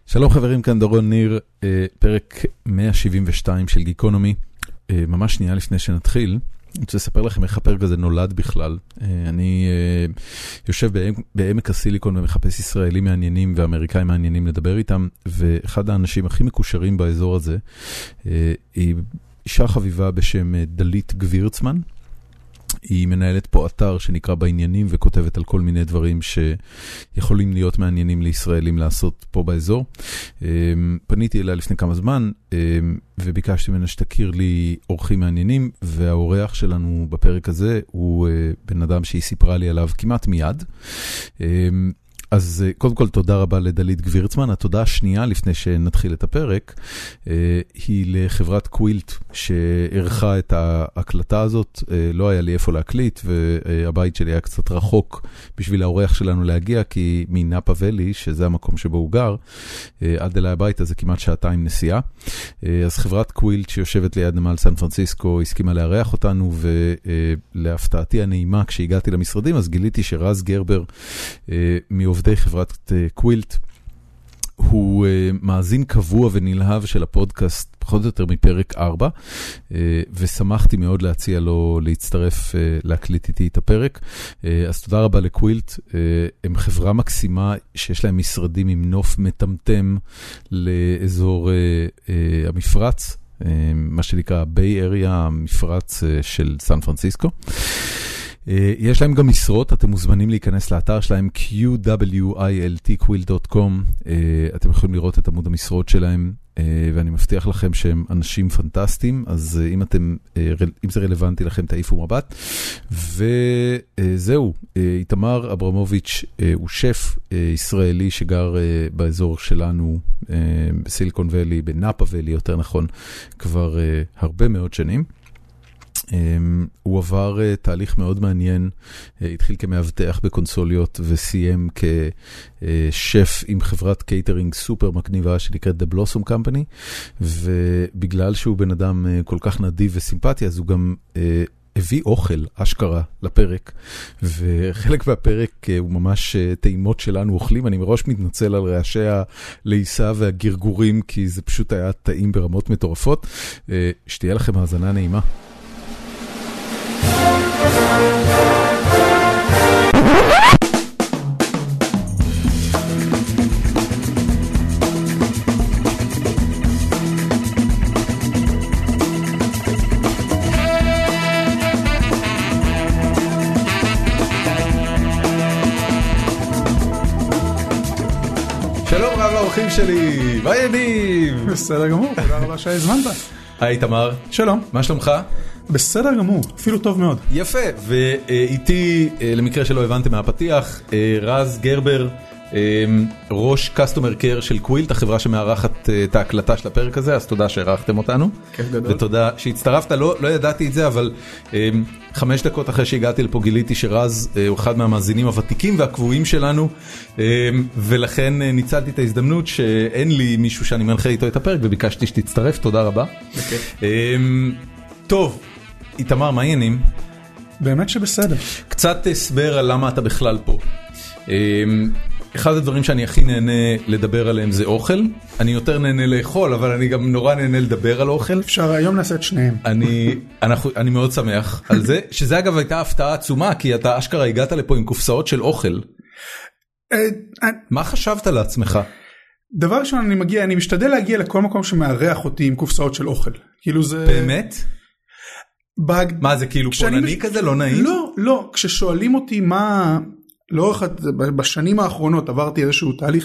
שלום חברים, כאן דורון ניר, פרק 172 של גיקונומי. ממש שנייה לפני שנתחיל, אני רוצה לספר לכם איך הפרק הזה נולד בכלל. אני יושב בעמק הסיליקון ומחפש ישראלים מעניינים ואמריקאים מעניינים לדבר איתם, ואחד האנשים הכי מקושרים באזור הזה היא אישה חביבה בשם דלית גבירצמן. היא מנהלת פה אתר שנקרא בעניינים וכותבת על כל מיני דברים שיכולים להיות מעניינים לישראלים לעשות פה באזור. פניתי אליה לפני כמה זמן וביקשתי ממנה שתכיר לי אורחים מעניינים, והאורח שלנו בפרק הזה הוא בן אדם שהיא סיפרה לי עליו כמעט מיד. אז קודם כל תודה רבה לדלית גבירצמן. התודה השנייה לפני שנתחיל את הפרק היא לחברת קווילט שערכה את ההקלטה הזאת. לא היה לי איפה להקליט והבית שלי היה קצת רחוק בשביל האורח שלנו להגיע, כי מנאפה ואלי, שזה המקום שבו הוא גר, עד אליי הבית הזה כמעט שעתיים נסיעה. אז חברת קווילט שיושבת ליד נמל סן פרנסיסקו הסכימה לארח אותנו, ולהפתעתי הנעימה כשהגעתי למשרדים אז גיליתי שרז גרבר מעובדי חברת קווילט הוא מאזין קבוע ונלהב של הפודקאסט פחות או יותר מפרק 4, ושמחתי מאוד להציע לו להצטרף להקליט איתי את הפרק. אז תודה רבה לקווילט. הם חברה מקסימה שיש להם משרדים עם נוף מטמטם לאזור המפרץ, מה שנקרא ביי אריה, המפרץ של סן פרנסיסקו. יש להם גם משרות, אתם מוזמנים להיכנס לאתר שלהם qwiltquilt.com. אתם יכולים לראות את עמוד המשרות שלהם, ואני מבטיח לכם שהם אנשים פנטסטיים, אז אם זה רלוונטי לכם תעיפו מבט. וזהו, איתמר אברמוביץ' הוא שף ישראלי שגר באזור שלנו בסיליקון ואלי, בנאפה ואלי יותר נכון, כבר הרבה מאוד שנים. הוא עבר תהליך מאוד מעניין, התחיל כמאבטח בקונסוליות וסיים כשף עם חברת קייטרינג סופר מגניבה שנקראת The Blossom Company, ובגלל שהוא בן אדם כל כך נדיב וסימפטי אז הוא גם הביא אוכל אשכרה לפרק, וחלק מהפרק הוא ממש טעימות שלנו אוכלים. אני מראש מתנצל על רעשי הלעיסה והגרגורים, כי זה פשוט היה טעים ברמות מטורפות. שתהיה לכם האזנה נעימה. שלום רב לאורחים שלי, מה העניינים? בסדר גמור, תודה רבה שהזמנת. היי תמר. שלום. מה שלומך? בסדר גמור, אפילו טוב מאוד. יפה, ואיתי, למקרה שלא הבנתם מהפתיח, רז גרבר, ראש קסטומר קר של קווילט, החברה שמארחת את ההקלטה של הפרק הזה, אז תודה שהארחתם אותנו. כיף גדול. ותודה שהצטרפת, לא ידעתי את זה, אבל 5 דקות אחרי שהגעתי לפה גיליתי שרז הוא אחד מהמאזינים הוותיקים והקבועים שלנו, ולכן ניצלתי את ההזדמנות שאין לי מישהו שאני מנחה איתו את הפרק, וביקשתי שתצטרף, תודה רבה. טוב, איתמר, מה העניינים? באמת שבסדר. קצת הסבר על למה אתה בכלל פה. אחד הדברים שאני הכי נהנה לדבר עליהם זה אוכל. אני יותר נהנה לאכול, אבל אני גם נורא נהנה לדבר על אוכל. אפשר היום נעשה את שניהם. אני מאוד שמח על זה, שזה אגב הייתה הפתעה עצומה, כי אתה אשכרה הגעת לפה עם קופסאות של אוכל. מה חשבת לעצמך? דבר ראשון, אני משתדל להגיע לכל מקום שמארח אותי עם קופסאות של אוכל. כאילו זה... באמת? מה זה כאילו פולני כזה? לא נעים? לא, כששואלים אותי מה... בשנים האחרונות עברתי איזשהו תהליך,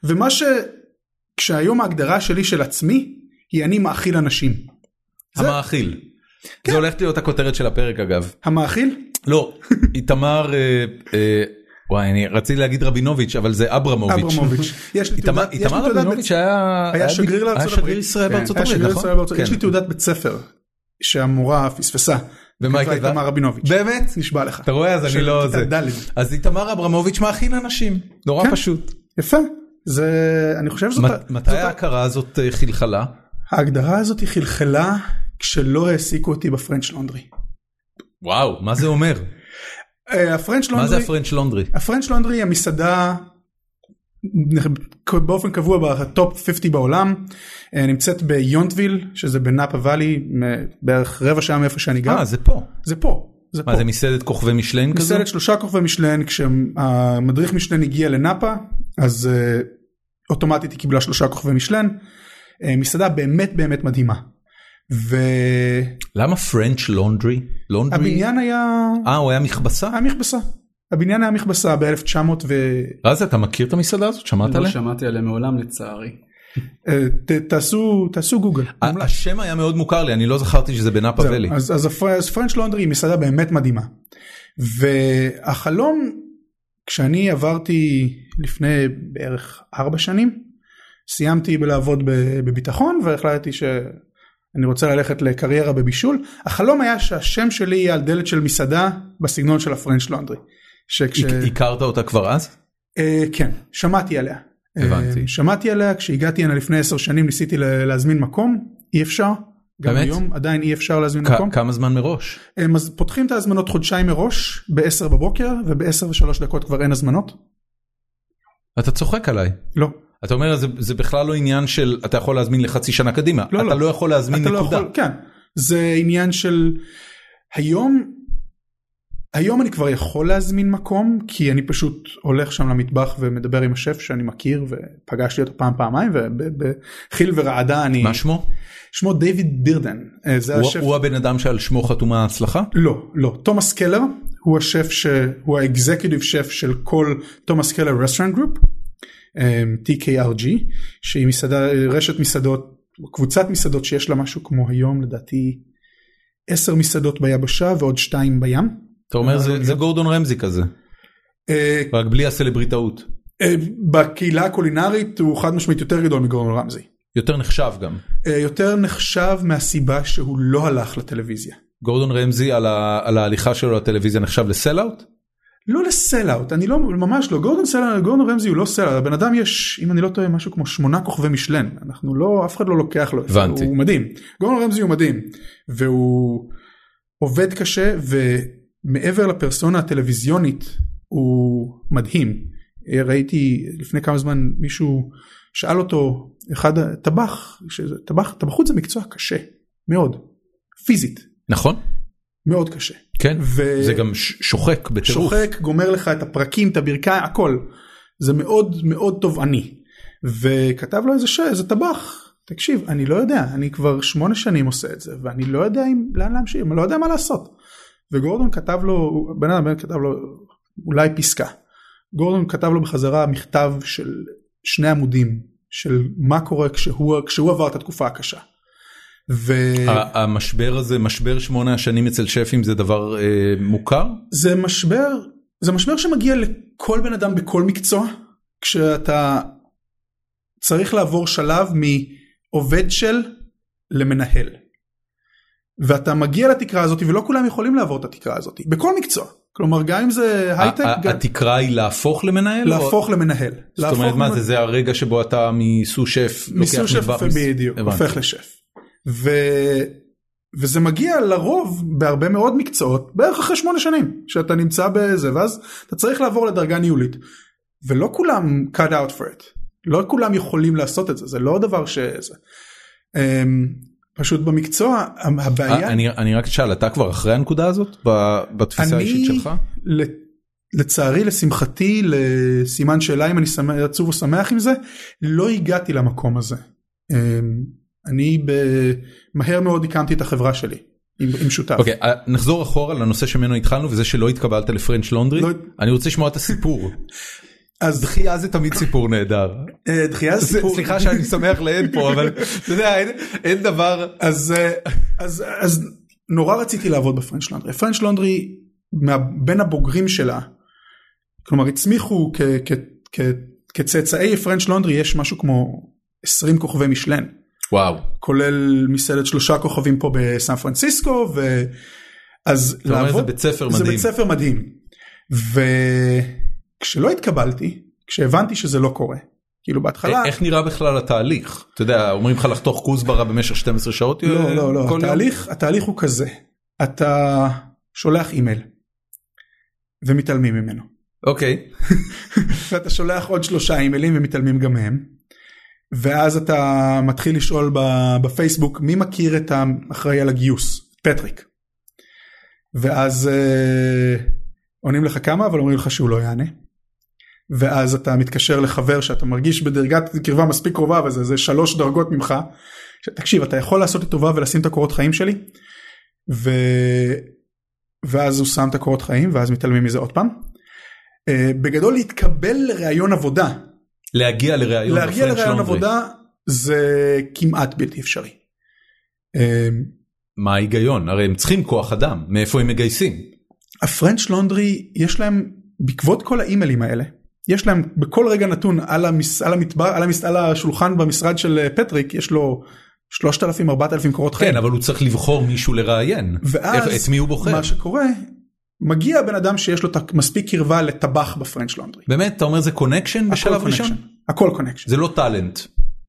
כשהיום ההגדרה שלי של עצמי היא אני מאכיל אנשים. המאכיל. זה הולכת להיות הכותרת של הפרק אגב. המאכיל? לא, איתמר, וואי, אני רציתי להגיד רבינוביץ', אבל זה אברמוביץ'. איתמר רבינוביץ' היה שגריר ישראל בארצות הברית, נכון? יש לי תעודת בית ספר שהמורה פספסה. ומה הייתה? איתמר רבינוביץ'. באמת? נשבע לך. אתה רואה? אז אני לא... אז איתמר אברמוביץ' מאכיל אנשים. נורא פשוט. יפה. אני חושב שזאת... מתי ההכרה הזאת חלחלה? ההגדרה הזאת היא חלחלה כשלא העסיקו אותי בפרנץ' לונדרי. וואו, מה זה אומר? הפרנץ' לונדרי... מה זה הפרנץ' לונדרי? הפרנץ' לונדרי היא המסעדה באופן קבוע בטופ 50 בעולם, נמצאת ביונטוויל, שזה בנאפה ואלי, בערך רבע שעה מאיפה שאני גר. זה פה. זה פה. מה, זה מסעדת כוכבי משלן כזה? מסעדת 3 כוכבי משלן, כשהמדריך משלן הגיע לנאפה, אז אוטומטית היא קיבלה 3 כוכבי משלן, מסעדה באמת באמת מדהימה. למה פרנץ' לונדרי? הבניין היה... הוא היה מכבסה? היה מכבסה. הבניין היה מכבסה ב-1900 רז, אתה מכיר את המסעדה הזאת? שמעת עליה? לא שמעתי עליה מעולם לצערי. תעשו גוגל. השם היה מאוד מוכר לי, אני לא זכרתי שזה בנאפה ואלי. אז פרנץ' לונדרי היא מסעדה באמת מדהימה. והחלום, כשאני עברתי לפני בערך 4 שנים, סיימתי בלעבוד בביטחון, והחלטתי שאני רוצה ללכת לקריירה בבישול. החלום היה שהשם שלי יהיה על דלת של מסעדה בסגנון של הפרנץ' לונדרי. הכרת אותה כבר אז? כן, שמעתי עליה. הבנתי. שמעתי עליה, כשהגעתי הנה לפני 10 שנים, ניסיתי להזמין מקום, אי אפשר. גם היום עדיין אי אפשר להזמין מקום. כמה זמן מראש? אז פותחים את ההזמנות חודשיים מראש, ב-10 בבוקר, וב-10:03 כבר אין הזמנות. אתה צוחק עליי. לא. אתה אומר, זה בכלל לא עניין של, אתה יכול להזמין לחצי שנה קדימה. אתה לא יכול להזמין נקודה. כן, זה עניין של, היום אני כבר יכול להזמין מקום, כי אני פשוט הולך שם למטבח ומדבר עם השף שאני מכיר, ופגשתי אותו פעמיים, ובחיל ורעדה אני... מה שמו? שמו דיוויד בירדן. הוא הבן אדם שעל שמו חתומה הצלחה? לא. תומאס קלר, הוא השף הוא האקזקיוטיב שף של כל תומאס קלר רסטורנט גרופ, TKRG, שהיא רשת מסעדות, קבוצת מסעדות שיש לה משהו כמו היום, לדעתי 10 מסעדות ביבשה ועוד 2 בים. אתה אומר זה גורדון רמזי כזה, רק בלי הסלבריטאות. בקהילה הקולינרית הוא חד משמעית יותר גדול מגורדון רמזי. יותר נחשב גם. יותר נחשב מהסיבה שהוא לא הלך לטלוויזיה. גורדון רמזי על ההליכה שלו לטלוויזיה נחשב לסל-אוט? לא לסל-אוט, אני לא, ממש לא. גורדון רמזי הוא לא סל-אוט. הבן אדם יש, אם אני לא טועה, משהו כמו 8 כוכבי משלן. אנחנו לא, אף אחד לא לוקח לו. הבנתי. הוא מדהים. גורדון רמזי הוא מדהים. והוא עובד קשה, ומעבר לפרסונה הטלוויזיונית, הוא מדהים. ראיתי לפני כמה זמן מישהו שאל אותו, אחד טבחות זה מקצוע קשה, מאוד, פיזית. נכון. מאוד קשה. כן, זה גם שוחק בטירוף. שוחק, גומר לך את הפרקים, את הברכיים, הכל. זה מאוד מאוד תובעני. וכתב לו איזה טבח, תקשיב, אני לא יודע, אני כבר 8 שנים עושה את זה, ואני לא יודע לאן להמשיך, אני לא יודע מה לעשות. וגורדון כתב לו, בן אדם כתב לו אולי פסקה. גורדון כתב לו בחזרה מכתב של 2 עמודים, של מה קורה כשהוא עבר את התקופה הקשה. המשבר הזה, משבר 8 השנים אצל שפים, זה דבר מוכר? זה משבר שמגיע לכל בן אדם בכל מקצוע, כשאתה צריך לעבור שלב מעובד של למנהל. ואתה מגיע לתקרה הזאת, ולא כולם יכולים לעבור את התקרה הזאת, בכל מקצוע. כלומר, גם אם זה הייטק... התקרה היא להפוך למנהל? להפוך למנהל. זאת אומרת, מה זה? זה הרגע שבו אתה מסו שף, מסו שף בדיוק, הופך לשף. וזה מגיע לרוב בהרבה מאוד מקצועות, בערך אחרי 8 שנים, שאתה נמצא בזה, ואז אתה צריך לעבור לדרגה ניהולית. ולא כולם cut out for it. לא כולם יכולים לעשות את זה. זה לא דבר שזה. פשוט במקצוע, הבעיה... אני רק אשאל, אתה כבר אחרי הנקודה הזאת, בתפיסה האישית שלך? לצערי, לשמחתי, לסימן שאלה אם אני עצוב או שמח עם זה, לא הגעתי למקום הזה. אני מהר מאוד הקמתי את החברה שלי, עם שותף. אוקיי, נחזור אחורה לנושא שמנו התחלנו, וזה שלא התקבלת לפרנץ' לונדרי. אני רוצה לשמוע את הסיפור. אז דחייה זה תמיד סיפור נהדר. דחייה זה סיפור... סליחה שאני שמח לאין פה, אבל אתה יודע, אין דבר... אז נורא רציתי לעבוד בפרנץ' לונדרי. פרנץ' לונדרי, בין הבוגרים שלה, כלומר, הצמיחו כצאצאי פרנץ' לונדרי, יש משהו כמו 20 כוכבי משלן. וואו. כולל מסעדת 3 כוכבים פה בסן פרנסיסקו, אז לעבוד... זה בית ספר מדהים. זה בית ספר מדהים. כשלא התקבלתי, כשהבנתי שזה לא קורה, כאילו בהתחלה... איך נראה בכלל התהליך? אתה יודע, אומרים לך לחתוך כוסברה במשך 12 שעות? לא, התהליך הוא כזה, אתה שולח אימייל, ומתעלמים ממנו, אוקיי. ואתה שולח עוד 3 אימיילים ומתעלמים גם מהם. ואז אתה מתחיל לשאול בפייסבוק מי מכיר את האחראי על הגיוס, פטריק. ואז עונים לך כמה, אבל אומרים לך שהוא לא יענה. ואז אתה מתקשר לחבר שאתה מרגיש בדרגת קרבה מספיק קרובה, וזה 3 דרגות ממך. תקשיב, אתה יכול לעשות לי טובה ולשים את הקורות חיים שלי? ואז הוא שם את הקורות חיים, ואז מתעלמים מזה עוד פעם. בגדול להתקבל לראיון עבודה. להגיע לראיון עבודה זה כמעט בלתי אפשרי. מה ההיגיון? הרי הם צריכים כוח אדם, מאיפה הם מגייסים? הפרנץ' לונדרי יש להם, בעקבות כל האימיילים האלה, יש להם בכל רגע נתון על השולחן במשרד של פטריק, יש לו 3,000-4,000 קורות חיים. כן, אבל הוא צריך לבחור מישהו לראיין. ואז את מי הוא בוחר? מה שקורה, מגיע בן אדם שיש לו מספיק קרבה לטבח בפרנץ' לונדרי. באמת, אתה אומר זה קונקשן בשלב ראשון? הכל קונקשן. זה לא טלנט.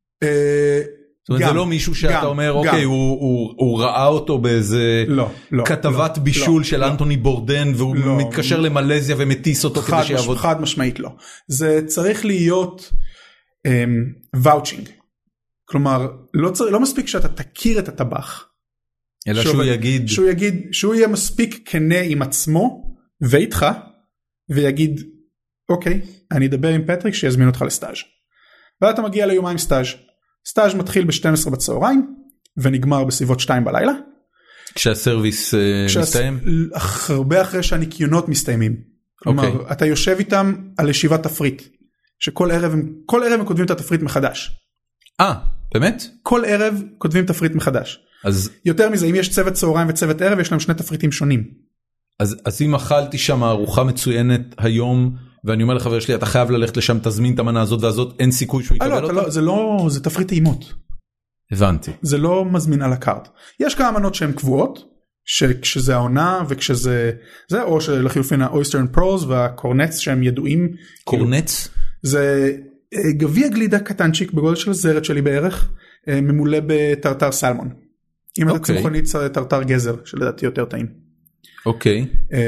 זאת אומרת, זה לא מישהו שאתה אומר, אוקיי, הוא ראה אותו באיזה כתבת בישול של אנטוני בורדן, והוא מתקשר למלזיה ומטיס אותו כדי שיעבוד. חד משמעית לא. זה צריך להיות ואוצ'ינג. כלומר, לא מספיק שאתה תכיר את הטבח. אלא שהוא יגיד... שהוא יהיה מספיק כנה עם עצמו ואיתך, ויגיד, אוקיי, אני אדבר עם פטריק שיזמין אותך לסטאז'. ואתה מגיע ליומיים סטאז'. סטאז' מתחיל ב-12 בצהריים, ונגמר בסביבות 2 בלילה. כשהסרוויס מסתיים? הרבה אחרי שהניקיונות מסתיימים. כלומר, אתה יושב איתם על ישיבת תפריט, שכל ערב הם כותבים את התפריט מחדש. באמת? כל ערב כותבים תפריט מחדש. יותר מזה, אם יש צוות צהריים וצוות ערב, יש להם 2 תפריטים שונים. אז אם אכלתי שם ארוחה מצוינת היום, ואני אומר לחבר שלי, אתה חייב ללכת לשם, תזמין את המנה הזאת והזאת, אין סיכוי שהוא יקבל אותה? זה תפריט טעימות. הבנתי. זה לא מזמין על הקארט. יש כמה מנות שהן קבועות, שכשזה העונה וכשזה, או שלחילופין האויסטרן פרולס והקורנץ שהם ידועים. קורנץ? זה גביע גלידה קטנצ'יק בגודל של הזרת שלי בערך, ממולא בטרטר סלמון. אם אתה צמחונית טרטר גזר, שלדעתי יותר טעים. אוקיי.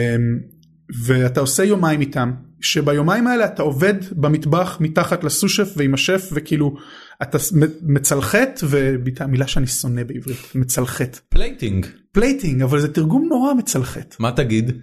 ואתה עושה יומיים איתם, שביומיים האלה אתה עובד במטבח מתחת לסושף ועם השף, וכאילו אתה מצלחת, והמילה שאני שונא בעברית, מצלחת. פלייטינג. פלייטינג, אבל זה תרגום נורא מצלחת. מה תגיד?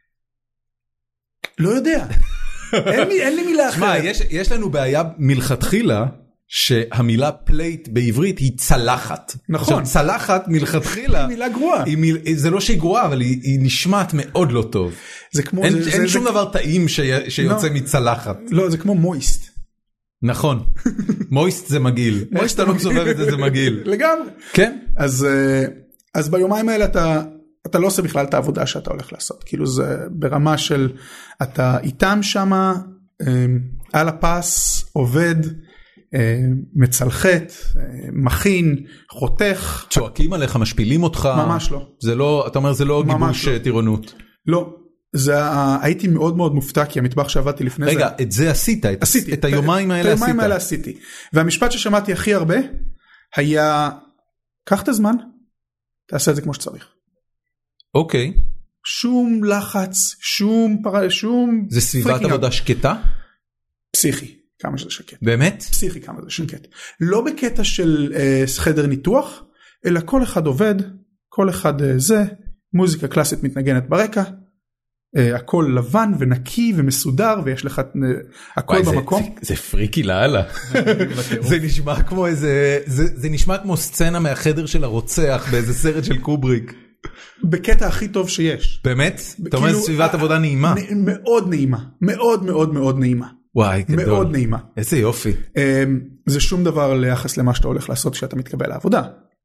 לא יודע. אין לי מילה אחרת. יש לנו בעיה מלכתחילה, שהמילה פלייט בעברית היא צלחת. נכון. צלחת מלכתחילה. היא מילה גרועה. זה לא שהיא גרועה, אבל היא נשמעת מאוד לא טוב. אין שום דבר טעים שיוצא מצלחת. לא, זה כמו מויסט. נכון. מויסט זה מגעיל. מויסט אתה לא מסובב את זה מגעיל. לגמרי. כן. אז ביומיים האלה אתה לא עושה בכלל את העבודה שאתה הולך לעשות. כאילו זה ברמה של אתה איתם שמה, על הפס, עובד, מצלחת, מכין, חותך. צועקים עליך, משפילים אותך. ממש לא. זה לא, אתה אומר, זה לא גיבוש טירונות. לא. הייתי מאוד מאוד מופתע, כי המטבח שעבדתי לפני זה. רגע, את זה עשית, את היומיים האלה עשית. את היומיים האלה עשיתי. והמשפט ששמעתי הכי הרבה, היה, קח את הזמן, תעשה את זה כמו שצריך. אוקיי. שום לחץ, שום... זה סביבת עבודה שקטה? פסיכי. כמה שזה שקט. באמת? פסיכי כמה זה שקט. לא בקטע של חדר ניתוח, אלא כל אחד עובד, כל אחד זה, מוזיקה קלאסית מתנגנת ברקע, הכל לבן ונקי ומסודר, ויש לך הכל במקום. זה פריקי לאללה. זה נשמע כמו זה נשמע כמו סצנה מהחדר של הרוצח, באיזה סרט של קובריק. בקטע הכי טוב שיש. באמת? אתה אומר סביבת עבודה נעימה? מאוד נעימה. מאוד מאוד מאוד נעימה. וואי, גדול. מאוד נעימה. איזה יופי. זה שום דבר ליחס למה שאתה הולך לעשות כשאתה מתקבל לעבודה.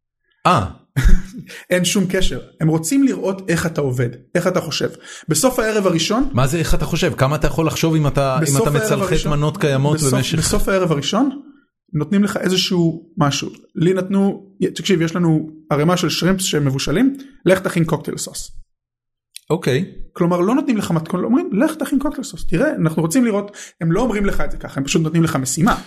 אין שום קשר. הם רוצים לראות איך אתה עובד, איך אתה חושב. בסוף הערב הראשון... מה זה איך אתה חושב? כמה אתה יכול לחשוב אם אתה מצלחת מנות קיימות במשך... בסוף הערב הראשון נותנים לך איזשהו משהו. לי נתנו... תקשיב, יש לנו ערימה של שרימפס שהם מבושלים, לך תכין קוקטייל סוס. אוקיי. כלומר, לא נותנים לך מתכון, לא אומרים, לך תכין קוקטייל סוס. תראה, אנחנו רוצים לראות, הם לא אומרים לך את זה ככה, הם פשוט נותנים לך משימה.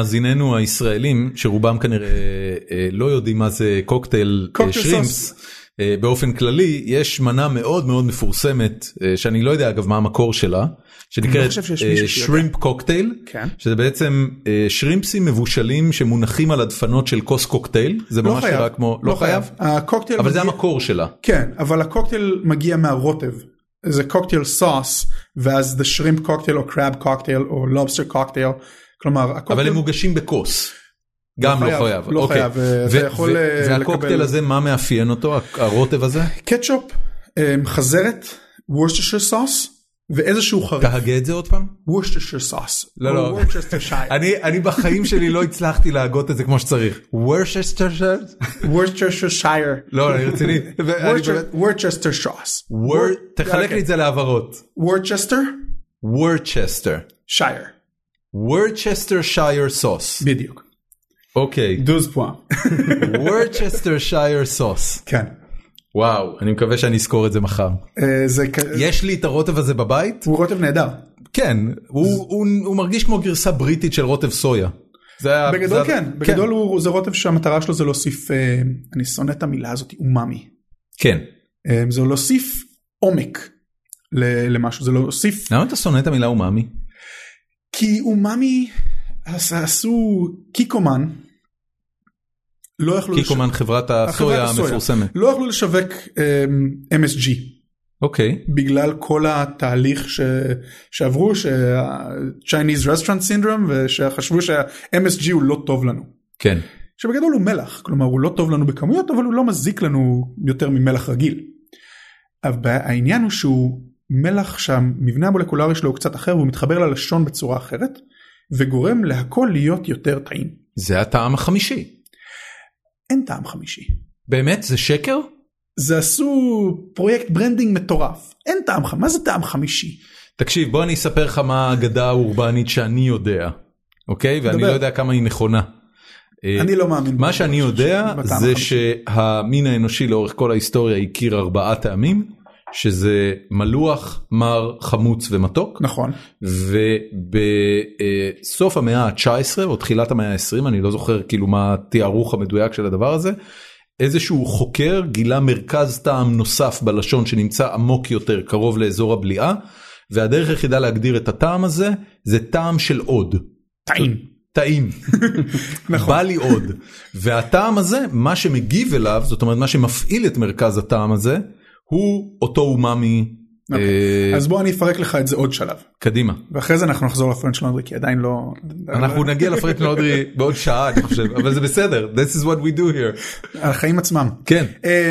למאזיננו הישראלים, שרובם כנראה לא יודעים מה זה קוקטייל שרימפס, באופן כללי, יש מנה מאוד מאוד מפורסמת, שאני לא יודע אגב מה המקור שלה, שנקראת שרימפ קוקטייל, שזה בעצם שרימפסים מבושלים שמונחים על הדפנות של כוס קוקטייל, זה ממש נראה כמו, לא חייב, אבל זה המקור שלה. כן, אבל הקוקטייל מגיע מהרוטב, זה קוקטייל סוס, ואז the shrimp cocktail או crab cocktail או lobster cocktail, כלומר, אבל הם מוגשים בכוס. גם לא חייב. לא חייב. והקוקטייל הזה, מה מאפיין אותו, הרוטב הזה? קטשופ, חזרת, וורצ'שיר סוס, ואיזשהו חריף. תהגה את זה עוד פעם? וורצ'שיר סוס. לא. אני בחיים שלי לא הצלחתי להגות את זה כמו שצריך. וורצ'שיר? וורצ'שיר שייר. לא, אני רציני. וורצ'סטר סוס. תחלק לי את זה לעברות. וורצ'סטר? וורצ'סטר. שייר. וורצ'סטר שייר סוס. בדיוק. אוקיי. 12 פואה. וורצ'סטר שייר סוס. כן. וואו, אני מקווה שאני אזכור את זה מחר. יש לי את הרוטב הזה בבית? הוא רוטב נהדר. כן, הוא מרגיש כמו גרסה בריטית של רוטב סויה. בגדול כן, בגדול זה רוטב שהמטרה שלו זה להוסיף, אני שונא את המילה הזאת, אומאמי. כן. זה להוסיף עומק למשהו, זה להוסיף... למה אתה שונא את המילה אומאמי? כי אומאמי עשו קיקומן, קיקומן חברת הסויה המפורסמת. לא יכלו לשווק MSG. אוקיי. בגלל כל התהליך שעברו, Chinese Restaurant Syndrome, ושחשבו שה-MSG הוא לא טוב לנו. כן. שבגדול הוא מלח, כלומר הוא לא טוב לנו בכמויות, אבל הוא לא מזיק לנו יותר ממלח רגיל. אבל העניין הוא שהוא מלח שהמבנה המולקולרי שלו הוא קצת אחר, והוא מתחבר ללשון בצורה אחרת, וגורם להכל להיות יותר טעים. זה הטעם החמישי. אין טעם חמישי. באמת? זה שקר? זה עשו פרויקט ברנדינג מטורף. אין טעם חמישי. מה זה טעם חמישי? תקשיב, בוא אני אספר לך מה האגדה האורבנית שאני יודע. אוקיי? ואני לא יודע כמה היא נכונה. אני לא מאמין. מה שאני יודע זה שהמין האנושי לאורך כל ההיסטוריה הכיר 4 טעמים, שזה מלוח, מר, חמוץ ומתוק. נכון. ובסוף המאה ה-19 או תחילת המאה ה-20, אני לא זוכר כאילו מה התיארוך המדויק של הדבר הזה, איזשהו חוקר גילה מרכז טעם נוסף בלשון שנמצא עמוק יותר, קרוב לאזור הבליעה, והדרך היחידה להגדיר את הטעם הזה, זה טעם של עוד. טעים. בא לי עוד. והטעם הזה, מה שמגיב אליו, זאת אומרת מה שמפעיל את מרכז הטעם הזה, הוא אותו אומאמי. אז בוא אני אפרק לך את זה עוד שלב. קדימה. ואחרי זה אנחנו נחזור לפרנץ' לונדרי, כי עדיין לא... אנחנו נגיע לפרנץ' לונדרי בעוד שעה, אני חושב, אבל זה בסדר. This is what we do here. החיים עצמם. כן.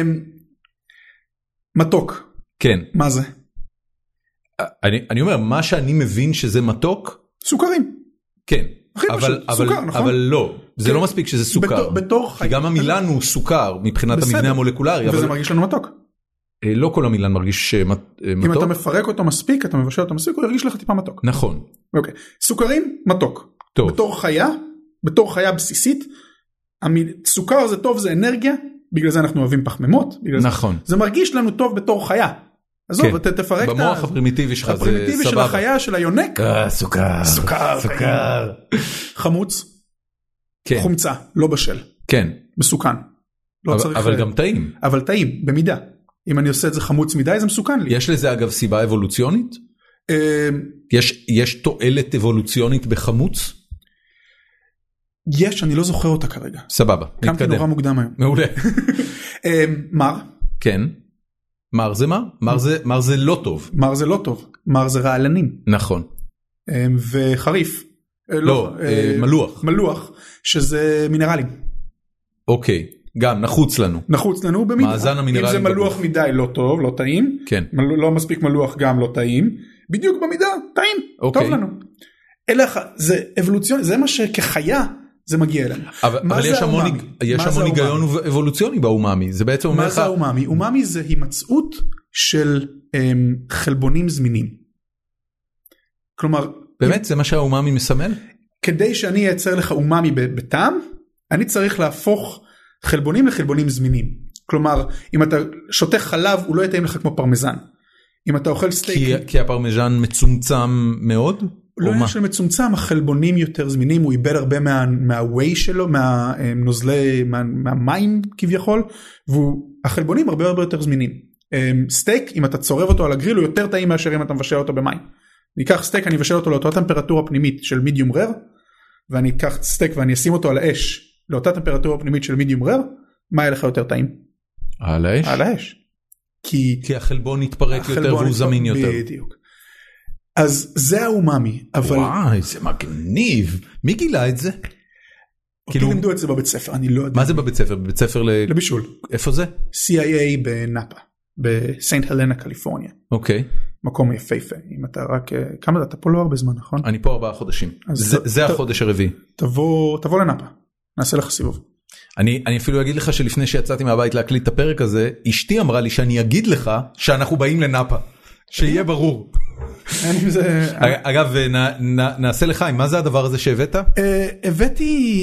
מתוק. כן. מה זה? אני אומר, מה שאני מבין שזה מתוק... סוכרים. כן. סוכר, נכון? אבל לא, זה לא מספיק שזה סוכר. כי גם המילן הוא סוכר מבחינת המבנה המולקולרי. וזה מרגיש לנו מתוק. לא כל המילן מרגיש מתוק. אם אתה מפרק אותו מספיק, אתה מבשל אותו מספיק, הוא ירגיש לך טיפה מתוק. נכון. אוקיי. סוכרים, מתוק. טוב. בתור חיה בסיסית, סוכר זה טוב, זה אנרגיה, בגלל זה אנחנו אוהבים פחמימות. נכון. זה מרגיש לנו טוב בתור חיה. עזוב, תפרק במוח הפרימיטיבי שלך זה סבבה. הפרימיטיבי של החיה, של היונק. סוכר. חמוץ. חומצה, לא בשל. כן. מסוכן. אבל גם טעים. אבל טעים, במידה. אם אני עושה את זה חמוץ מדי, זה מסוכן לי. יש לזה אגב סיבה אבולוציונית? יש תועלת אבולוציונית בחמוץ? יש, אני לא זוכר אותה כרגע. סבבה, נתקדם. קמתי נורא מוקדם היום. מעולה. מר. כן. מר זה מה? מר זה לא טוב. מר זה לא טוב. מר זה רעלנים. נכון. וחריף. לא, מלוח. מלוח, שזה מינרלים. אוקיי. גם נחוץ לנו. נחוץ לנו במידה. מאזן המינרלים. אם זה מלוח מדי לא טוב, לא טעים. כן. לא מספיק מלוח גם לא טעים. בדיוק במידה, טעים. אוקיי. טוב לנו. זה אבולוציוני, זה מה שכחיה זה מגיע אלינו. אבל יש המון היגיון אבולוציוני באומאמי. זה בעצם אומר לך... מה זה האומאמי? אומאמי זה הימצאות של חלבונים זמינים. כלומר... באמת? זה מה שהאומאמי מסמל? כדי שאני אייצר לך אומאמי בטעם, אני צריך להפוך חלבונים לחלבונים זמינים. כלומר, אם אתה שותה חלב, הוא לא יתאים לך כמו פרמזן. אם אתה אוכל סטייק... כי הפרמזן מצומצם מאוד? לא עניין של מצומצם, החלבונים יותר זמינים, הוא איבד הרבה מהווי שלו, מהנוזלי, מהמים כביכול, והחלבונים הרבה יותר זמינים. סטייק, אם אתה צורב אותו על הגריל, הוא יותר טעים מאשר אם אתה מבשל אותו במים. אני אקח סטייק, אני אבשל אותו לאותה טמפרטורה פנימית של מידיום רר, ואני אקח סטייק ואני אשים אותו על האש, לאותה טמפרטורה פנימית של מידיום רר, מה יהיה לך יותר טעים? על האש? על האש. כי החלבון יתפרק יותר והוא זמין יותר. בדיוק. אז זה האומאמי. וואי, זה מגניב. מי גילה את זה? אותי לימדו את זה בבית ספר, אני לא יודע. מה זה בבית ספר? בבית ספר לבישול. איפה זה? CIA בנאפה, בסיינט הלנה, קליפורניה. אוקיי. מקום יפהפה. אם אתה רק, כמה אתה פה לא הרבה זמן, נכון? אני פה 4 חודשים. זה החודש הרביעי. תבוא לנאפה, נעשה לך סיבוב. אני אפילו אגיד לך שלפני שיצאתי מהבית להקליט את הפרק הזה, אשתי אמרה לי שאני אגיד לך שאנחנו באים לנאפה. שיהיה ברור. אגב, נעשה לחיים, מה זה הדבר הזה שהבאת? הבאתי,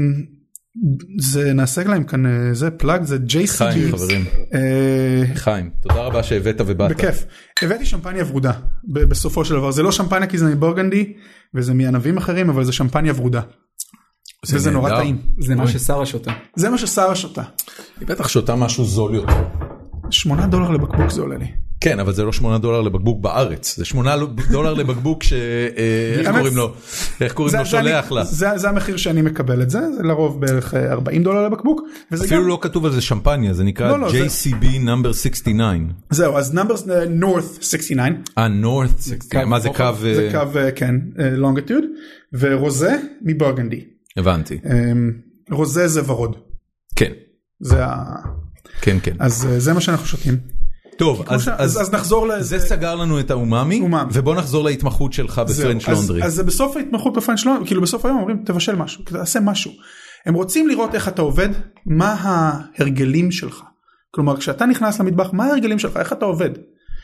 זה נעשה להם כאן, זה פלאג, זה JCB. חיים, חברים. חיים, תודה רבה שהבאת ובאת. בכיף. הבאתי שמפניה ורודה, בסופו של דבר. זה לא שמפניה כי זה מבורגנדי, וזה מענבים אחרים, אבל זה שמפניה ורודה. וזה נורא טעים. זה מה ששרה שותה. זה מה ששרה שותה. היא בטח שותה משהו זול יותר. $8 לבקבוק זה עולה לי. כן, אבל זה לא $8 לבקבוק בארץ, זה $8 לבקבוק איך קוראים לו שולח לה. זה המחיר שאני מקבל את זה, זה לרוב בערך $40 לבקבוק. אפילו לא כתוב על זה שמפניה, זה נקרא JCB number 69. זהו, אז North 69. North 69, מה זה קו? זה קו, כן, longitude, ורוזה מבורגנדי. הבנתי. רוזה זה ורוד. כן. זה כן, כן. אז זה מה שאנחנו שותים. טוב, אז נחזור לזה. זה סגר לנו את האומאמי, ובוא נחזור להתמחות שלך בפרנץ' לונדרי. אז בסוף ההתמחות בפרנץ' לונדרי, כאילו בסוף היום אומרים, תבשל משהו, תעשה משהו. הם רוצים לראות איך אתה עובד, מה ההרגלים שלך. כלומר, כשאתה נכנס למטבח, מה ההרגלים שלך, איך אתה עובד.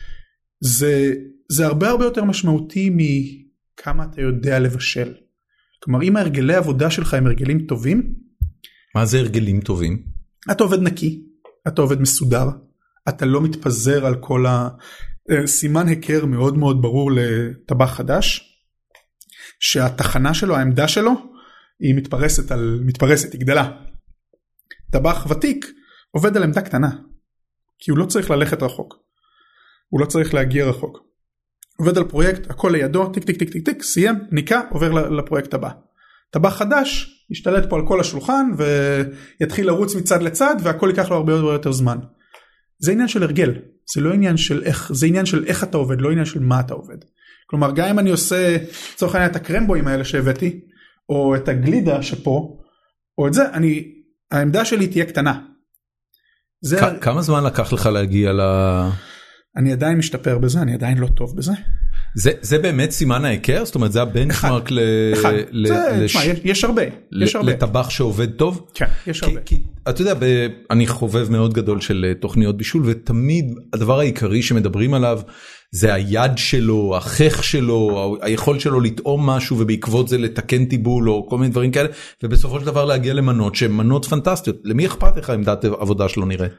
זה הרבה יותר משמעותי מכמה אתה יודע לבשל. כלומר, אם ההרגלי העבודה שלך הם הרגלים טובים. מה זה הרגלים טובים? אתה עובד נקי, אתה עובד מסודר. אתה לא מתפזר על כל הסימן היכר מאוד מאוד ברור לטבח חדש, שהתחנה שלו, העמדה שלו, היא מתפרסת, היא גדלה. טבח ותיק עובד על עמדה קטנה, כי הוא לא צריך ללכת רחוק, הוא לא צריך להגיע רחוק. עובד על פרויקט, הכל לידו, טיק טיק טיק טיק טיק, סיים, ניקה, עובר לפרויקט הבא. טבח חדש, ישתלט פה על כל השולחן, ויתחיל לרוץ מצד לצד, והכל ייקח לו הרבה יותר זמן. זה עניין של הרגל, זה לא עניין של איך, זה עניין של איך אתה עובד, לא עניין של מה אתה עובד. כלומר, גם אם אני עושה, לצורך העניין, את הקרמבויים האלה שהבאתי, או את הגלידה שפה, או את זה, העמדה שלי תהיה קטנה. כמה זמן לקח לך להגיע אני עדיין משתפר בזה, אני עדיין לא טוב בזה. זה באמת סימן ההיכר? זאת אומרת, זה הבנצ'מרק יש הרבה. לטבח שעובד טוב? כן, יש הרבה. אתה יודע, אני חובב מאוד גדול של תוכניות בישול, ותמיד הדבר העיקרי שמדברים עליו, זה היד שלו, החך שלו, היכולת שלו לטעום משהו, ובעקבות זה לתקן טיבול, או כל מיני דברים כאלה, ובסופו של דבר להגיע למנות, שהן מנות פנטסטיות. למי אכפת לך עמדת עבודה שלו נראה?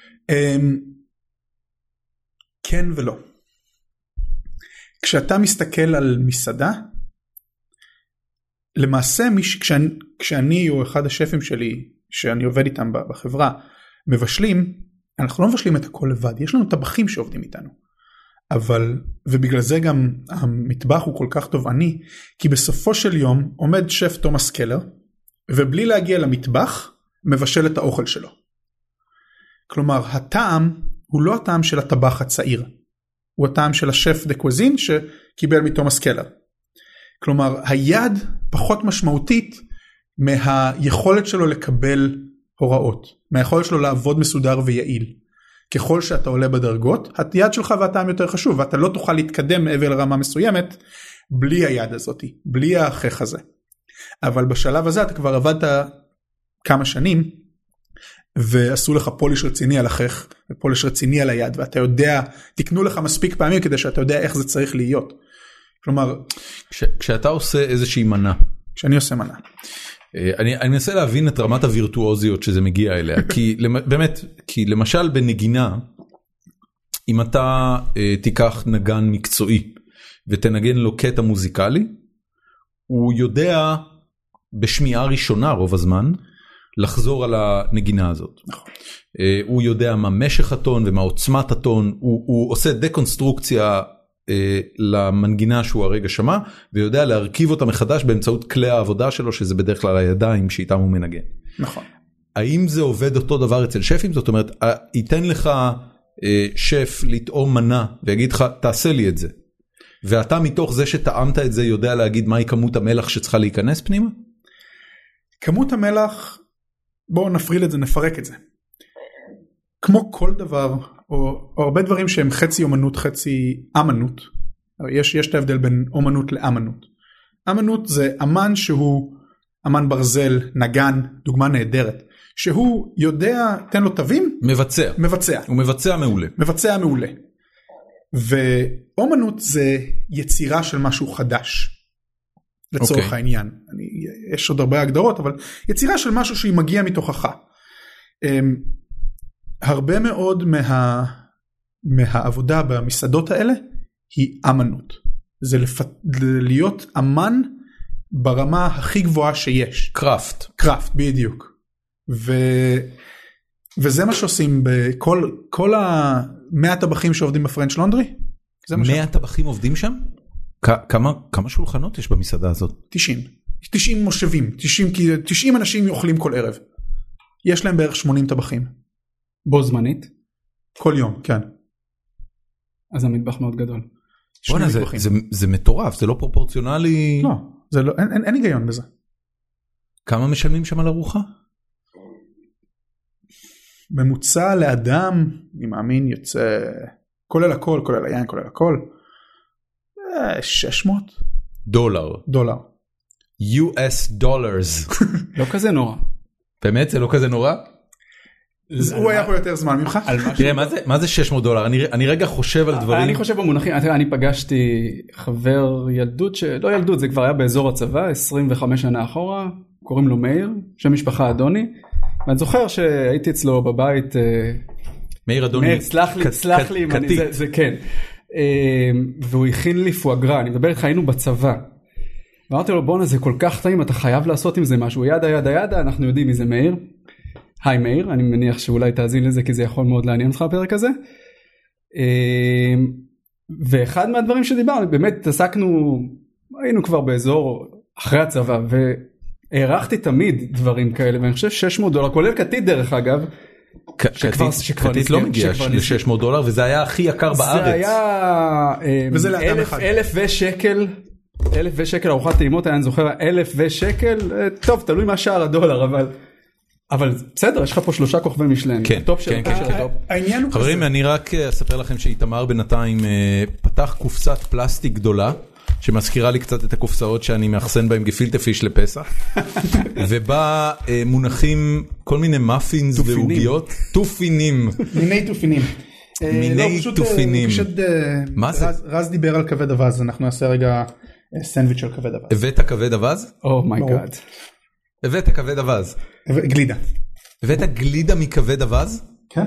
כן ולא. כשאתה מסתכל על מסעדה, למעשה כשאני או אחד השפים שלי, שאני עובד איתם בחברה, מבשלים, אנחנו לא מבשלים את הכל לבד, יש לנו טבחים שעובדים איתנו. ובגלל זה גם המטבח הוא כל כך תובעני, כי בסופו של יום עומד שף תומאס קלר, ובלי להגיע למטבח, מבשל את האוכל שלו. כלומר, הטעם הוא לא הטעם של הטבח הצעיר, הוא הטעם של השף דה קוזין שקיבל מתומאס קלר. כלומר, היד פחות משמעותית מהיכולת שלו לקבל הוראות, מהיכולת שלו לעבוד מסודר ויעיל. ככל שאתה עולה בדרגות, היד שלך והטעם יותר חשוב, ואתה לא תוכל להתקדם מעבר לרמה מסוימת בלי היד הזאת, בלי החך הזה. אבל בשלב הזה אתה כבר עבדת כמה שנים, ועשו לך פוליש רציני על החך, ופוליש רציני על היד, ואתה יודע, תקנו לך מספיק פעמים כדי שאתה יודע איך זה צריך להיות. כלומר, כשאתה עושה איזושהי מנה. כשאני עושה מנה. אני מנסה להבין את רמת הווירטואוזיות שזה מגיע אליה, כי באמת, כי למשל בנגינה, אם אתה תיקח נגן מקצועי, ותנגן לו קטע מוזיקלי, הוא יודע בשמיעה ראשונה רוב הזמן לחזור על הנגינה הזאת. נכון. הוא יודע מה משך הטון ומה עוצמת הטון, הוא עושה דקונסטרוקציה למנגינה שהוא הרגע שמע, ויודע להרכיב אותה מחדש באמצעות כלי העבודה שלו, שזה בדרך כלל הידיים שאיתם הוא מנגן. נכון. האם זה עובד אותו דבר אצל שפים? זאת אומרת, ייתן לך שף לטעום מנה ויגיד לך, תעשה לי את זה. ואתה מתוך זה שטעמת את זה יודע להגיד מהי כמות המלח שצריכה להיכנס פנימה? כמות המלח, בואו נפריל את זה, נפרק את זה. כמו כל דבר, או הרבה דברים שהם חצי אומנות, חצי אמנות. יש את ההבדל בין אומנות לאמנות. אמנות זה אמן שהוא אמן ברזל, נגן, דוגמה נהדרת. שהוא יודע, תן לו תווים. מבצע. הוא מבצע מעולה. מבצע מעולה. ואומנות זה יצירה של משהו חדש. לצורך העניין. יש עוד הרבה הגדרות, אבל יצירה של משהו שהיא מגיעה מתוכך. הרבה מאוד מהעבודה במסעדות האלה היא אמנות. זה להיות אמן ברמה הכי גבוהה שיש. קראפט, בדיוק. וזה מה שעושים בכל 100 טבחים שעובדים בפרנץ' לונדרי. 100 טבחים עובדים שם? כמה שולחנות יש במסעדה הזאת? 90 מושבים, 90 אנשים אוכלים כל ערב. יש להם בערך 80 טבחים. בו זמנית? כל יום, כן. אז המטבח מאוד גדול. זה מטורף, זה לא פרופורציונלי. לא, אין היגיון בזה. כמה משלמים שם על ארוחה? ממוצע לאדם, אני מאמין, יוצא, כולל הכל, כולל היין, כולל הכל, 600 דולר. US דולרס. לא כזה נורא. באמת זה לא כזה נורא? הוא היה פה יותר זמן ממך. תראה, מה זה 600 דולר? אני רגע חושב על דברים. אני חושב במונחים, אני פגשתי חבר ילדות, לא ילדות, זה כבר היה באזור הצבא, 25 שנה אחורה, קוראים לו מאיר, שם משפחה אדוני, ואני זוכר שהייתי אצלו בבית, מאיר אדוני, מאיר, סלח לי, זה כן, והוא הכין לי פואגרה, אני מדבר איתך, היינו בצבא, ואמרתי לו, בואנה, זה כל כך טעים, אתה חייב לעשות עם זה משהו, ידה, אנחנו יודעים מי זה מאיר, היי מאיר, אני מניח שאולי תאזין לזה, כי זה יכול מאוד לעניין אותך בפרק הזה, ואחד מהדברים שדיברנו, באמת עסקנו, היינו כבר באזור אחרי הצבא, הערכתי תמיד דברים כאלה, ואני חושב $600, כולל קטית דרך אגב, קטית לא מגיע ל$600, וזה היה הכי יקר בארץ. זה היה 1,000 ושקל, ארוחת טעימות, אני זוכר, 1,000 ושקל, טוב, תלוי מה שער הדולר, אבל בסדר, יש לך פה 3 כוכבי משלן. כן, חברים, אני רק אספר לכם שאיתמר בינתיים פתח קופסת פלסטיק גדולה, שמזכירה לי קצת את הקופסאות שאני מאחסן בהם גפילטה פיש לפסח, ובה מונחים כל מיני מאפינס ועוגיות, תופינים. מיני תופינים. מה זה? רז דיבר על כבד אבז, אנחנו נעשה רגע סנדוויץ' של כבד אבז. הבאת כבד אבז? אומייגאד. הבאת כבד אבז. גלידה. הבאת גלידה מכבד אבז? כן.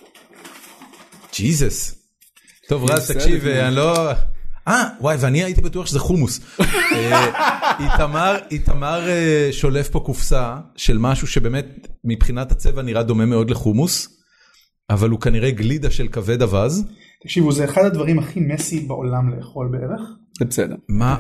ג'יזוס. טוב רז, תקשיב, אני לא... וואי, ואני הייתי בטוח שזה חומוס. איתמר שולף פה קופסה של משהו שבאמת מבחינת הצבע נראה דומה מאוד לחומוס, אבל הוא כנראה גלידה של כבד אבז. תקשיבו, זה אחד הדברים הכי מסי בעולם לאכול בערך. זה בסדר.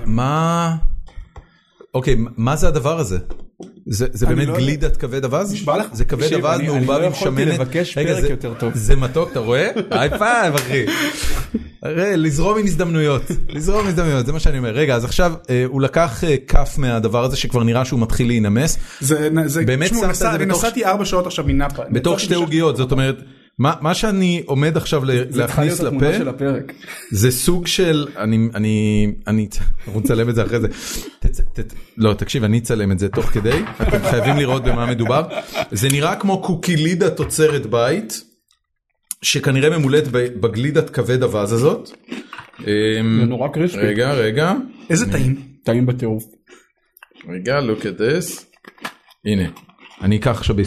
אוקיי, מה זה הדבר הזה? זה באמת גלידת כבד אבז? נשבע לך? זה כבד אבז מעורבב עם שמנת? אני לא יכולתי לבקש פרק יותר טוב. זה מתוק, אתה רואה? היי פייב, אחי. לזרום עם הזדמנויות, זה מה שאני אומר. רגע, אז עכשיו הוא לקח כף מהדבר הזה שכבר נראה שהוא מתחיל להינמס. באמת שמת את זה אני נסעתי 4 שעות עכשיו מנאפה. בתוך 2 עוגיות, זאת אומרת, מה שאני עומד עכשיו להכניס לפה, זה סוג של, אני רוצה לצלם את זה אחרי זה, לא תקשיב, אני אצלם את זה תוך כדי, אתם חייבים לראות במה מדובר, זה נראה כמו קוקילידה תוצרת בית, שכנראה ממולט בגלידת כבד אבז הזאת. זה נורא קריספי. רגע. איזה טעים? טעים בטירוף. רגע, look at this. הנה, אני אקח עכשיו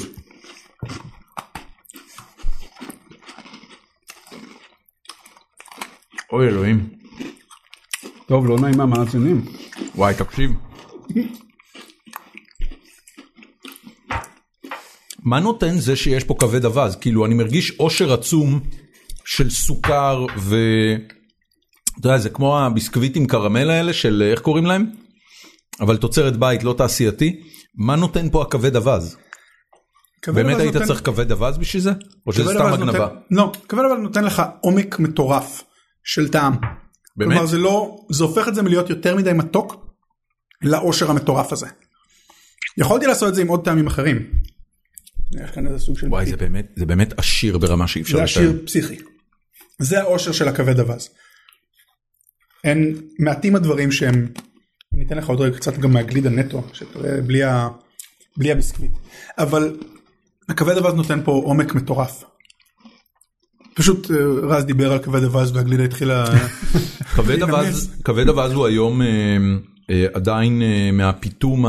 אוי אלוהים. טוב, לא נעים מהמאזינים. וואי, תקשיב. מה נותן זה שיש פה כבד אבז? כאילו אני מרגיש עושר עצום של סוכר אתה יודע, זה כמו הביסקוויטים קרמל האלה של איך קוראים להם? אבל תוצרת בית, לא תעשייתי. מה נותן פה הכבד אבז? באמת היית צריך כבד אבז בשביל זה? או שזה סתם הגנבה? לא, כבד אבז נותן לך עומק מטורף של טעם. באמת? כלומר זה הופך את זה מלהיות יותר מדי מתוק לעושר המטורף הזה. יכולתי לעשות את זה עם עוד טעמים אחרים. יש כאן איזה סוג של... וואי, זה באמת עשיר ברמה שאי אפשר... זה עשיר פסיכי. זה העושר של הכבד אבז. אין מעטים הדברים שהם... אני אתן לך עוד רגע קצת גם מהגלידה נטו, שתראה בלי הביסקוויט. אבל הכבד אבז נותן פה עומק מטורף. פשוט רז דיבר על כבד אבז והגלידה התחילה... כבד אבז הוא היום עדיין מהפיתום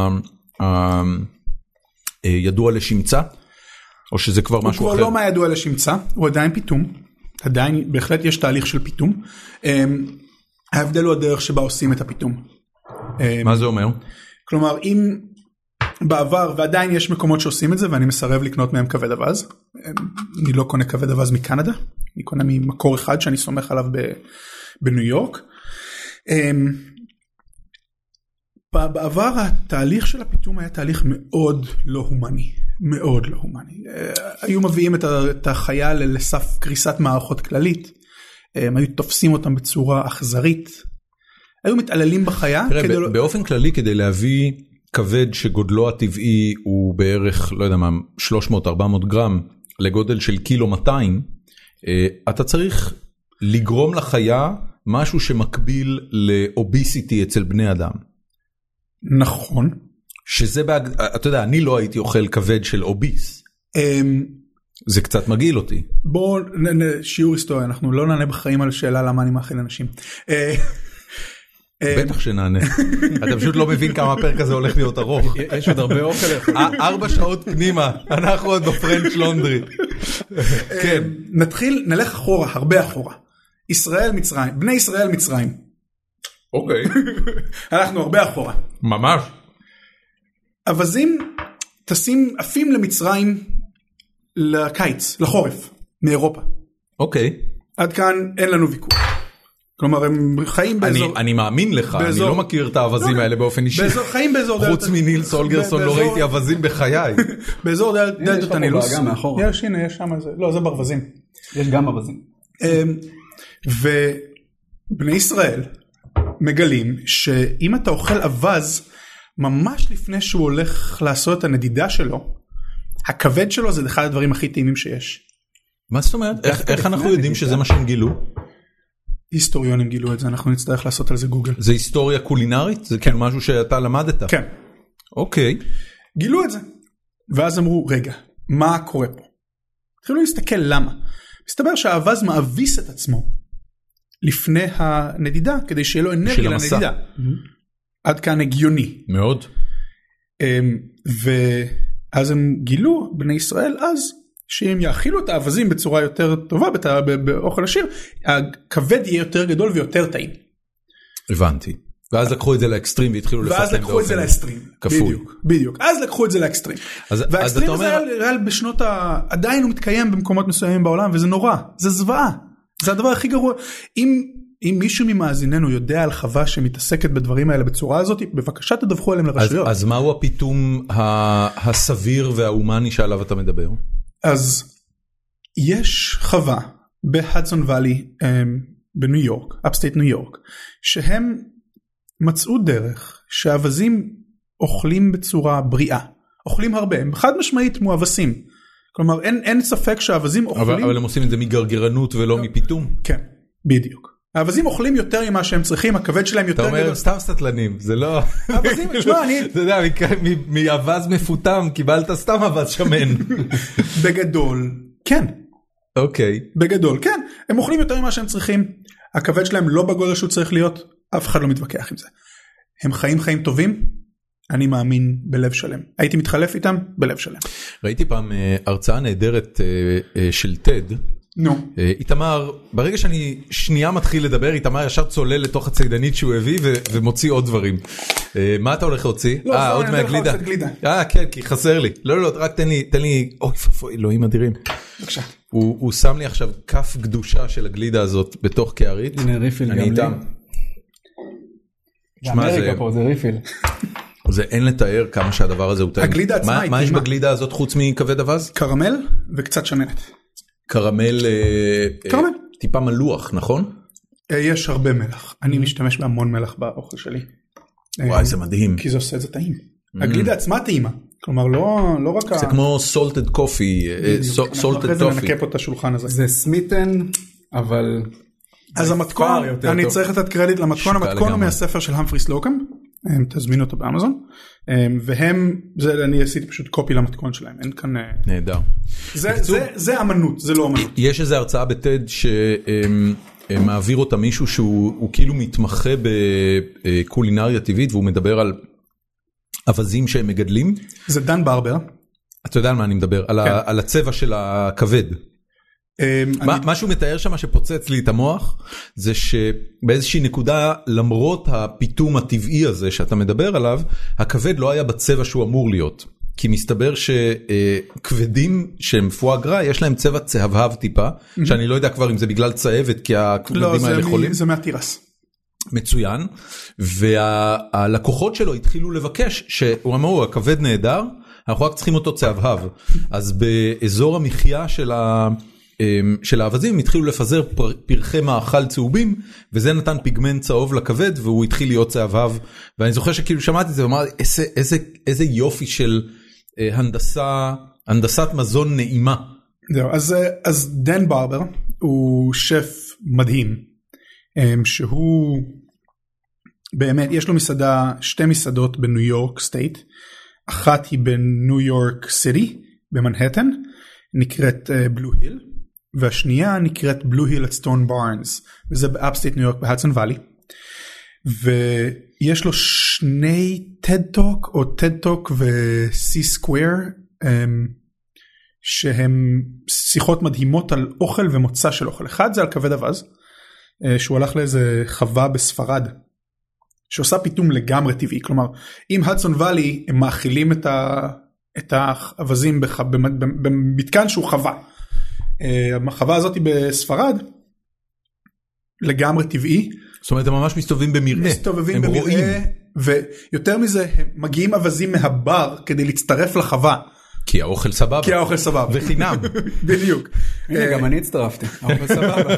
ידוע לשמצה? או שזה כבר משהו אחר? הוא כבר לא מהידוע לשמצה, הוא עדיין פיתום. עדיין בהחלט יש תהליך של פיתום. ההבדל הוא הדרך שבה עושים את הפיתום. מה זה אומר? כלומר, אם בעבר, ועדיין יש מקומות שעושים את זה, ואני מסרב לקנות מהם כבד אבז. אני לא קונה כבד אבז מקנדה, אני קונה ממקור אחד שאני סומך עליו בניו יורק. בעבר התהליך של הפיתום היה תהליך מאוד לא הומני. מאוד לא הומני. היו מביאים את החיה לסף קריסת מערכות כללית. הם היו תופסים אותם בצורה אכזרית. היו מתעללים בחיה. תראה, באופן כללי כדי להביא כבד שגודלו הטבעי הוא בערך, לא יודע מה, 300-400 גרם לגודל של קילו 200, אתה צריך לגרום לחיה משהו שמקביל לאוביסיטי אצל בני אדם. נכון. שזה, אתה יודע, אני לא הייתי אוכל כבד של אוביס. זה קצת מגעיל אותי. בואו, שיעור היסטוריה, אנחנו לא נענה בחיים על שאלה למה אני מאכיל אנשים. בטח שנענה. אתה פשוט לא מבין כמה הפרק הזה הולך להיות ארוך. יש עוד הרבה אוכל. 4 שעות פנימה, אנחנו עוד בפרנץ' לונדרי. כן. נלך אחורה, הרבה אחורה. ישראל מצרים, בני ישראל מצרים. אוקיי. אנחנו הרבה אחורה. ממש. אווזים טסים עפים למצרים לקיץ, לחורף, מאירופה. אוקיי. עד כאן אין לנו ויכוח. כלומר, הם חיים באזור... אני מאמין לך, אני לא מכיר את האווזים האלה באופן אישי. חיים באזור... חוץ מניל סולגרסון לא ראיתי אווזים בחיי. באזור דלתות הנילוס. יש, הנה, יש שם איזה... לא, זה ברווזים. יש גם אווזים. ובני ישראל מגלים שאם אתה אוכל אווז, ממש לפני שהוא הולך לעשות את הנדידה שלו, הכבד שלו זה אחד הדברים הכי טעימים שיש. מה זאת אומרת? איך אנחנו יודעים שזה מה שהם גילו? היסטוריונים גילו את זה, אנחנו נצטרך לעשות על זה גוגל. זה היסטוריה קולינרית? זה כאילו משהו שאתה למדת? כן. אוקיי. גילו את זה. ואז אמרו, רגע, מה קורה פה? התחילו להסתכל למה. מסתבר שהאווז מאביס את עצמו לפני הנדידה, כדי שיהיה לו אנרגיה לנדידה. עד כאן הגיוני. מאוד. ואז הם גילו, בני ישראל אז, שאם יאכילו את האווזים בצורה יותר טובה, באוכל עשיר, הכבד יהיה יותר גדול ויותר טעים. הבנתי. ואז לקחו את זה לאקסטרים והתחילו לפתח ואז לקחו את זה לאקסטרים. כפוי. בדיוק. אז לקחו את זה לאקסטרים. והאקסטרים הזה היה בשנות עדיין הוא מתקיים במקומות מסוימים בעולם, וזה נורא. זה זוועה. זה הדבר הכי גרוע. אם מישהו ממאזיננו יודע על חווה שמתעסקת בדברים האלה בצורה הזאת, בבקשה תדווחו עליהם לרשויות. אז מהו הפיתום הסביר והאומני שעליו אתה מדבר? אז יש חווה בהדסון ואלי בניו יורק, אפסטייט ניו יורק, שהם מצאו דרך שהאווזים אוכלים בצורה בריאה, אוכלים הרבה, הם חד משמעית מואבסים, כלומר אין ספק שהאווזים אוכלים... אבל הם עושים את זה מגרגרנות ולא מפיתום? כן, בדיוק. האווזים אוכלים יותר ממה שהם צריכים, הכבד שלהם יותר גדול. אתה אומר סתם סטלנים, זה לא... האווזים, תשמע, אני... אתה יודע, מאווז מפותם קיבלת סתם אווז שמן. בגדול, כן. אוקיי. בגדול, כן. הם אוכלים יותר ממה שהם צריכים, הכבד שלהם לא בגודל שהוא צריך להיות, אף אחד לא מתווכח עם זה. הם חיים טובים, אני מאמין בלב שלם. הייתי מתחלף איתם בלב שלם. ראיתי פעם הרצאה נהדרת של טד, נו. איתמר, ברגע שאני שנייה מתחיל לדבר, איתמר ישר צולל לתוך הצידנית שהוא הביא ומוציא עוד דברים. מה אתה הולך להוציא? עוד מהגלידה. כן, כי חסר לי. לא, רק תן לי, אוי, אלוהים אדירים. בבקשה. הוא שם לי עכשיו כף קדושה של הגלידה הזאת בתוך קערית. הנה ריפיל גם לי. אמריקה פה, זה ריפיל. זה אין לתאר כמה שהדבר הזה הוא טעים. הגלידה עצמה היא מה יש בגלידה הזאת חוץ מכבד אבז? קרמל וקצת שמנת. קרמל טיפה מלוח, נכון? יש הרבה מלח. אני משתמש בהמון מלח באוכל שלי. וואי, זה מדהים. כי זה עושה את זה טעים. הגלידה עצמה טעימה. כלומר, לא רק... זה כמו salted coffee, salted אחרי זה toffee. ננקה פה את השולחן הזה. זה סמיטן, אבל... אז המתכון, אני צריך לתת קרדיט למתכון, המתכון הוא מהספר של המפרי סלוקאם, תזמינו אותו באמזון, והם, אני עשיתי פשוט קופי למתכון שלהם, אין כאן... נהדר. זה אמנות, זה לא אמנות. יש איזו הרצאה בטד שמעביר אותה מישהו שהוא כאילו מתמחה בקולינריה טבעית, והוא מדבר על אבזים שהם מגדלים. זה דן ברבר. אתה יודע על מה אני מדבר, על הצבע של הכבד. מה שהוא מתאר שם שפוצץ לי את המוח, זה שבאיזושהי נקודה, למרות הפיתום הטבעי הזה שאתה מדבר עליו, הכבד לא היה בצבע שהוא אמור להיות. כי מסתבר שכבדים שהם פואגרה, יש להם צבע צהבהב טיפה, שאני לא יודע כבר אם זה בגלל צהבת, כי הכבדים האלה חולים. לא, זה מהתירס. מצוין, והלקוחות שלו התחילו לבקש, שהוא אמרו, הכבד נהדר, אנחנו רק צריכים אותו צהבהב. אז באזור המחיה של האבזים התחילו לפזר פרחי מאכל צהובים, וזה נתן פיגמנט צהוב לכבד, והוא התחיל להיות צהבהב, ואני זוכר שכאילו שמעתי את זה, ואמרתי, איזה יופי של הנדסת מזון נעימה. זהו, אז דן ברבר הוא שף מדהים, שהוא באמת, יש לו שתי מסעדות בניו יורק סטייט, אחת היא בניו יורק סיטי, במנהטן, נקראת בלו היל, והשנייה נקראת בלו היל את סטון בארנס, וזה באפסטייט ניו יורק בהדסון ואלי, ויש לו שני טד טוק, או טד טוק וסי סקוויר, שהם שיחות מדהימות על אוכל ומוצא של אוכל. אחד זה על כבד אבז, שהוא הלך לאיזה חווה בספרד, שעושה פיתום לגמרי טבעי, כלומר, אם הדסון ואלי הם מאכילים את האבזים במתקן שהוא חווה, החווה הזאת היא בספרד, לגמרי טבעי. זאת אומרת, הם ממש מסתובבים במראה. מסתובבים במראה, ויותר מזה, הם מגיעים אבזים מהבר כדי להצטרף לחווה. כי האוכל סבבה. כי האוכל סבבה. וחינם. בדיוק. הנה, גם אני הצטרפתי. האוכל סבבה.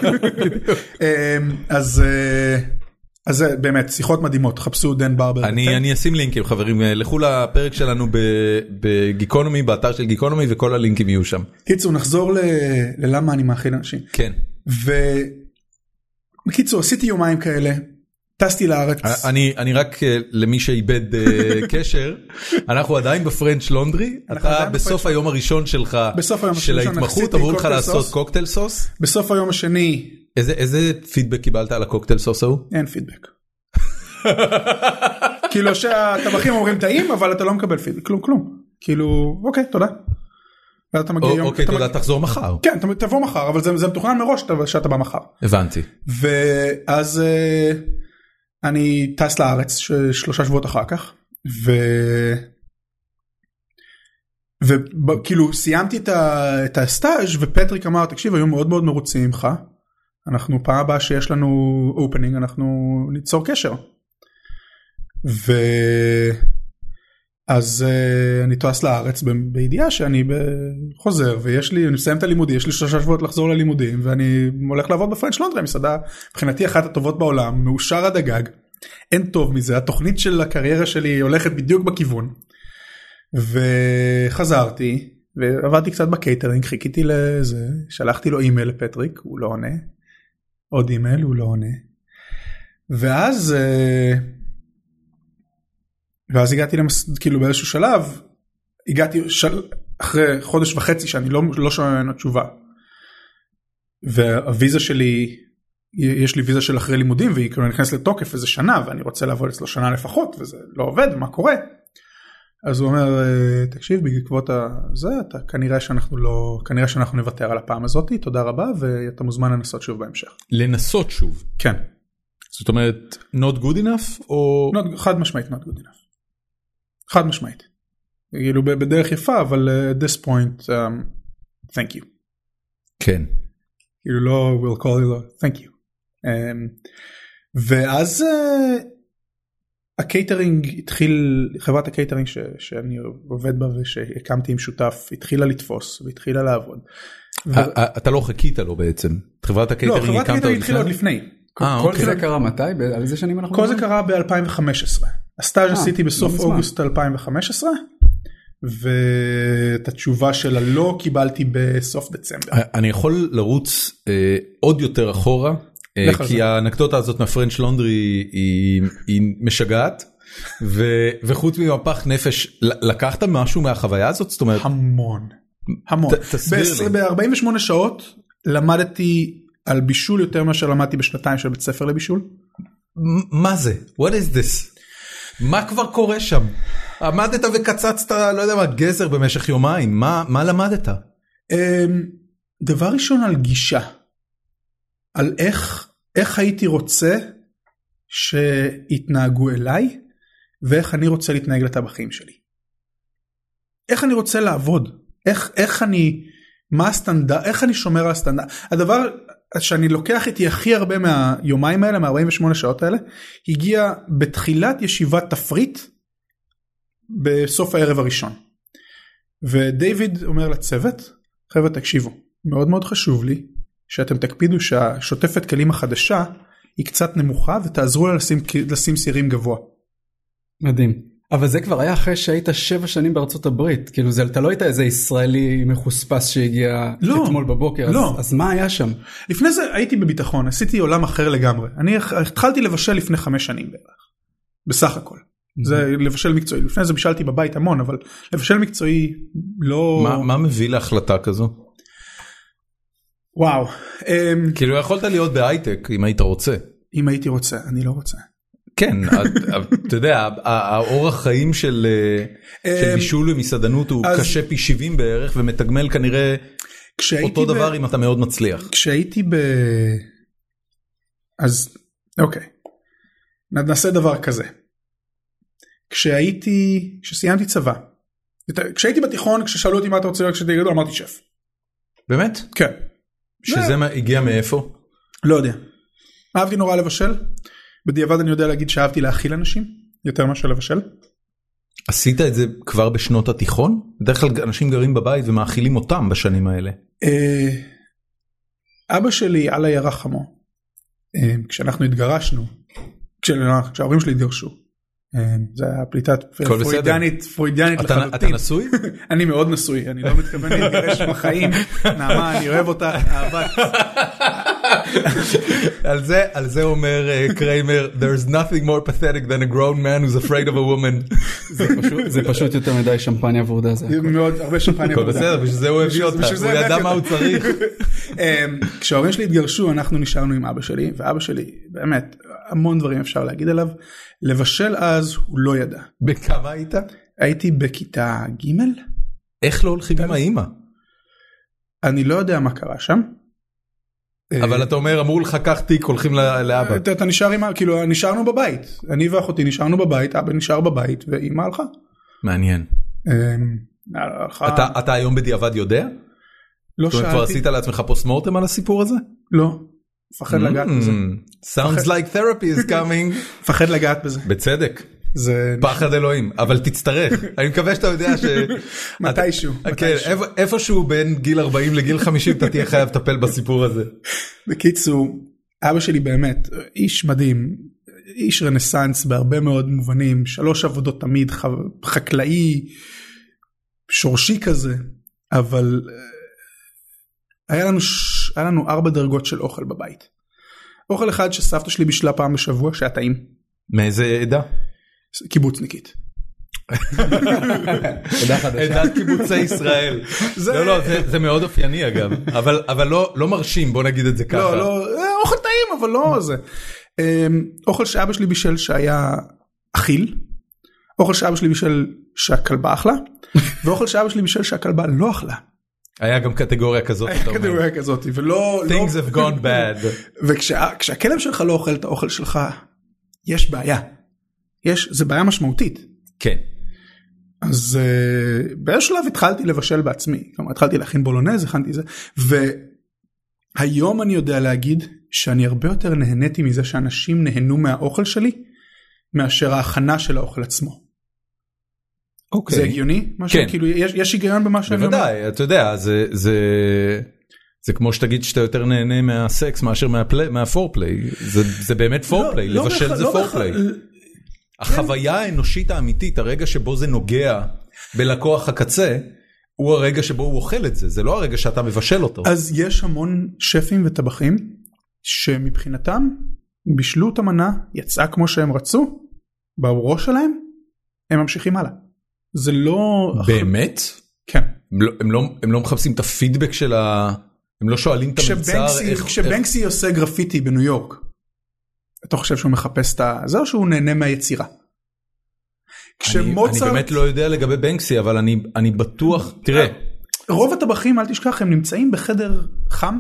אז זה באמת, שיחות מדהימות, חפשו דן ברבר. אני אשים לינקים, חברים, לכו לפרק שלנו בגיקונומי, באתר של גיקונומי, וכל הלינקים יהיו שם. קיצור, נחזור ללמה אני מאכיל אנשים. כן. בקיצור, עשיתי יומיים כאלה, טסתי לארץ. אני רק למי שאיבד קשר, אנחנו עדיין בפרנץ' לונדרי, אתה בסוף היום הראשון שלך, של ההתמחות, אמרו לך לעשות קוקטייל סוס? בסוף היום השני. איזה פידבק קיבלת על הקוקטייל סוס ההוא? אין פידבק. כאילו שהטבחים אומרים טעים, אבל אתה לא מקבל פידבק, כלום. כאילו, אוקיי, תודה. אוקיי, תודה, תחזור מחר. כן, תבוא מחר, אבל זה מתוכנן מראש שאתה בא מחר. הבנתי. ואז אני טס לארץ 3 שבועות אחר כך, וכאילו סיימתי את הסטאז' ופטריק אמר, תקשיב, היו מאוד מאוד מרוצים ממך, אנחנו פעם הבאה שיש לנו אופנינג, אנחנו ניצור קשר. אז אני טס לארץ בידיעה שאני חוזר, אני מסיים את הלימודים, יש לי 3 שבועות לחזור ללימודים, ואני הולך לעבוד בפרנץ' לונדרי, מסעדה, מבחינתי אחת הטובות בעולם, מאושר עד הגג, אין טוב מזה, התוכנית של הקריירה שלי הולכת בדיוק בכיוון, וחזרתי, ועבדתי קצת בקייטרינג, חיכיתי לזה, שלחתי לו אימייל לפטריק, הוא לא עונה, עוד אימייל, הוא לא עונה, ואז הגעתי כאילו באיזשהו שלב, אחרי 1.5 חודש שאני לא שומע ממנו תשובה, והוויזה שלי, יש לי ויזה של אחרי לימודים, והיא כאילו נכנס לתוקף איזה שנה, ואני רוצה לעבוד אצלו שנה לפחות, וזה לא עובד, מה קורה? אז הוא אומר, תקשיב, בעקבות זה, כנראה שאנחנו נוותר על הפעם הזאת, תודה רבה, ואתה מוזמן לנסות שוב בהמשך. לנסות שוב? כן. זאת אומרת, not good enough, או... חד משמעית, not good enough. חד משמעית. כאילו בדרך יפה, אבל at this point, thank you. כן. כאילו לא, we'll call you, thank you. ואז הקייטרינג התחיל, חברת הקייטרינג שאני עובד בה ושהקמתי עם שותף, התחילה לתפוס והתחילה לעבוד. אתה לא חיכית לו בעצם? חברת הקייטרינג לא, חברת הקייטרינג התחילה עוד לפני. כל זה קרה מתי? על איזה שנים אנחנו? כל זה קרה ב-2015. הסטאז' עשיתי בסוף אוגוסט 2015, ואת התשובה שלה לא קיבלתי בסוף דצמבר. אני יכול לרוץ עוד יותר אחורה, כי האנקדוטה הזאת מהפרנץ' לונדרי היא משגעת, וחוץ ממפח נפש, לקחת משהו מהחוויה הזאת? זאת אומרת... המון. ב-48 שעות למדתי על בישול יותר מאשר למדתי בשנתיים של בית ספר לבישול. מה זה? What is this? מה כבר קורה שם? עמדת וקצצת, לא יודע מה, גזר במשך יומיים. מה למדת? דבר ראשון על גישה. על איך הייתי רוצה שיתנהגו אליי, ואיך אני רוצה להתנהג לטבחים שלי. איך אני רוצה לעבוד. איך אני, מה הסטנדרט, איך אני שומר על הסטנדרט. הדבר שאני לוקח איתי הכי הרבה מהיומיים האלה, מה-48 שעות האלה, הגיע בתחילת ישיבת תפריט, בסוף הערב הראשון. ודייוויד אומר לצוות, חבר'ה תקשיבו, מאוד מאוד חשוב לי, שאתם תקפידו שהשוטפת כלים החדשה, היא קצת נמוכה, ותעזרו לה לשים סירים גבוה. מדהים. אבל זה כבר היה אחרי שהיית 7 שנים בארצות הברית, כאילו אתה לא היית איזה ישראלי מחוספס שהגיע אתמול בבוקר, אז מה היה שם? לפני זה הייתי בביטחון, עשיתי עולם אחר לגמרי, אני התחלתי לבשל לפני 5 שנים בערך, בסך הכל, זה לבשל מקצועי, לפני זה בישלתי בבית המון, אבל לבשל מקצועי לא... מה מביא להחלטה כזו? וואו. כאילו יכולת להיות בהייטק אם היית רוצה. אם הייתי רוצה, אני לא רוצה. כן, אתה יודע, האורח חיים של בישול ומסעדנות הוא קשה פי 70 בערך, ומתגמל כנראה אותו דבר אם אתה מאוד מצליח. כשהייתי אז אוקיי, נעשה דבר כזה. כשסיימתי צבא, כשהייתי בתיכון, כששאלו אותי מה אתה רוצה כשאתה גדול, אמרתי שף. באמת? כן. שזה הגיע מאיפה? לא יודע. אהבתי נורא לבשל. בדיעבד אני יודע להגיד שאהבתי להאכיל אנשים, יותר מאשר לבשל. עשית את זה כבר בשנות התיכון? בדרך כלל אנשים גרים בבית ומאכילים אותם בשנים האלה. אבא שלי על הירח חמו, כשאנחנו התגרשנו, כשההורים שלי התגרשו, זה היה פליטת פרוידיאנית לחלוטין. אתה נשוי? אני מאוד נשוי, אני לא מתכוון להתגרש בחיים. נעמה, אני אוהב אותך, אהבת. על זה אומר קריימר, there's nothing more pathetic than a grown man who's afraid of a woman. זה פשוט יותר מדי שמפניה ורודה. מאוד, הרבה שמפניה ורודה. בסדר, בשביל זה הוא הביא אותה, הוא ידע מה הוא צריך. כשההורים שלי התגרשו, אנחנו נשארנו עם אבא שלי, ואבא שלי, באמת, המון דברים אפשר להגיד עליו. לבשל אז הוא לא ידע. בכמה היית? הייתי בכיתה ג'. איך לא הולכים עם האמא? אני לא יודע מה קרה שם. אבל אתה אומר, אמרו לך כך תיק, הולכים לאבא. אתה נשאר עם, כאילו נשארנו בבית. אני ואחותי נשארנו בבית, אבא נשאר בבית, ואמא הלכה. מעניין. אתה היום בדיעבד יודע? לא שאלתי. כבר עשית לעצמך פוסט-מורטם על הסיפור הזה? לא. מפחד לגעת בזה. Sounds like therapy is coming. מפחד לגעת בזה. בצדק. פחד אלוהים, אבל תצטרך. אני מקווה שאתה יודע ש... מתישהו. כן, איפשהו בין גיל 40 לגיל 50 אתה תהיה חייב לטפל בסיפור הזה. בקיצור, אבא שלי באמת איש מדהים, איש רנסנס בהרבה מאוד מובנים, 3 עבודות תמיד, חקלאי, שורשי כזה, אבל היה לנו 4 דרגות של אוכל בבית. אוכל אחד שסבתא שלי בישלה פעם בשבוע, שהיה טעים. מאיזה עדה? קיבוצניקית. עדת קיבוצי ישראל. לא, זה מאוד אופייני אגב, אבל לא מרשים, בוא נגיד את זה ככה. לא, אוכל טעים, אבל לא זה. אוכל שאבא שלי בישל שהיה אכיל, אוכל שאבא שלי בישל שהכלבה אכלה, ואוכל שאבא שלי בישל שהכלבה לא אכלה. היה גם קטגוריה כזאת. היה קטגוריה כזאת, ולא... Things have gone bad. וכשהכלב שלך לא אוכל את האוכל שלך, יש בעיה. זה בעיה משמעותית. כן. אז באיזשהו שלב התחלתי לבשל בעצמי. כלומר, התחלתי להכין בולונז, הכנתי זה. והיום אני יודע להגיד שאני הרבה יותר נהניתי מזה שאנשים נהנו מהאוכל שלי, מאשר ההכנה של האוכל עצמו. אוקיי. זה הגיוני? כן. כאילו, יש היגיון במה שאני אומר? בוודאי, אתה יודע, זה כמו שתגיד שאתה יותר נהנה מהסקס מאשר מהפורפליי. זה באמת פורפליי, לבשל זה פורפליי. החוויה האנושית האמיתית, הרגע שבו זה נוגע בלקוח הקצה, הוא הרגע שבו הוא אוכל את זה, זה לא הרגע שאתה מבשל אותו. אז יש המון שפים וטבחים, שמבחינתם בישלו את המנה, יצאה כמו שהם רצו, בראש שלהם, הם ממשיכים הלאה. זה לא... באמת? כן. הם לא מחפשים את הפידבק של הם לא שואלים את המלצר איך... כשבנקסי עושה גרפיטי בניו יורק, אתה חושב שהוא מחפש את זה או שהוא נהנה מהיצירה? אני באמת לא יודע לגבי בנקסי, אבל אני בטוח... תראה. רוב הטבחים, אל תשכח, הם נמצאים בחדר חם,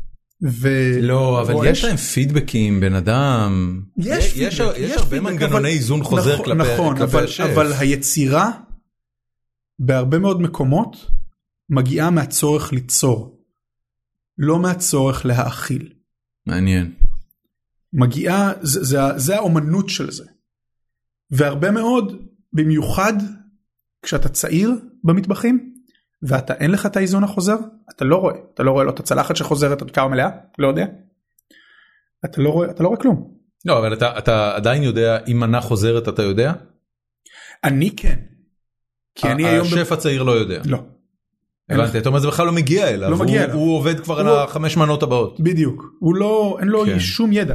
לא, אבל יש להם פידבקים, בן אדם. יש הרבה מנגנוני איזון חוזר כלפי השף. אבל היצירה, בהרבה מאוד מקומות, מגיעה מהצורך ליצור. לא מהצורך להאכיל. מעניין. מגיעה, זה האומנות של זה. והרבה מאוד, במיוחד, כשאתה צעיר במטבחים, ואתה אין לך את האיזון החוזר, אתה לא רואה לא את הצלחת שחוזרת עוד כמה מלאה, לא יודע. אתה לא רואה כלום. לא, אבל אתה עדיין יודע, אם מנה חוזרת אתה יודע? אני כן. השף הצעיר לא יודע. לא. הבנתי, אתה אומר, זה בכלל לא מגיע אליו. לא מגיע אליו. הוא עובד כבר על 5 מנות הבאות. בדיוק. אין לו שום ידע.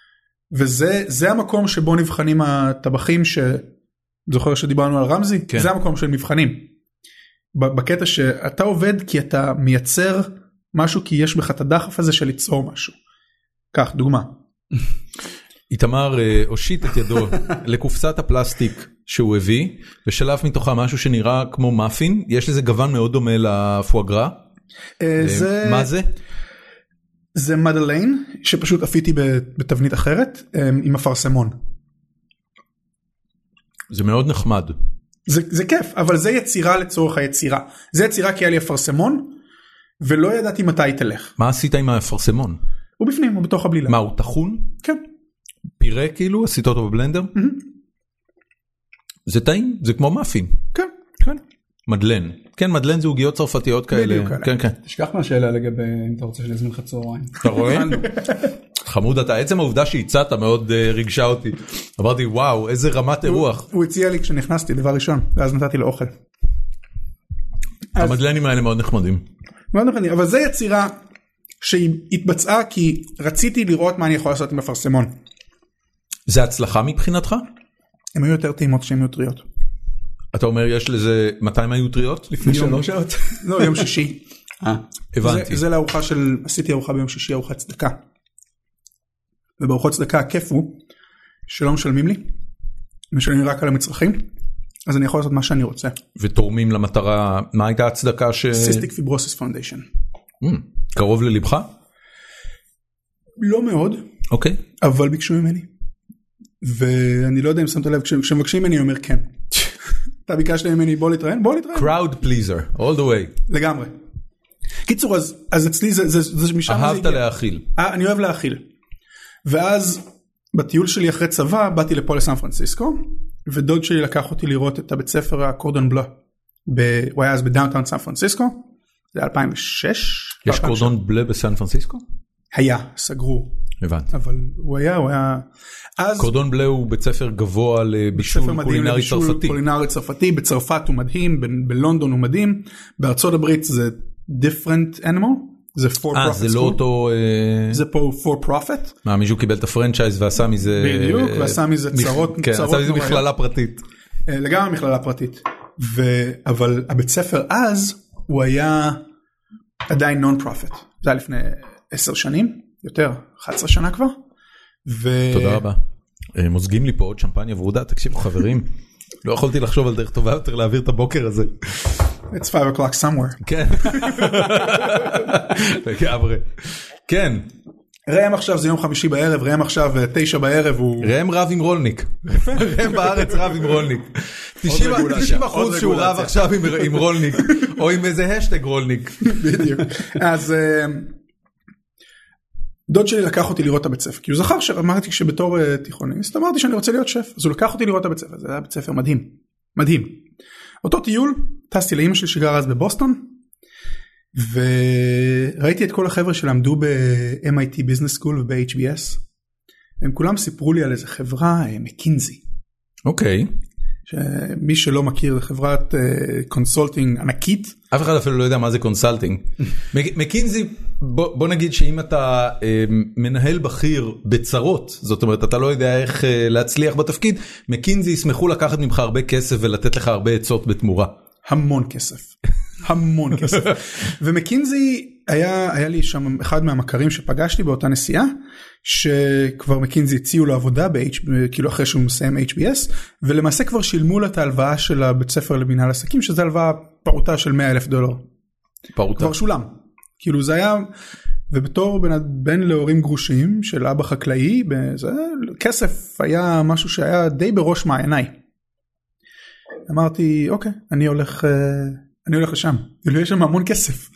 וזה המקום שבו נבחנים הטבחים, זוכר שדיברנו על רמזי? זה המקום של מבחנים. בקטע שאתה עובד כי אתה מייצר משהו, כי יש בך את הדחף הזה של ליצור משהו. כך, דוגמה. איתמר הושיט את ידו לקופסת הפלסטיק שהוא הביא, ושלף מתוכה משהו שנראה כמו מאפין, יש לזה גוון מאוד דומה לפואגרה. מה זה? זה מדליין, שפשוט עפיתי בתבנית אחרת, עם אפרסמון. זה מאוד נחמד. זה כיף, אבל זה יצירה לצורך היצירה. זה יצירה כי היה לי אפרסמון, ולא ידעתי מתי תלך. מה עשית עם האפרסמון? הוא בפנים, הוא בתוך הבלילה. מה, הוא טחון? כן. פירה כאילו? עשית אותו בבלנדר? זה טעים, זה כמו מאפין. כן, כן. מדלן. כן, מדלן זה עוגיות צרפתיות כאלה. כן, כן. תשכח מהשאלה לגבי אם אתה רוצה שנזמין לך צהריים. אתה רואה? חמוד אתה, עצם העובדה שהצעת מאוד ריגשה אותי. אמרתי, וואו, איזה רמת אירוח. הוא הציע לי כשנכנסתי, דבר ראשון, ואז נתתי לו אוכל. המדלנים האלה מאוד נחמדים. מאוד נחמדים, אבל זה יצירה שהיא התבצעה כי רציתי לראות מה אני יכול לעשות עם אפרסמון. זה הצלחה מבחינתך? הן היו יותר טעימות שהן היו טריות. אתה אומר, יש לזה, מתי הם היו טריות? לפני 3 שעות? לא, יום שישי. הבנתי. זה לארוחה עשיתי ארוחה ביום שישי, ארוחת צדקה. ובארוחות צדקה הכיף הוא שלא משלמים לי, משלמים רק על המצרכים, אז אני יכול לעשות מה שאני רוצה. ותורמים למטרה, מה הייתה הצדקה Cystic Fibrosis Foundation. קרוב ללבך? לא מאוד. אוקיי. אבל ביקשו ממני. ואני לא יודע אם שמת לב, כשמבקשים ממני, אני אומר כן. אתה ביקשת ממני, בוא להתראיין? בוא להתראיין. Crowd pleaser, all the way. לגמרי. קיצור, אז אצלי זה משם... אהבת להאכיל. אני אוהב להאכיל. ואז בטיול שלי אחרי צבא, באתי לפה לסן פרנסיסקו, ודוד שלי לקח אותי לראות את הבית ספר הקורדון בלו. הוא היה אז בדאונטאון סן פרנסיסקו, זה 2006. יש קורדון בלו בסן פרנסיסקו? היה, סגרו. הבנתי. אבל הוא היה... קורדון בלו הוא בית ספר גבוה לבישול קולינרי צרפתי. קולינרי צרפתי, בצרפת הוא מדהים, בלונדון הוא מדהים, בארצות הברית זה different animal. זה for profit. זה לא אותו... זה פה for profit. מה, מישהו קיבל את הפרנצ'ייז ועשה מזה... בדיוק, ועשה מזה צרות. כן, עשה מזה מכללה פרטית. לגמרי מכללה פרטית. אבל הבית ספר אז, הוא היה עדיין non-profit. זה היה לפני 10 שנים, יותר, 11 שנה כבר. תודה רבה. מוזגים לי פה עוד שמפניה ורודה, תקשיבו חברים. לא יכולתי לחשוב על דרך טובה יותר להעביר את הבוקר הזה. It's 5 o'clock somewhere. כן. לגמרי. כן. ראם עכשיו זה יום חמישי בערב, ראם עכשיו 9 בערב הוא... ראם רב עם רולניק. ראם בארץ רב עם רולניק. 90% שהוא רב עכשיו עם רולניק. או עם איזה השטג רולניק. בדיוק. אז דוד שלי לקח אותי לראות את הבית ספר. כי הוא זכר שאמרתי שבתור תיכוניסט, אמרתי שאני רוצה להיות שף. אז הוא לקח אותי לראות את הבית ספר. זה היה בית ספר מדהים. מדהים. אותו טיול, טסתי לאמא שלי שגרה אז בבוסטון. וראיתי את כל החבר'ה שלמדו ב-MIT Business School וב-HBS, הם כולם סיפרו לי על איזה חברה, מקינזי. אוקיי. שמי שלא מכיר, חברת קונסולטינג ענקית. אף אחד אפילו לא יודע מה זה קונסולטינג. מקינזי, בוא נגיד שאם אתה מנהל בכיר בצרות, זאת אומרת אתה לא יודע איך להצליח בתפקיד, מקינזי ישמחו לקחת ממך הרבה כסף ולתת לך הרבה עצות בתמורה. המון כסף. המון כסף. ומקינזי היה לי שם אחד מהמכרים שפגשתי באותה נסיעה, שכבר מקינזי הציעו לו עבודה, כאילו אחרי שהוא מסיים HBS, ולמעשה כבר שילמו לה את ההלוואה של הבית ספר למנהל עסקים, שזה הלוואה פעוטה של $100,000. פעוטה. כבר שולם. כאילו זה היה, ובתור בן להורים גרושים של אבא חקלאי, כסף היה משהו שהיה די בראש מעייניי. אמרתי, אוקיי, אני הולך לשם. יש שם המון כסף.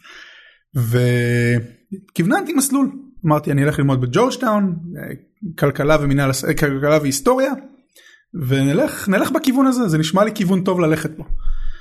וכיווננתי מסלול. אמרתי, אני אלך ללמוד בג'ורג'טאון, כלכלה והיסטוריה, ונלך בכיוון הזה. זה נשמע לי כיוון טוב ללכת בו.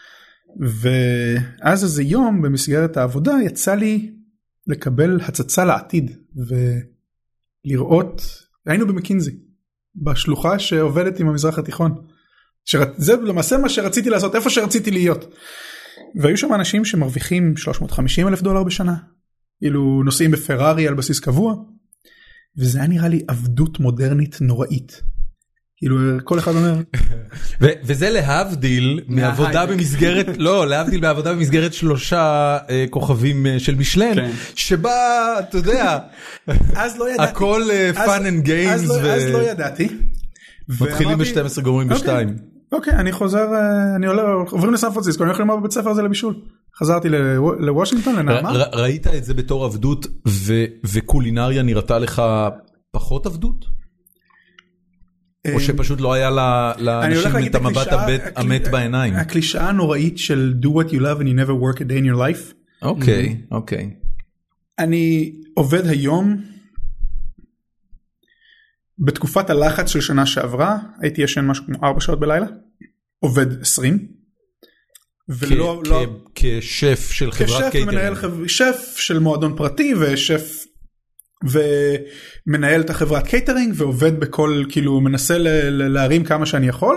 ואז איזה יום, במסגרת העבודה, יצא לי לקבל הצצה לעתיד, ולראות, היינו במקינזי, בשלוחה שעובדת עם המזרח התיכון. זה למעשה מה שרציתי לעשות, איפה שרציתי להיות. והיו שם אנשים שמרוויחים $350,000 בשנה, כאילו נוסעים בפרארי על בסיס קבוע, וזה היה נראה לי עבדות מודרנית נוראית. כאילו כל אחד אומר... וזה להבדיל מעבודה במסגרת, לא, להבדיל מעבודה במסגרת 3 כוכבים של משלן, שבה, אתה יודע, הכל fun and games. אז לא ידעתי. מתחילים ב-12 גומרים ב-2. אוקיי, אני חוזר, עוברים לסן פרנסיסקו, אני הולך ללמוד בבית ספר הזה לבישול. חזרתי לוושינגטון, לנעמה. ראית את זה בתור עבדות, וקולינריה נראתה לך פחות עבדות? או שפשוט לא היה לאנשים את המבט המת בעיניים? הקלישאה הנוראית של do what you love and you never work a day in your life. אוקיי, אוקיי. אני עובד היום, בתקופת הלחץ של שנה שעברה, הייתי ישן משהו כמו 4 שעות בלילה, עובד 20. כשף של חברת קייטרינג. שף של מועדון פרטי ושף ומנהל את החברת קייטרינג ועובד בכל, כאילו מנסה להרים כמה שאני יכול,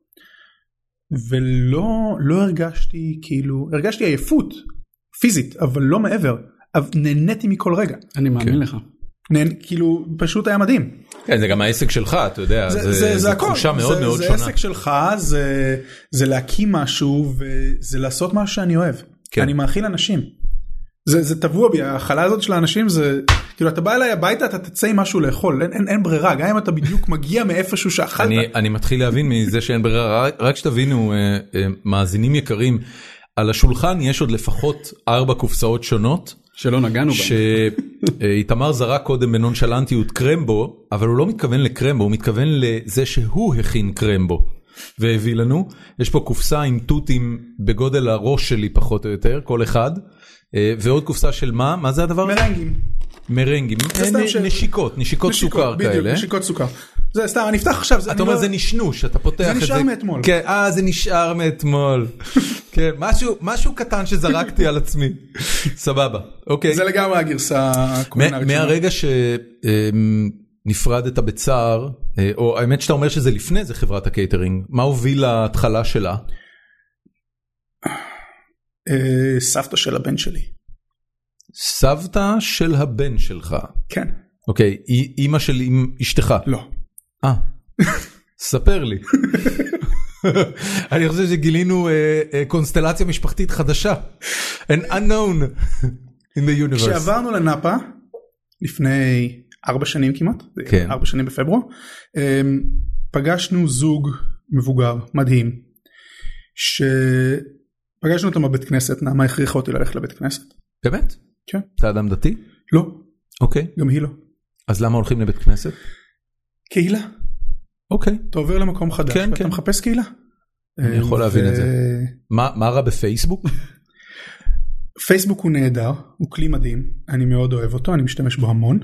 ולא הרגשתי, כאילו הרגשתי עייפות פיזית, אבל לא מעבר, אבל נהניתי מכל רגע. אני מאמין לך. כאילו פשוט היה מדהים. כן, זה גם העסק שלך, אתה יודע, זה תחושה מאוד מאוד שונה. זה עסק שלך, זה להקים משהו וזה לעשות משהו שאני אוהב. אני מאכיל אנשים. זה טבוע בי, ההאכלה הזאת של האנשים זה, כאילו אתה בא אליי הביתה, אתה תצא עם משהו לאכול, אין ברירה, גם אם אתה בדיוק מגיע מאיפשהו שאכלת. אני מתחיל להבין מזה שאין ברירה, רק שתבינו, מאזינים יקרים, על השולחן יש עוד לפחות 4 קופסאות שונות, שלא נגענו בהם. שאיתמר זרק קודם בנונשלנטיות קרמבו, אבל הוא לא מתכוון לקרמבו, הוא מתכוון לזה שהוא הכין קרמבו. והביא לנו, יש פה קופסה עם תותים בגודל הראש שלי פחות או יותר, כל אחד, ועוד קופסה של מה? מה זה הדבר? מרנגים. מרנגים, נשיקות סוכר כאלה. נשיקות סוכר. זה סתם, אני אפתח עכשיו. אתה אומר זה נשנוש, אתה פותח את זה. זה נשאר מאתמול. כן, זה נשאר מאתמול. כן, משהו קטן שזרקתי על עצמי. סבבה, אוקיי. זה לגמרי הגרסה הקולינרית. מהרגע שנפרדת בצער, או האמת שאתה אומר שזה לפני זה חברת הקייטרינג, מה הוביל להתחלה שלה? סבתא של הבן שלי. סבתא של הבן שלך? כן. אוקיי, אמא של אשתך? לא. ספר לי. אני חושב שגילינו קונסטלציה משפחתית חדשה. An unknown in the universe. כשעברנו לנאפה, לפני 4 שנים כמעט, 4 שנים בפברואר, פגשנו זוג מבוגר, מדהים, שפגשנו אותם בבית כנסת, נעמה הכריחה אותי ללכת לבית כנסת. באמת? כן. אתה אדם דתי? לא. אוקיי. גם היא לא. אז למה הולכים לבית כנסת? קהילה. אוקיי. אתה עובר למקום חדש, כן, ואתה כן. מחפש קהילה. אני יכול להבין את זה. מה רע בפייסבוק? פייסבוק הוא נהדר, הוא כלי מדהים, אני מאוד אוהב אותו, אני משתמש בו המון,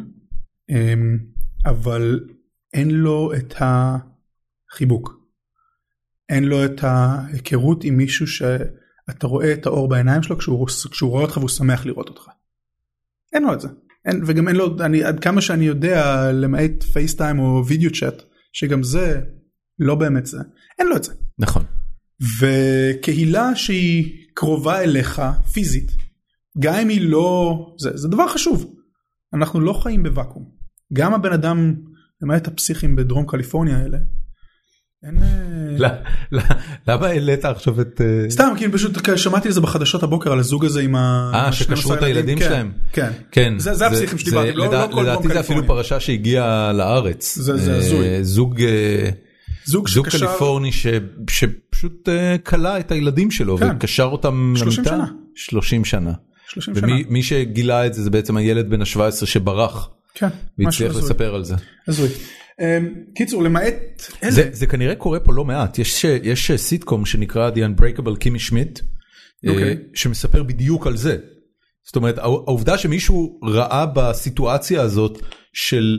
אבל אין לו את החיבוק, אין לו את ההיכרות עם מישהו שאתה רואה את האור בעיניים שלו כשהוא רואה אותך והוא שמח לראות אותך. אין לו את זה, וגם אין לו, עד כמה שאני יודע, למעט פייסטיים או וידאו צ'אט, שגם זה לא באמת זה, אין לו את זה. נכון. וקהילה שהיא קרובה אליך פיזית, גם אם היא לא, זה דבר חשוב, אנחנו לא חיים בוואקום, גם הבן אדם, למעט הפסיכים בדרום קליפורניה האלה, אין... למה העלית עכשיו את... סתם, כי פשוט שמעתי את זה בחדשות הבוקר על הזוג הזה עם שקשרו את הילדים שלהם? כן, זה הפסיכים שדיברתי, לא כל דרום קליפורניה. לדעתי זה אפילו פרשה שהגיעה לארץ. זה הזוי. זוג קליפורני שפשוט קלה את הילדים שלו וקשר אותם למיטה. 30 שנה. ומי שגילה את זה, זה בעצם הילד בן ה-17 שברח. כן. והצליח לספר על זה. הזוי. קיצור, למעט אלה. זה כנראה קורה פה לא מעט. יש סיטקום שנקרא The Unbreakable קימי שמיט, שמספר בדיוק על זה. זאת אומרת, העובדה שמישהו ראה בסיטואציה הזאת של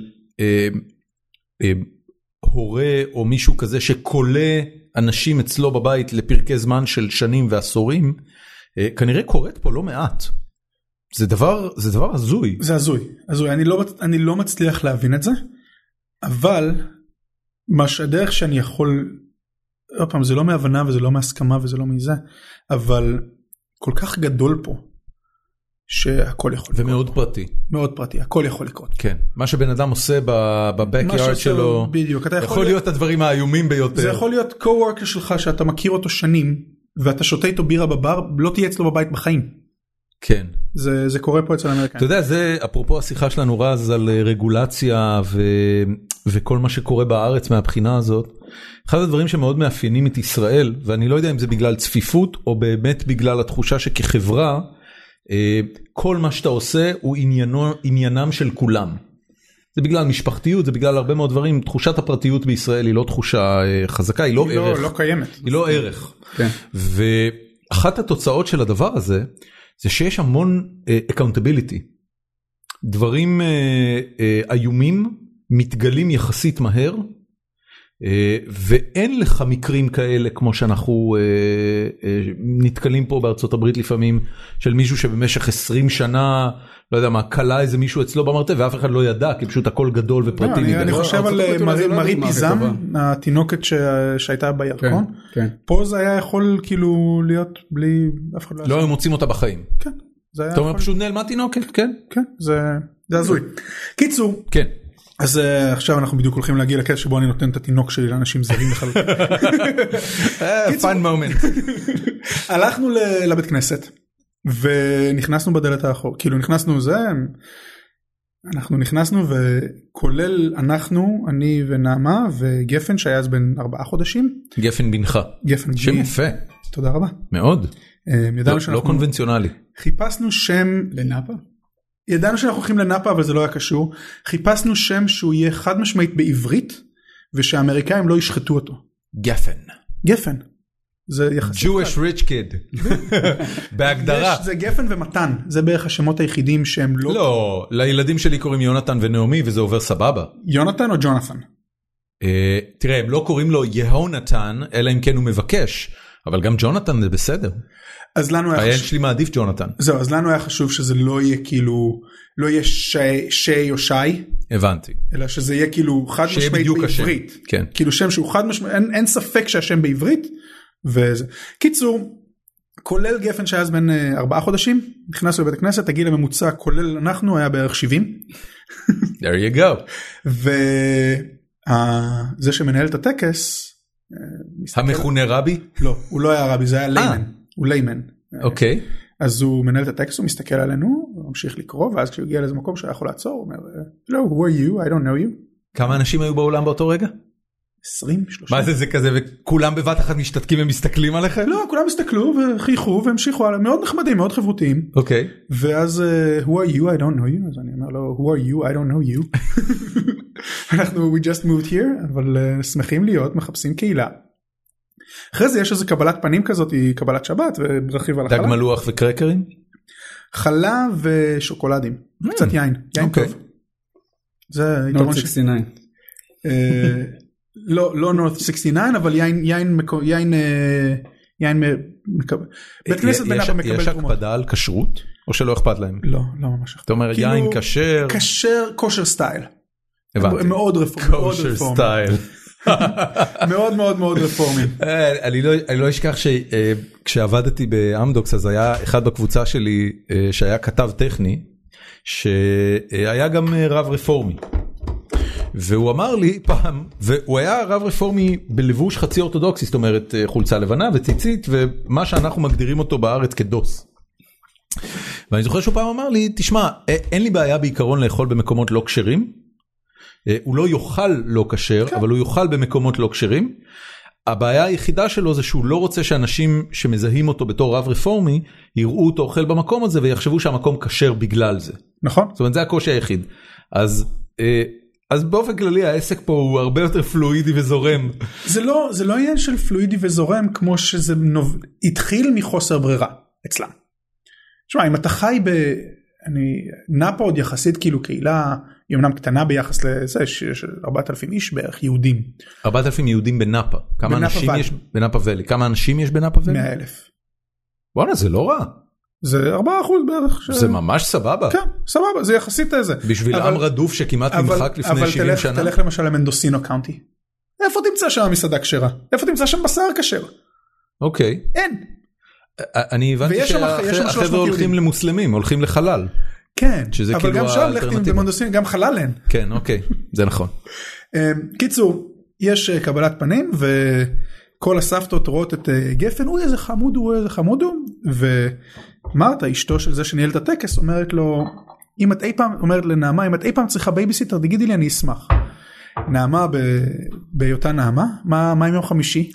הורה או מישהו כזה שקולה אנשים אצלו בבית לפרקי זמן של שנים ועשורים, כנראה קורית פה לא מעט. זה דבר הזוי. זה הזוי. אני לא מצליח להבין את זה, אבל הדרך שאני יכול, עוד פעם, זה לא מהבנה וזה לא מהסכמה וזה לא מזה, אבל כל כך גדול פה, שהכל יכול לקרות. ומאוד פרטי. מאוד פרטי, הכל יכול לקרות. כן, מה שבן אדם עושה בבקיארד שלו, בדיוק, יכול להיות הדברים האיומים ביותר. זה יכול להיות קו-וורקר שלך שאתה מכיר אותו שנים, ואתה שותה איתו בירה בבר, לא תהיה אצלו בבית בחיים. כן. זה קורה פה אצל האמריקאים. אתה יודע, זה אפרופו השיחה שלנו רז על רגולציה וכל מה שקורה בארץ מהבחינה הזאת. אחד הדברים שמאוד מאפיינים את ישראל, ואני לא יודע אם זה בגלל צפיפות או באמת בגלל התחושה שכחברה, כל מה שאתה עושה הוא עניינם של כולם. זה בגלל משפחתיות, זה בגלל הרבה מאוד דברים. תחושת הפרטיות בישראל היא לא תחושה חזקה, היא לא ערך. לא קיימת. היא לא ערך. כן. ואחת התוצאות של הדבר הזה, זה שיש המון accountability. דברים איומים מתגלים יחסית מהר, ואין לך מקרים כאלה כמו שאנחנו נתקלים פה בארצות הברית לפעמים, של מישהו שבמשך 20 שנה, לא יודע מה, קלה איזה מישהו אצלו במרתף, ואף אחד לא ידע, כי פשוט הכל גדול ופרטי. אני חושב על מרי פיזם, התינוקת שהייתה בירקון, פה זה היה יכול כאילו להיות בלי אף אחד. לא היו מוצאים אותה בחיים. כן. אתה אומר פשוט נעלמה תינוקת, כן? כן, זה הזוי. קיצור. כן. אז עכשיו אנחנו בדיוק הולכים להגיע לקטע שבו אני נותן את התינוק שלי לאנשים זרים לחלוטין. fun moment. הלכנו לבית כנסת, ונכנסנו בדלת האחור, כאילו אנחנו נכנסנו וכולל אנחנו, אני ונעמה וגפן שהיה אז בין 4 חודשים. גפן בנך. שם יפה. תודה רבה. מאוד. לא קונבנציונלי. חיפשנו שם לנאפה. ידענו שאנחנו הולכים לנאפה, אבל זה לא היה קשור. חיפשנו שם שהוא יהיה חד משמעית בעברית, ושהאמריקאים לא ישחטו אותו. גפן. גפן. זה יחסית. Jewish rich kid. בהגדרה. זה גפן ומתן. זה בערך השמות היחידים שהם לא... לא, לילדים שלי קוראים יונתן ונעמי, וזה עובר סבבה. יונתן או ג'ונתן? תראה, הם לא קוראים לו יהונתן, אלא אם כן הוא מבקש, אבל גם ג'ונתן זה בסדר. אז לנו היה הילד שלי מעדיף ג'ונתן. זהו, אז לנו היה חשוב שזה לא יהיה כאילו, לא יהיה שי או שי. הבנתי. אלא שזה יהיה כאילו חד משמעית בעברית. כן. כאילו שם שהוא חד משמעית, אין ספק שהשם בעברית. וזה. קיצור, כולל גפן שהיה אז בין 4 חודשים, נכנסנו לבית הכנסת, הגיל הממוצע כולל אנחנו היה בערך 70. There you go. וזה שמנהל את הטקס, המכונה רבי? לא, הוא לא היה רבי, זה היה ליימן. הוא ליימן. אוקיי. אז הוא מנהל את הטקסט, הוא מסתכל עלינו, הוא ממשיך לקרוא, ואז כשהוא הגיע לאיזה מקום שהיה יכול לעצור, הוא אומר, Hello, who are you? I don't know you. כמה אנשים היו באולם באותו רגע? 20, 30. מה זה כזה, וכולם בבת אחת משתתקים ומסתכלים עליכם? לא, כולם הסתכלו וחייכו והמשיכו הלאה, מאוד נחמדים, מאוד חברותיים. אוקיי. ואז, who are you? I don't know you. אז אני אומר לו, who are you? I don't know you. אנחנו, we just moved here, אבל שמחים להיות, מחפשים קהילה. אחרי זה יש איזו קבלת פנים כזאת, היא קבלת שבת, ורכיב על החלה. דג מלוח וקרקרים? חלה ושוקולדים, קצת יין, יין טוב. זה יתרון 69. לא נורת 69, אבל יין בית כנסת בנאפה מקבל יש הקפדה על כשרות? או שלא אכפת להם? לא ממש. אתה אומר יין כשר? כשר, כושר סטייל. הבנתי. מאוד רפורמי. כושר סטייל. מאוד מאוד מאוד רפורמי. אני לא אשכח שכשעבדתי באמדוקס, אז היה אחד בקבוצה שלי שהיה כתב טכני, שהיה גם רב רפורמי. והוא אמר לי פעם, והוא היה רב רפורמי בלבוש חצי אורתודוקסי, זאת אומרת חולצה לבנה וציצית, ומה שאנחנו מגדירים אותו בארץ כדוס. ואני זוכר שהוא פעם אמר לי, תשמע, אין לי בעיה בעיקרון לאכול במקומות לא כשרים, הוא לא יאכל לא כשר, אבל הוא יאכל במקומות לא כשרים. הבעיה היחידה שלו זה שהוא לא רוצה שאנשים שמזהים אותו בתור רב רפורמי, יראו אותו אוכל במקום הזה, ויחשבו שהמקום כשר בגלל זה. נכון. זאת אומרת, זה הקושי היחיד. אז באופן כללי העסק פה הוא הרבה יותר פלואידי וזורם. זה לא עניין של פלואידי וזורם, כמו שזה התחיל מחוסר ברירה אצלם. תשמע, אם אתה חי נאפה עוד יחסית כאילו קהילה, היא אמנם קטנה ביחס לזה, שיש 4,000 איש בערך יהודים. 4,000 יהודים בנאפה. כמה אנשים יש בנאפה ואלי? כמה אנשים יש בנאפה ואלי? 100,000. וואלה, זה לא רע. זה 4% בערך. זה ממש סבבה. כן, סבבה, זה יחסית איזה. בשביל עם רדוף שכמעט נמחק לפני 70 שנה. אבל תלך למשל למנדוסינו קאונטי. איפה תמצא שם מסעדה כשרה? איפה תמצא שם בשר כשר? אוקיי. אין. אני הבנתי שהחבר'ה הולכים למוסלמים, הולכים לחלל. כן, אבל גם שם לכתים במנדוסינו, גם חלל אין. כן, אוקיי, זה נכון. קיצור, יש קבלת פנים, וכל הסבתות רואות את גפן, הוא איזה חמוד הוא, ומרתה, אשתו של זה שניהל את הטקס, אומרת לו, אומרת לנעמה, אם את אי פעם צריכה בייביסיטר, תגידי לי, אני אשמח. נעמה בהיותה נעמה, מה עם יום חמישי?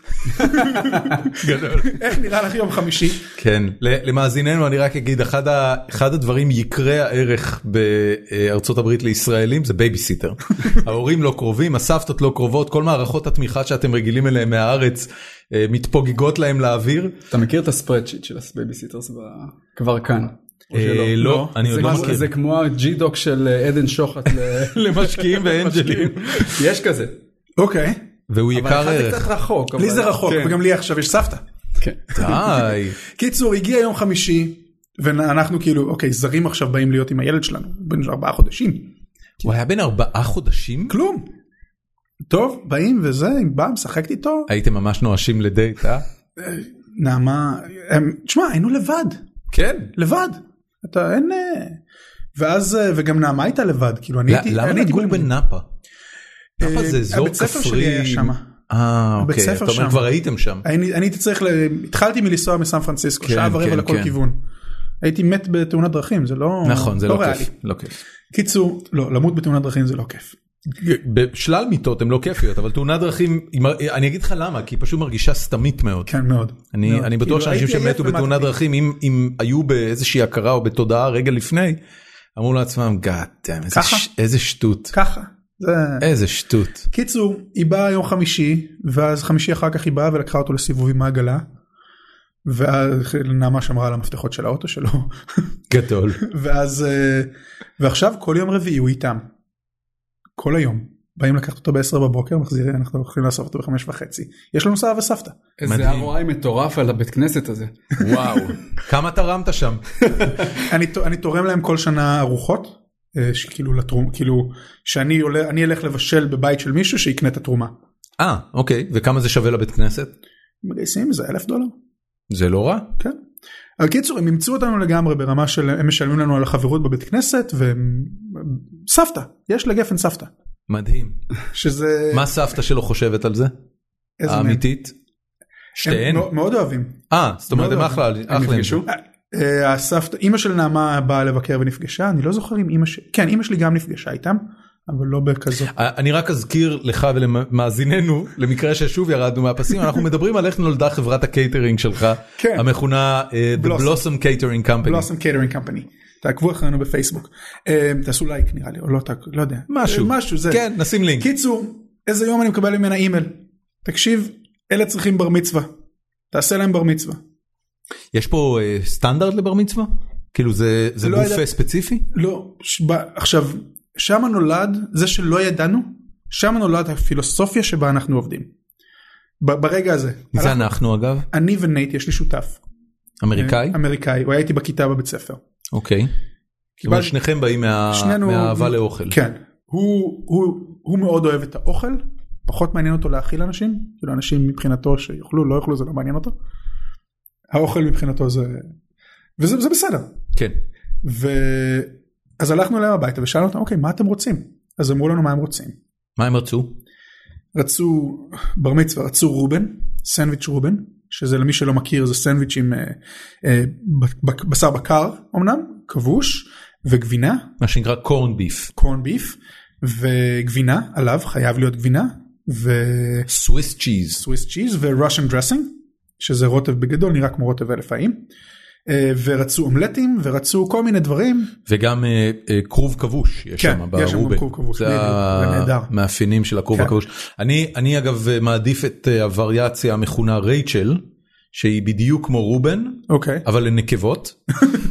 גדול. איך נראה לך יום חמישי? כן, למאזיננו אני רק אגיד, אחד הדברים יקרי הערך בארצות הברית לישראלים זה בייביסיטר. ההורים לא קרובים, הסבתות לא קרובות, כל מערכות התמיכה שאתם רגילים אליהם מהארץ מתפוגגות להם לאוויר. אתה מכיר את הספרדשיט של הבייביסיטרס כבר כאן? לא, אני עוד לא מכיר. זה כמו הג'י-דוק של עדן שוחט למשקיעים ואנג'לים. יש כזה. אוקיי. והוא יקר ערך. זה קצת רחוק. לי זה רחוק, וגם לי עכשיו יש סבתא. די. קיצור, הגיע יום חמישי, ואנחנו כאילו, אוקיי, זרים עכשיו באים להיות עם הילד שלנו, בן 4 חודשים. הוא היה בן 4 חודשים? כלום. טוב, באים וזה, אם בא, משחקת איתו. הייתם ממש נואשים לדייט, נעמה, תשמע, היינו לבד. כן. לבד. אתה אין... ואז, וגם נעמה הייתה לבד, כאילו אני הייתי... למה לגור בנאפה? נאפה זה אזור כפרי... הבית ספר שלי היה שם. אוקיי, אתה אומר כבר הייתם שם. אני הייתי צריך, התחלתי מלנסוע מסן פרנסיסקו, 1.25 שעה לכל כיוון. הייתי מת בתאונת דרכים, זה לא... נכון, זה לא כיף. לא כיף. קיצור, לא, למות בתאונת דרכים זה לא כיף. בשלל מיטות הן לא כיפיות, אבל תאונת דרכים, אני אגיד לך למה, כי היא פשוט מרגישה סתמית מאוד. כן, מאוד. אני בטוח שאנשים שמתו בתאונת דרכים, אם היו באיזושהי הכרה או בתודעה רגע לפני, אמרו לעצמם, God damn, איזה שטות. ככה. איזה שטות. קיצור, היא באה יום חמישי, ואז חמישי אחר כך היא באה ולקחה אותו לסיבובים מהעגלה, ונעמה שמרה על המפתחות של האוטו שלו. גדול. ועכשיו כל יום רביעי הוא איתם. כל היום. באים לקחת אותו ב-10 בבוקר, מחזירים, אנחנו יכולים לאסוף אותו ב-5:30. יש לנו סבא וסבתא. איזה הרואי מטורף על הבית כנסת הזה. וואו. כמה תרמת שם? אני תורם להם כל שנה ארוחות, כאילו שאני אלך לבשל בבית של מישהו שיקנה את התרומה. אוקיי. וכמה זה שווה לבית כנסת? מגייסים, זה $1,000. זה לא רע? כן. על קיצור, הם ימצאו אותנו לגמרי ברמה של, הם משלמים לנו על החברות בבית כנסת, וסבתא, יש לגפן סבתא. מדהים. שזה... מה סבתא שלו חושבת על זה? האמיתית? שתיהן? הם מאוד אוהבים. זאת אומרת, הם אחלה. הם נפגשו? הסבתא, אמא של נעמה באה לבקר ונפגשה, אני לא זוכר אם אמא שלי גם נפגשה איתם, אבל לא בכזו. אני רק אזכיר לך ולמאזיננו, למקרה ששוב ירדנו מהפסים, אנחנו מדברים על איך נולדה חברת הקייטרינג שלך, המכונה The Blossom Catering Company. Blossom Catering Company. תעקבו אחרינו בפייסבוק. תעשו לייק נראה לי, או לא יודע. משהו, זה. כן, נשים לינק. קיצור, איזה יום אני מקבל ממנה אימייל. תקשיב, אלה צריכים בר מצווה. תעשה להם בר מצווה. יש פה סטנדרט לבר מצווה? כאילו זה בופה ספציפי? לא, עכשיו, שם נולד, זה שלא ידענו, שם נולד הפילוסופיה שבה אנחנו עובדים. ברגע הזה. זה אנחנו אגב? אני ונייט, יש לי שותף. אמריקאי? אמריקאי, הוא היה איתי בכיתה בבית ספר. אוקיי. אבל שניכם באים מהאהבה לאוכל. כן. הוא מאוד אוהב את האוכל, פחות מעניין אותו להאכיל אנשים, כאילו אנשים מבחינתו שיוכלו, לא יוכלו, זה לא מעניין אותו. האוכל מבחינתו זה, וזה בסדר. כן. אז הלכנו אליהם הביתה ושאלנו אותם, אוקיי, מה אתם רוצים? אז אמרו לנו מה הם רוצים. מה הם רצו? רצו בר מצווה, רצו רובן, סנדוויץ' רובן, שזה למי שלא מכיר, זה סנדוויץ' עם בשר בקר, אמנם, כבוש, וגבינה. מה שנקרא קורן ביף. קורן ביף, וגבינה, עליו חייב להיות גבינה, סוויס צ'יז. סוויס צ'יז וראשן דרסינג, שזה רוטב בגדול, נראה כמו רוטב אלף חיים. ורצו אומלטים, ורצו כל מיני דברים. וגם קרוב כבוש יש שם ברובה. יש שם קרוב כבוש, זה המאפיינים של הקרוב הכבוש. אני אגב מעדיף את הווריאציה המכונה רייצ'ל, שהיא בדיוק כמו רובן, אבל לנקבות,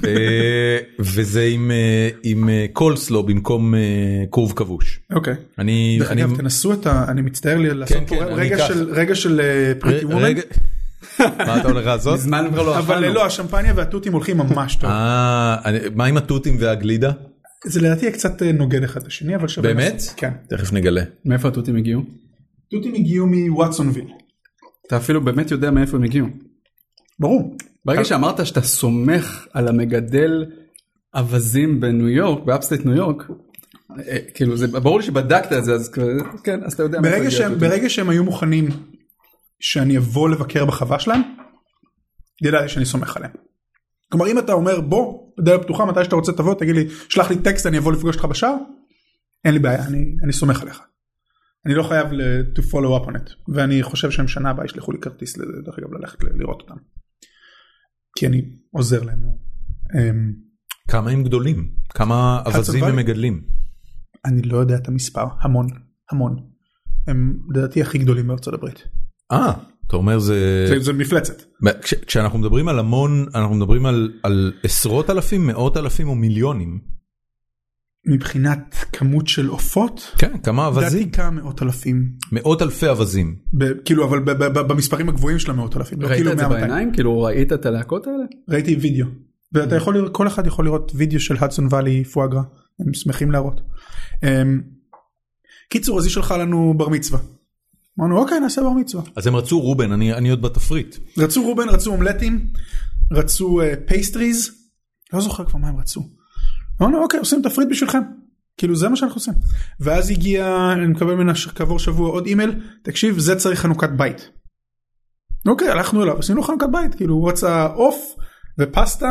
וזה עם קולסלו במקום קרוב כבוש. אוקיי. דרך אגב, תנסו אני מצטער לי לעשות פה רגע של פריטי וומן. מה אתה הולך לעשות? אבל לא, השמפניה והטוטים הולכים ממש טוב. מה עם הטוטים והגלידה? זה לדעתי קצת נוגד אחד לשני, אבל שווה. באמת? כן. תכף נגלה. מאיפה הטוטים הגיעו? טוטים הגיעו מוואטסונוויל. אתה אפילו באמת יודע מאיפה הם הגיעו. ברור. ברגע שאמרת שאתה סומך על המגדל אבזים בניו יורק, באפסטייט ניו יורק, כאילו זה ברור לי שבדקת את זה, אז כן, אז אתה יודע. ברגע שהם היו מוכנים שאני אבוא לבקר בחווה שלהם, ידעתי שאני סומך עליהם. כלומר, אם אתה אומר, בוא, בדלת פתוחה, מתי שאתה רוצה תבוא, תגיד לי, שלח לי טקסט, אני אבוא לפגוש אותך בשער, אין לי בעיה, אני סומך עליך. אני לא חייב to follow up on it, ואני חושב שהם שנה הבאה ישלחו לי כרטיס, דרך אגב, ללכת לראות אותם. כי אני עוזר להם מאוד. כמה הם גדולים? כמה אבזים הם מגדלים? אני לא יודע את המספר, המון, המון. הם לדעתי הכי גדולים בארצות הברית. אתה אומר זה מפלצת. כשאנחנו מדברים על המון, אנחנו מדברים על עשרות אלפים, מאות אלפים או מיליונים. מבחינת כמות של עופות? כן, כמה אבזים? דעתי כמה מאות אלפים. מאות אלפי אבזים. כאילו, אבל במספרים הגבוהים של המאות אלפים. ראית את זה בעיניים? כאילו, ראית את הלהקות האלה? ראיתי וידאו. ואתה יכול לראות, כל אחד יכול לראות וידאו של הדסון ואלי פואגרה. הם שמחים להראות. קיצור, אז היא שלחה לנו בר מצווה. אמרנו, אוקיי, נעשה בר מצווה. אז הם רצו רובן, אני עוד בתפריט. רצו רובן, רצו אומלטים, רצו פייסטריז, לא זוכר כבר מה הם רצו. אמרנו, אוקיי, עושים תפריט בשבילכם. כאילו, זה מה שאנחנו עושים. ואז הגיע, אני מקבל ממנה כעבור שבוע עוד אימייל, תקשיב, זה צריך חנוכת בית. אוקיי, הלכנו אליו, עשינו חנוכת בית, כאילו, הוא רצה עוף ופסטה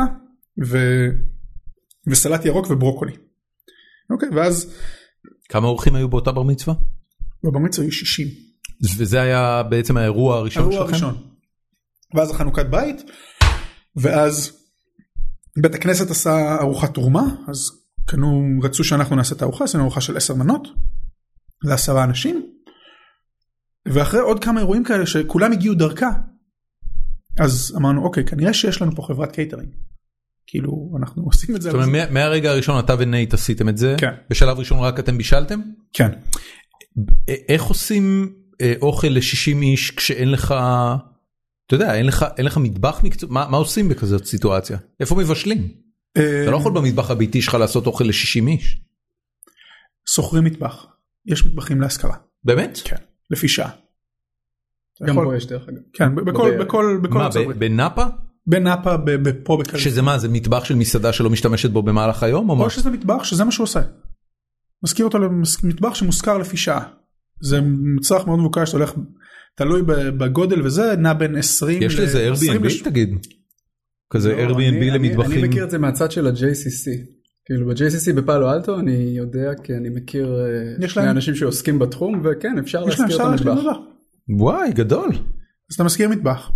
וסלט ירוק וברוקולי. אוקיי, ואז... כמה אורחים היו באותה בר מצווה? בבר מצווה היו 60. וזה היה בעצם האירוע הראשון שלכם? האירוע הראשון. ואז החנוכת בית, ואז בית הכנסת עשה ארוחת תרומה, אז רצו שאנחנו נעשה את הארוחה, עשינו ארוחה של 10 מנות, ל10 אנשים, ואחרי עוד כמה אירועים כאלה שכולם הגיעו דרכה, אז אמרנו, אוקיי, כנראה שיש לנו פה חברת קייטרינג. כאילו, אנחנו עושים את זה. זאת אומרת, מהרגע הראשון אתה ונייט עשיתם את זה? כן. בשלב ראשון רק אתם בישלתם? כן. איך עושים אוכל ל-60 איש כשאין לך, אתה יודע, אין לך מטבח מקצוע? מה עושים בכזאת סיטואציה? איפה מבשלים? אתה לא יכול במטבח הביתי שלך לעשות אוכל ל-60 איש. סוחרים מטבח. יש מטבחים להשכרה. באמת? כן, לפי שעה. גם פה יש דרך אגב. כן, בכל מה, בנאפה? בנאפה, פה בקליפורניה. שזה מה, זה מטבח של מסעדה שלא משתמשת בו במהלך היום? או שזה מטבח שזה מה שהוא עושה. מזכיר אותו למטבח שמושכר לפי שעה. זה מצרך מאוד מבוקש, שאתה הולך, תלוי בגודל וזה, נע בין 20 יש לזה Airbnb תגיד? כזה Airbnb למטבחים? אני מכיר את זה מהצד של ה-JCC. כאילו ב-JCC בפאלו אלטו אני יודע כי אני מכיר שני אנשים שעוסקים בתחום, וכן, אפשר להזכיר את המטבח. וואי, גדול. אז אתה מזכיר מטבח,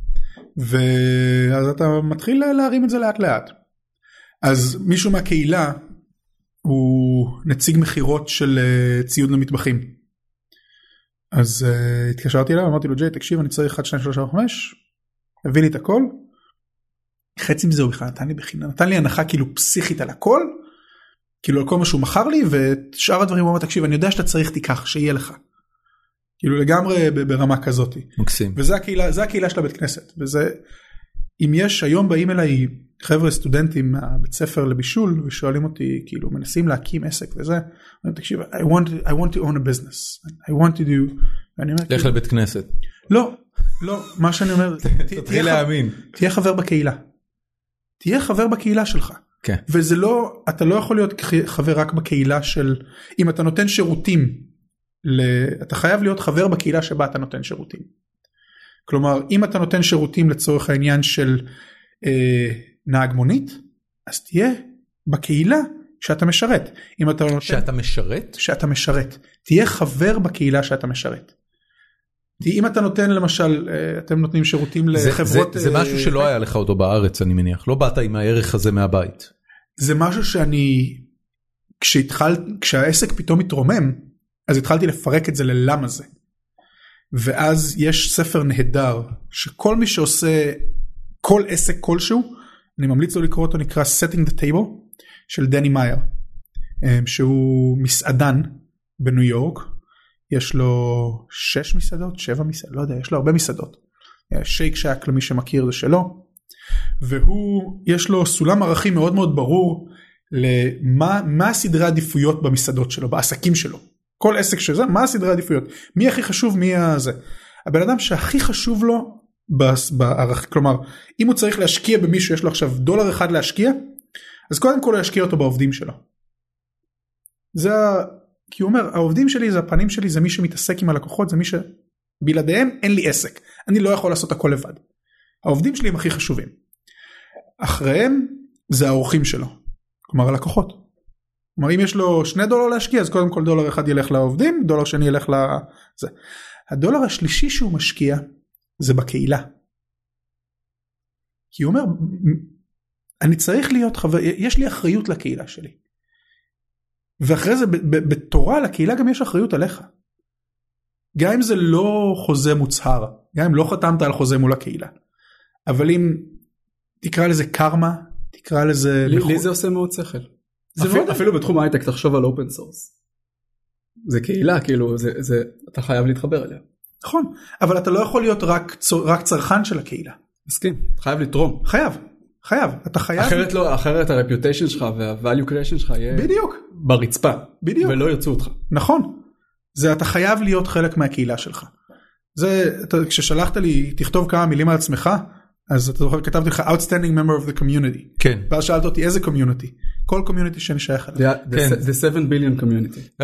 ואז אתה מתחיל להרים את זה לאט לאט. אז מישהו מהקהילה הוא נציג מחירות של ציוד למטבחים. אז התקשרתי אליו, אמרתי לו, ג'יי, תקשיב, אני צריך 1, 2, 3, 4, 5, הביא לי את הכל. חצי מזה הוא בכלל נתן לי בחינם, נתן לי הנחה כאילו פסיכית על הכל, כאילו על כל מה שהוא מכר לי, ושאר הדברים הוא אומר, תקשיב, אני יודע שאתה צריך תיקח, שיהיה לך. כאילו לגמרי ברמה כזאת. מקסים. וזה הקהילה של הבית כנסת. וזה, אם יש, היום באים אליי חבר'ה סטודנטים מהבית ספר לבישול, ושואלים אותי, כאילו, מנסים להקים עסק וזה, אני תקשיב, I want to own a business. I want to do, ואני אומר, לך לבית כנסת. לא, מה שאני אומר, תתחיל להאמין. תהיה חבר בקהילה. תהיה חבר בקהילה שלך. כן. וזה לא, אתה לא יכול להיות חבר רק בקהילה של, אם אתה נותן שירותים, אתה חייב להיות חבר בקהילה שבה אתה נותן שירותים. כלומר, אם אתה נותן שירותים לצורך העניין של נהג מונית, אז תהיה בקהילה שאתה משרת. אם אתה נותן, שאתה משרת? שאתה משרת. תהיה חבר בקהילה שאתה משרת. אם אתה נותן למשל, אתם נותנים שירותים לחברות... זה משהו שלא היה לך אותו בארץ, אני מניח. לא באת עם הערך הזה מהבית. זה משהו שאני, כשהעסק פתאום מתרומם, אז התחלתי לפרק את זה ללמה זה. ואז יש ספר נהדר, שכל מי שעושה כל עסק כלשהו, אני ממליץ לו לקרוא אותו, נקרא Setting the Table, של דני מאייר, שהוא מסעדן בניו יורק, יש לו 6 מסעדות, 7 מסעדות, לא יודע, יש לו הרבה מסעדות. שייק שק למי שמכיר זה שלו, והוא, יש לו סולם ערכים מאוד מאוד ברור, למה הסדרי העדיפויות במסעדות שלו, בעסקים שלו. כל עסק שזה, מה הסדרי העדיפויות? מי הכי חשוב, מי הזה? הבן אדם שהכי חשוב לו, כלומר, אם הוא צריך להשקיע במישהו, יש לו עכשיו $1 להשקיע, אז קודם כל הוא ישקיע אותו בעובדים שלו. כי הוא אומר, העובדים שלי זה הפנים שלי, זה מי שמתעסק עם הלקוחות, זה מי שבלעדיהם אין לי עסק. אני לא יכול לעשות הכל לבד. העובדים שלי הם הכי חשובים. אחריהם זה האורחים שלו. כלומר, הלקוחות. כלומר, אם יש לו $2 להשקיע, אז קודם כל $1 ילך לעובדים, $2 ילך לזה. $1 השלישי שהוא משקיע, זה בקהילה. כי הוא אומר, אני צריך להיות חבר, יש לי אחריות לקהילה שלי. ואחרי זה, בתורה לקהילה גם יש אחריות עליך. גם אם זה לא חוזה מוצהר, גם אם לא חתמת על חוזה מול הקהילה. אבל אם תקרא לזה קרמה, תקרא לזה... לי זה עושה מאוד שכל. אפילו בתחום ההייטק תחשוב על אופן סורס. זה קהילה, כאילו, אתה חייב להתחבר אליה. נכון, אבל אתה לא יכול להיות רק צרכן של הקהילה. מסכים, חייב לתרום. חייב, אתה חייב. אחרת הרפיוטיישן שלך והvalue creation שלך יהיה בדיוק. ברצפה. בדיוק. ולא ירצו אותך. נכון. אתה חייב להיות חלק מהקהילה שלך. כששלחת לי, תכתוב כמה מילים על עצמך, אז אתה זוכר, כתבתי לך outstanding member of the community. כן. ואז שאלת אותי איזה community? כל community שאני שייך אליו. The 7 billion community.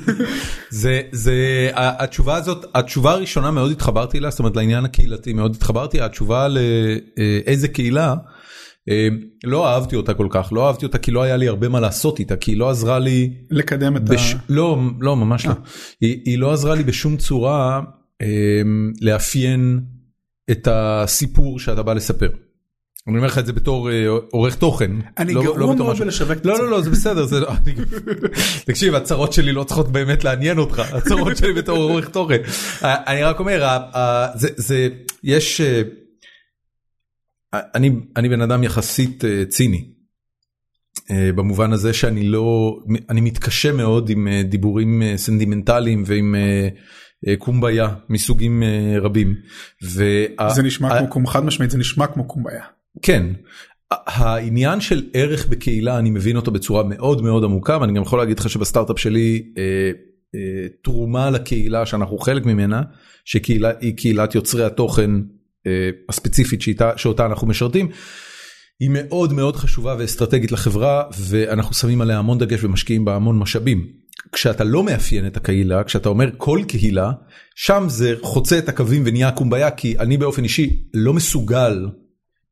התשובה הזאת, התשובה הראשונה מאוד התחברתי לה, זאת אומרת לעניין הקהילתי מאוד התחברתי, התשובה לאיזה קהילה, לא אהבתי אותה כל כך, לא אהבתי אותה כי לא היה לי הרבה מה לעשות איתה, כי היא לא עזרה לי... לקדם את לא, ממש לא. היא לא עזרה לי בשום צורה לאפיין את הסיפור שאתה בא לספר. אני אומר לך את זה בתור עורך תוכן. אני גרוע מאוד בלשווק. לא, זה בסדר. תקשיב, הצרות שלי לא צריכות באמת לעניין אותך. הצרות שלי בתור עורך תוכן. אני רק אומר, יש... אני בן אדם יחסית ציני. במובן הזה שאני לא... אני מתקשה מאוד עם דיבורים סנטימנטליים ועם... קומביה מסוגים רבים. זה נשמע כמו חד משמעית, זה נשמע כמו קומביה. כן, העניין של ערך בקהילה אני מבין אותו בצורה מאוד מאוד עמוקה, ואני גם יכול להגיד לך שבסטארט-אפ שלי תרומה לקהילה שאנחנו חלק ממנה, שהיא קהילת יוצרי התוכן הספציפית שאותה אנחנו משרתים, היא מאוד מאוד חשובה ואסטרטגית לחברה, ואנחנו שמים עליה המון דגש ומשקיעים בה המון משאבים. כשאתה לא מאפיין את הקהילה, כשאתה אומר כל קהילה, שם זה חוצה את הקווים ונהיה קומביה, כי אני באופן אישי לא מסוגל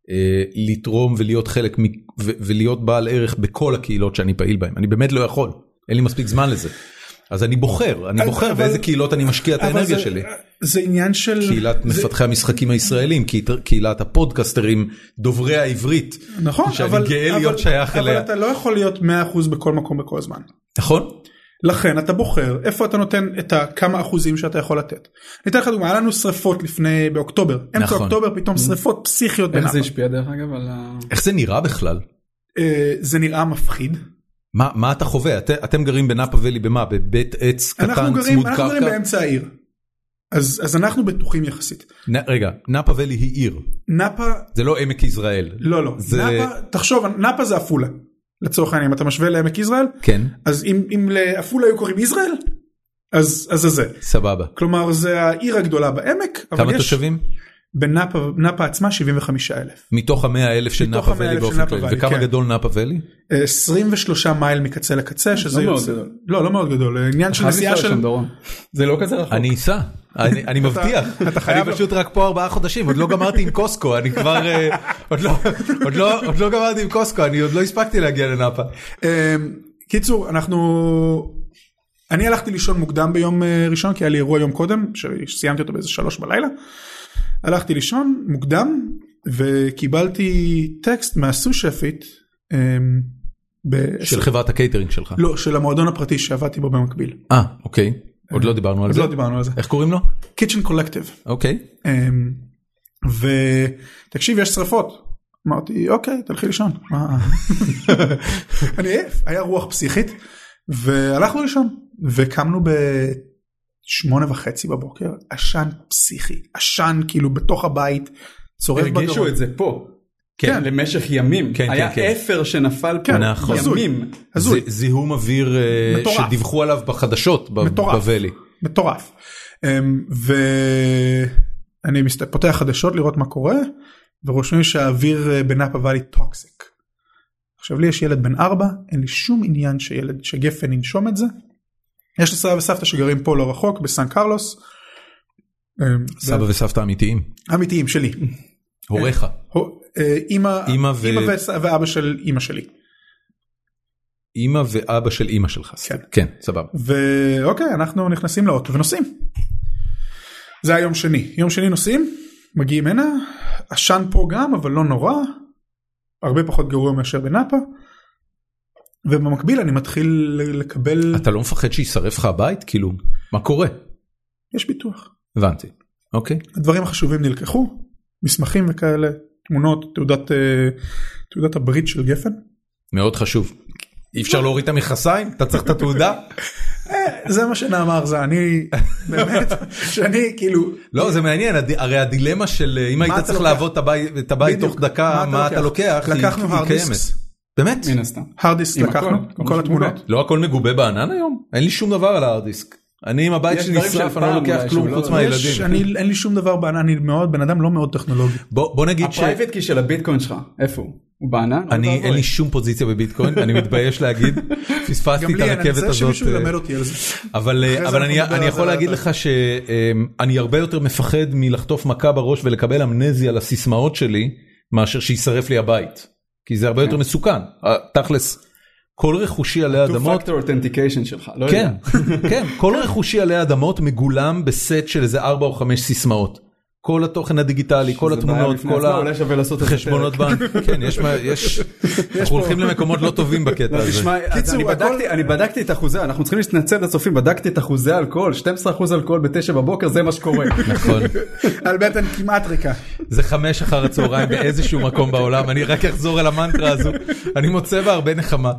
לתרום ולהיות חלק ולהיות בעל ערך בכל הקהילות שאני פעיל בהן. אני באמת לא יכול, אין לי מספיק זמן לזה. אז אני בוחר באיזה קהילות אני משקיע את האנרגיה שלי. זה עניין של... קהילת מפתחי המשחקים הישראלים, קהילת הפודקאסטרים, דוברי העברית. נכון, שאני גאה להיות שייך אליה. אבל אתה לא יכול להיות 100% בכל מקום בכל זמן. נכון. לכן אתה בוחר איפה אתה נותן את כמה אחוזים שאתה יכול לתת. ניתן לך דוגמה, היה לנו שריפות באוקטובר. אמצע אוקטובר פתאום שריפות פסיכיות בנאפה. איך זה השפיע דרך אגב על ה... איך זה נראה בכלל? זה נראה מפחיד. מה אתה חווה? אתם גרים בנאפה ואלי במה? בבית עץ קטן צמוד קרקע? אנחנו גרים באמצע העיר. אז אנחנו בטוחים יחסית. רגע, נאפה ואלי היא עיר. נאפה... זה לא עמק יזרעאל. לא. תחשוב, נאפה זה אפולה. לצורך העניין, אם אתה משווה לעמק יזרעאל, כן. אז אם לאפולה היו קוראים יזרעאל, אז זה. סבבה. כלומר, זה העיר הגדולה בעמק. כמה תושבים? בנאפה עצמה 75,000. מתוך 100,000 של נאפה ואלי באופן כללי. וכמה גדול נאפה ואלי? 23 מייל מקצה לקצה, שזה יוצא. לא מאוד גדול. עניין של נסיעה של... זה לא כזה רחוק. אני אסע. אני מבטיח. אני פשוט רק פה 4 חודשים, עוד לא גמרתי עם קוסקו, אני כבר... עוד לא גמרתי עם קוסקו, אני עוד לא הספקתי להגיע לנאפה. קיצור, אני הלכתי לישון מוקדם ביום ראשון, כי היה לי אירוע יום קודם, שסיימתי אותו באיזה 3 בלילה. הלכתי לישון מוקדם, וקיבלתי טקסט מהסו-שפית. של חברת הקייטרינג שלך? לא, של המועדון הפרטי שעבדתי בו במקביל. אוקיי. עוד לא דיברנו על זה? לא דיברנו על זה. איך קוראים לו? Kitchen Collective. אוקיי. ותקשיב, יש שריפות. אמרתי, אוקיי, תלכי לישון. אני עייף, היה רוח פסיכית, והלכנו לישון, וקמנו ב8:30 בבוקר, עשן פסיכי, עשן כאילו בתוך הבית, צורף בגרון. הרגישו את זה פה. כן, למשך ימים. היה אפר שנפל פה ימים. זיהום אוויר שדיווחו עליו בחדשות בבלי. מטורף. ואני פותח חדשות לראות מה קורה, ורושמים שהאוויר בנאפה ואלי טוקסיק. עכשיו לי יש ילד בן 4, אין לי שום עניין שגפן ינשום את זה. יש לי סבא וסבתא שגרים פה לא רחוק, בסן קרלוס. סבא וסבתא אמיתיים? אמיתיים, שלי. הוריך? אמא ואבא של אמא שלי. אמא ואבא של אמא שלך. כן, סבבה. ואוקיי, אנחנו נכנסים לאוטו ונוסעים. זה היה יום שני. יום שני נוסעים, מגיעים הנה, עשן פה גם, אבל לא נורא. הרבה פחות גרוע מאשר בנאפה. ובמקביל אני מתחיל לקבל... אתה לא מפחד שישרף לך הבית? כאילו, מה קורה? יש ביטוח. הבנתי. אוקיי. הדברים החשובים נלקחו, מסמכים וכאלה, תמונות, תעודת הברית של גפן. מאוד חשוב. אי אפשר להוריד את המכסיים? אתה צריך את התעודה? זה מה שנאמר, זה אני, באמת, שאני כאילו... לא, זה מעניין, הרי הדילמה של אם היית צריך לעבוד את הבית תוך דקה, מה אתה לוקח, לקחנו הרד דיסק. באמת? מן הסתם. הרד דיסק לקחנו, כל התמונות. לא הכל מגובה בענן היום? אין לי שום דבר על ההרד דיסק. אני עם הבית שלי נשרף, אני לא לוקח כלום חוץ מהילדים. אין לי שום דבר בענן, אני מאוד, בן אדם לא מאוד טכנולוגי. בוא נגיד הפרייבט קי של הביטקוין שלך, איפה הוא? הוא בענן? אין לי שום פוזיציה בביטקוין, אני מתבייש להגיד, פספסתי את הרכבת הזאת. גם לי, אני רוצה שמישהו ילמד אותי על זה. אבל אני יכול להגיד לך שאני הרבה יותר מפחד מלחטוף מכה בראש ולקבל אמנזיה לסיסמאות שלי, מאשר שישרף לי הבית. כי זה הרבה יותר מסוכן. תכלס, כל רכושי עלי אדמות... Two-factor authentication שלך, לא יודע. כן, כל רכושי עלי אדמות מגולם בסט של איזה 4 או 5 סיסמאות. כל התוכן הדיגיטלי, כל התמונות, כל החשבונות בנק. כן, אנחנו הולכים למקומות לא טובים בקטע הזה. אני בדקתי את אחוזי, אנחנו צריכים להתנצל לצופים, בדקתי את אחוזי אלכוהול, 12% אלכוהול ב9 בבוקר, זה מה שקורה. נכון. על בטן כמעט ריקה. זה 5 אחר הצהריים באיזשהו מקום בעולם, אני רק אחזור על המנטרה הזו, אני מוצא בה הרבה נחמה.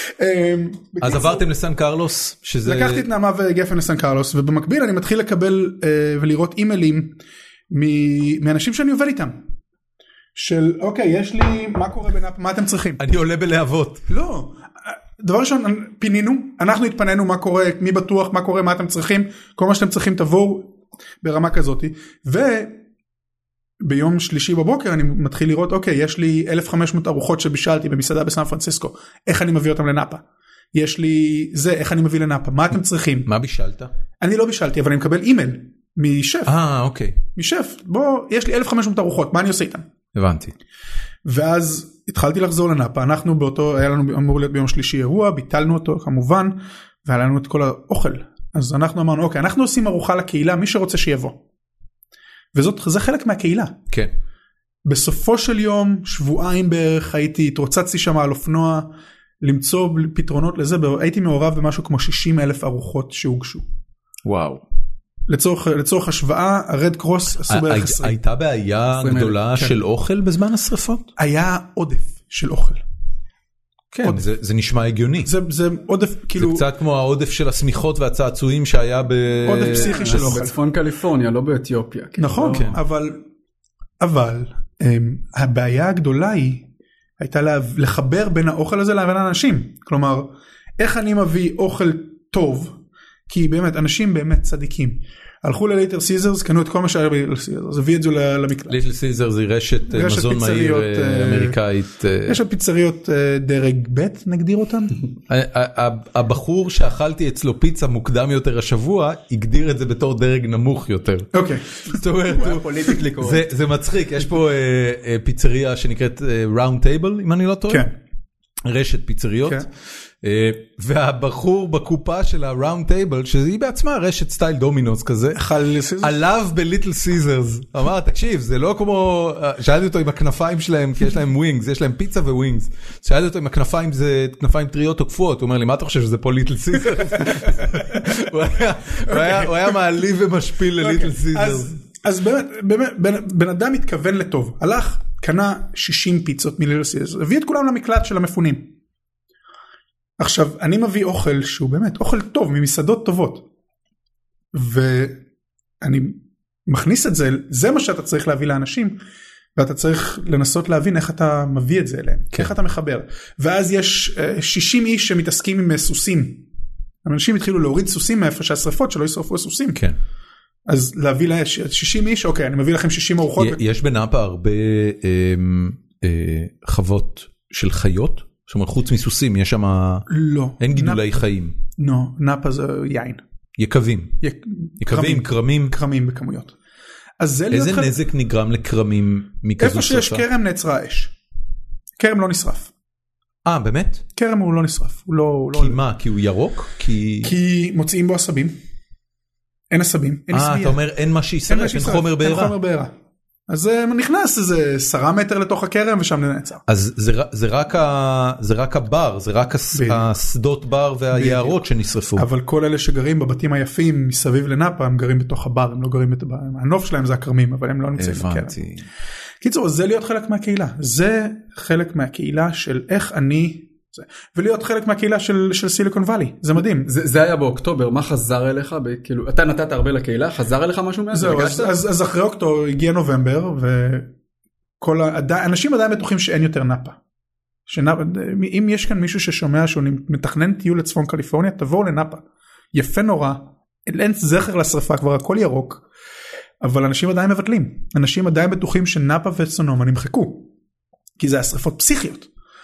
אז עברתם לסן קרלוס, שזה... לקחתי את נעמה וגפן לסן קרלוס, ובמקביל אני מתחיל לקבל ולראות אימיילים מאנשים שאני עובד איתם, של אוקיי, יש לי, מה קורה בנאפה, מה אתם צריכים? אני עולה בלהבות. לא, דבר ראשון, פינינו, אנחנו התפנינו מה קורה, מי בטוח, מה קורה, מה אתם צריכים, כל מה שאתם צריכים תבואו ברמה כזאת, וביום שלישי בבוקר אני מתחיל לראות, אוקיי, יש לי 1,500 ארוחות שבישלתי במסעדה בסן פרנסיסקו, איך אני מביא אותם לנאפה? יש לי זה, איך אני מביא לנאפה, מה אתם צריכים? מה בישלת? אני לא בישלתי, אבל אני מקבל אימייל. משף. אוקיי. משף. בוא, יש לי 1,500 ארוחות, מה אני עושה איתן? הבנתי. ואז התחלתי לחזור לנאפה, אנחנו באותו, היה לנו אמור להיות ביום שלישי אירוע, ביטלנו אותו כמובן, והיה לנו את כל האוכל. אז אנחנו אמרנו, אוקיי, אנחנו עושים ארוחה לקהילה, מי שרוצה שיבוא. וזה חלק מהקהילה. כן. בסופו של יום, שבועיים בערך, התרוצצתי שם על אופנוע, למצוא פתרונות לזה, הייתי מעורב במשהו כמו 60,000 ארוחות שהוגשו. וואו. לצורך השוואה, הרד קרוס עשו בערך 20. הייתה בעיה גדולה של אוכל בזמן השריפות? היה עודף של אוכל. כן, זה נשמע הגיוני. זה עודף, כאילו... זה קצת כמו העודף של הסמיכות והצעצועים שהיה עודף פסיכי של אוכל. בצפון קליפורניה, לא באתיופיה. נכון, אבל הבעיה הגדולה הייתה לחבר בין האוכל הזה לבין האנשים. כלומר, איך אני מביא אוכל טוב, כי באמת, אנשים באמת צדיקים. הלכו לליטל סיזרס, קנו את כל מה שהיה בליטל סיזרס, הביא את זה למקלט. ליטל סיזרס היא רשת מזון מהיר אמריקאית. יש פיצריות דרג ב' נגדיר אותן. הבחור שאכלתי אצלו פיצה מוקדם יותר השבוע, הגדיר את זה בתור דרג נמוך יותר. אוקיי. זה מצחיק, יש פה פיצריה שנקראת ראונד טייבל, אם אני לא טועה. כן. רשת פיצריות. כן. והבחור בקופה של הראונד טייבל, שהיא בעצמה רשת סטייל דומינוס כזה, עליו בליטל סיזרס. אמר, תקשיב, זה לא כמו, שאלתי אותו עם הכנפיים שלהם, כי יש להם ווינגס, יש להם פיצה וווינגס. שאלתי אותו עם הכנפיים, זה כנפיים טריות או קפואות. הוא אומר לי, מה אתה חושב שזה פה ליטל סיזרס? הוא היה מעליב ומשפיל לליטל סיזרס. אז באמת, בן אדם מתכוון לטוב. הלך, קנה 60 פיצות מליטל סיזרס, הביא את כולם למקלט של המפונים. עכשיו, אני מביא אוכל שהוא באמת אוכל טוב, ממסעדות טובות. ואני מכניס את זה, זה מה שאתה צריך להביא לאנשים, ואתה צריך לנסות להבין איך אתה מביא את זה אליהם, כן. איך אתה מחבר. ואז יש 60 איש שמתעסקים עם סוסים. אנשים התחילו להוריד סוסים מאיפה שהשרפות שלא ישרפו סוסים. כן. אז להביא לה 60 איש, אוקיי, אני מביא לכם 60 ארוחות. יש בנאפה הרבה חוות של חיות? זאת אומרת, חוץ מסוסים, יש שם... לא. אין גידולי חיים. לא, נאפה זה יין. יקבים. יקבים, קרמים. קרמים בכמויות. איזה נזק נגרם לקרמים מכזו שרפה? איפה שיש קרם נעצרה האש. קרם לא נשרף. באמת? קרם הוא לא נשרף. כי מה? כי הוא ירוק? כי מוציאים בו עשבים. אין עשבים. אתה אומר, אין מה שישרף, אין חומר בעירה. אין חומר בעירה. אז זה נכנס איזה 10 מטר לתוך הקרם ושם נעצר. אז זה רק הבר, זה רק השדות בר והיערות שנשרפו. אבל כל אלה שגרים בבתים היפים מסביב לנאפה, הם גרים בתוך הבר, הם לא גרים בבר. הנוף שלהם זה הקרמים, אבל הם לא נמצאים בקרם. קיצור, זה להיות חלק מהקהילה. זה חלק מהקהילה של איך אני... ולהיות חלק מהקהילה של סיליקון ואלי, זה מדהים. זה היה באוקטובר, מה חזר אליך? כאילו, אתה נתת הרבה לקהילה, חזר אליך משהו מאז? זהו, אז אחרי אוקטובר הגיע נובמבר, ואנשים עדיין בטוחים שאין יותר נאפה. אם יש כאן מישהו ששומע שהוא מתכנן טיול לצפון קליפורניה, תבואו לנאפה. יפה נורא, אין זכר לשרפה, כבר הכל ירוק, אבל אנשים עדיין מבטלים. אנשים עדיין בטוחים שנאפה וסונומה נמחקו, כי זה השרפות פסיכיות.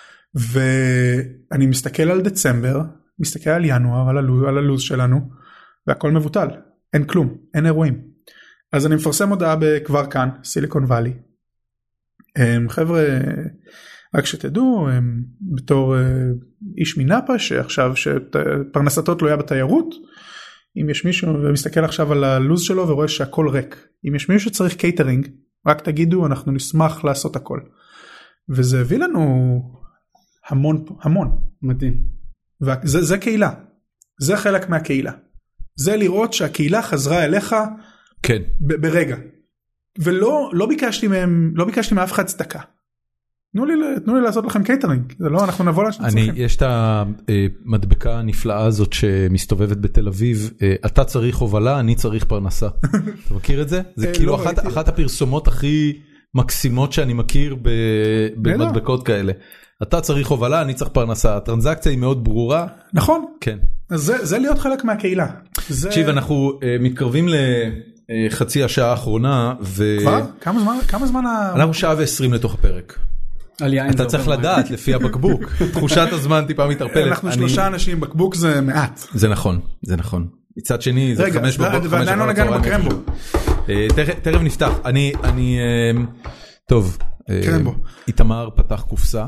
ואני מסתכל על דצמבר, מסתכל על ינואר, על הלוז שלנו, והכל מבוטל, אין כלום, אין אירועים. אז אני מפרסם הודעה כבר כאן, סיליקון ואלי. חבר'ה, רק שתדעו, בתור איש מנאפה, שעכשיו שפרנסתו תלויה בתיירות, אם יש מישהו, ומסתכל עכשיו על הלוז שלו, ורואה שהכל ריק. אם יש מישהו שצריך קייטרינג, רק תגידו, אנחנו נשמח לעשות הכל. וזה הביא לנו... המון. מדהים. זה קהילה. זה חלק מהקהילה. זה לראות שהקהילה חזרה אליך כן. ברגע. ולא ביקשתי מאף אחד צדקה. תנו לי לעשות לכם קייטרינג. זה לא, אנחנו נבוא לשנצלכם. יש את המדבקה הנפלאה הזאת שמסתובבת בתל אביב. אתה צריך הובלה, אני צריך פרנסה. אתה מכיר את זה? זה כאילו אחת הפרסומות הכי מקסימות שאני מכיר במדבקות כאלה. אתה צריך הובלה, אני צריך פרנסה. הטרנזקציה היא מאוד ברורה. נכון. כן. אז זה להיות חלק מהקהילה. תקשיב, אנחנו מתקרבים לחצי השעה האחרונה. כבר? כמה זמן? אנחנו שעה ו20 לתוך הפרק. אתה צריך לדעת לפי הבקבוק. תחושת הזמן טיפה מתערפלת. אנחנו 3 אנשים, בקבוק זה מעט. זה נכון, זה נכון. מצד שני, זה 5 בבוקר. ועדיין לא נגענו בקרמבו. תכף נפתח. טוב. איתמר פתח קופסה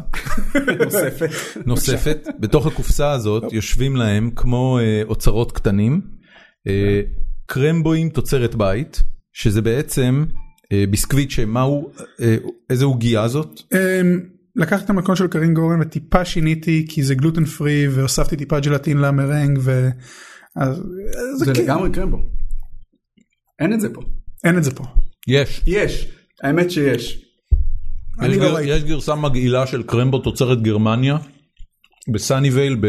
נוספת, בתוך הקופסה הזאת יושבים להם כמו אוצרות קטנים, קרמבואים תוצרת בית, שזה בעצם ביסקוויט שמהו, איזה עוגיה זאת? לקחתי את המתכון של קרין גורן וטיפה שיניתי כי זה גלוטן פרי והוספתי טיפה ג'לטין למרנג זה לגמרי קרמבו. אין את זה פה. אין את זה פה. יש. האמת שיש. יש גרסה מגעילה של קרמבו תוצרת גרמניה בסניבייל